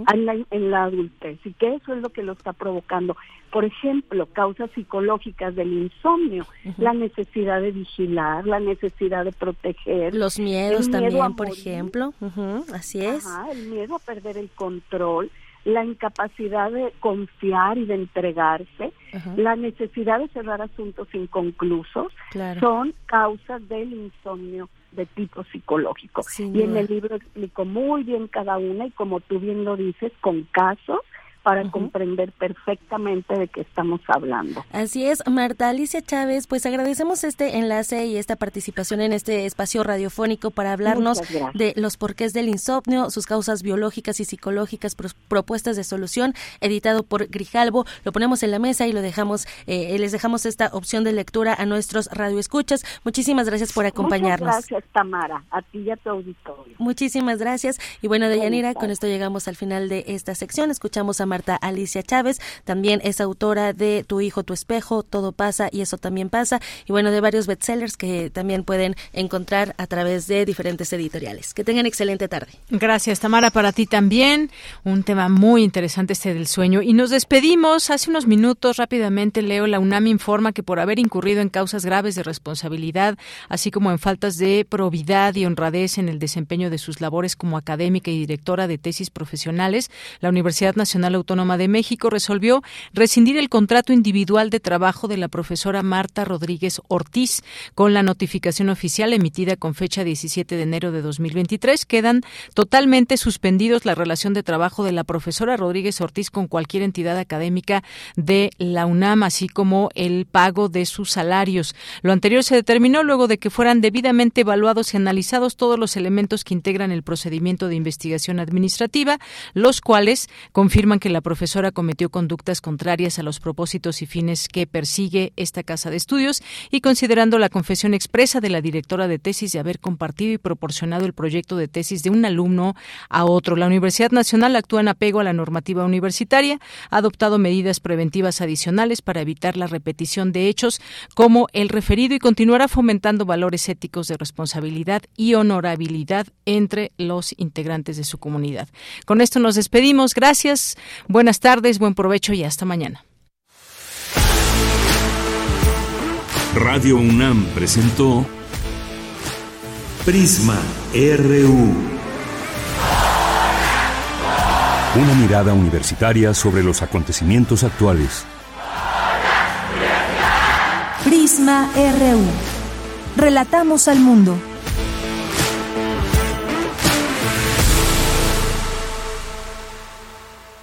en la adultez, y que eso es lo que lo está provocando. Por ejemplo, causas psicológicas del insomnio, la necesidad de vigilar, la necesidad de proteger. Los miedos también, por ejemplo. Así es. El miedo a perder el control, la incapacidad de confiar y de entregarse, la necesidad de cerrar asuntos inconclusos, son causas del insomnio de tipo psicológico. Y en el libro explico muy bien cada una, y como tú bien lo dices, con casos, para comprender perfectamente de qué estamos hablando. Así es, Marta Alicia Chávez, pues agradecemos este enlace y esta participación en este espacio radiofónico para hablarnos de los porqués del insomnio, sus causas biológicas y psicológicas, propuestas de solución, editado por Grijalbo. Lo ponemos en la mesa y lo dejamos, les dejamos esta opción de lectura a nuestros radioescuchas. Muchísimas gracias por acompañarnos. Muchas gracias, Tamara, a ti y a tu auditorio. Muchísimas gracias. Y bueno, Deyanira, con esto llegamos al final de esta sección. Escuchamos a Marta Alicia Chávez, también es autora de Tu hijo, tu espejo, Todo pasa y eso también pasa, y bueno, de varios bestsellers que también pueden encontrar a través de diferentes editoriales. Que tengan excelente tarde. Gracias, Tamara, para ti también. Un tema muy interesante este del sueño. Y nos despedimos. Hace unos minutos, rápidamente, leo, la UNAM informa que por haber incurrido en causas graves de responsabilidad, así como en faltas de probidad y honradez en el desempeño de sus labores como académica y directora de tesis profesionales, la Universidad Nacional Autónoma de México resolvió rescindir el contrato individual de trabajo de la profesora Marta Rodríguez Ortiz. Con la notificación oficial emitida con fecha 17 de enero de 2023, quedan totalmente suspendidos la relación de trabajo de la profesora Rodríguez Ortiz con cualquier entidad académica de la UNAM, así como el pago de sus salarios. Lo anterior se determinó luego de que fueran debidamente evaluados y analizados todos los elementos que integran el procedimiento de investigación administrativa, los cuales confirman que la profesora cometió conductas contrarias a los propósitos y fines que persigue esta casa de estudios, y considerando la confesión expresa de la directora de tesis de haber compartido y proporcionado el proyecto de tesis de un alumno a otro. La Universidad Nacional actúa en apego a la normativa universitaria, ha adoptado medidas preventivas adicionales para evitar la repetición de hechos como el referido, y continuará fomentando valores éticos de responsabilidad y honorabilidad entre los integrantes de su comunidad. Con esto nos despedimos. Gracias. Buenas tardes, buen provecho y hasta mañana. Radio UNAM presentó Prisma RU. Una mirada universitaria sobre los acontecimientos actuales. Prisma RU. Relatamos al mundo.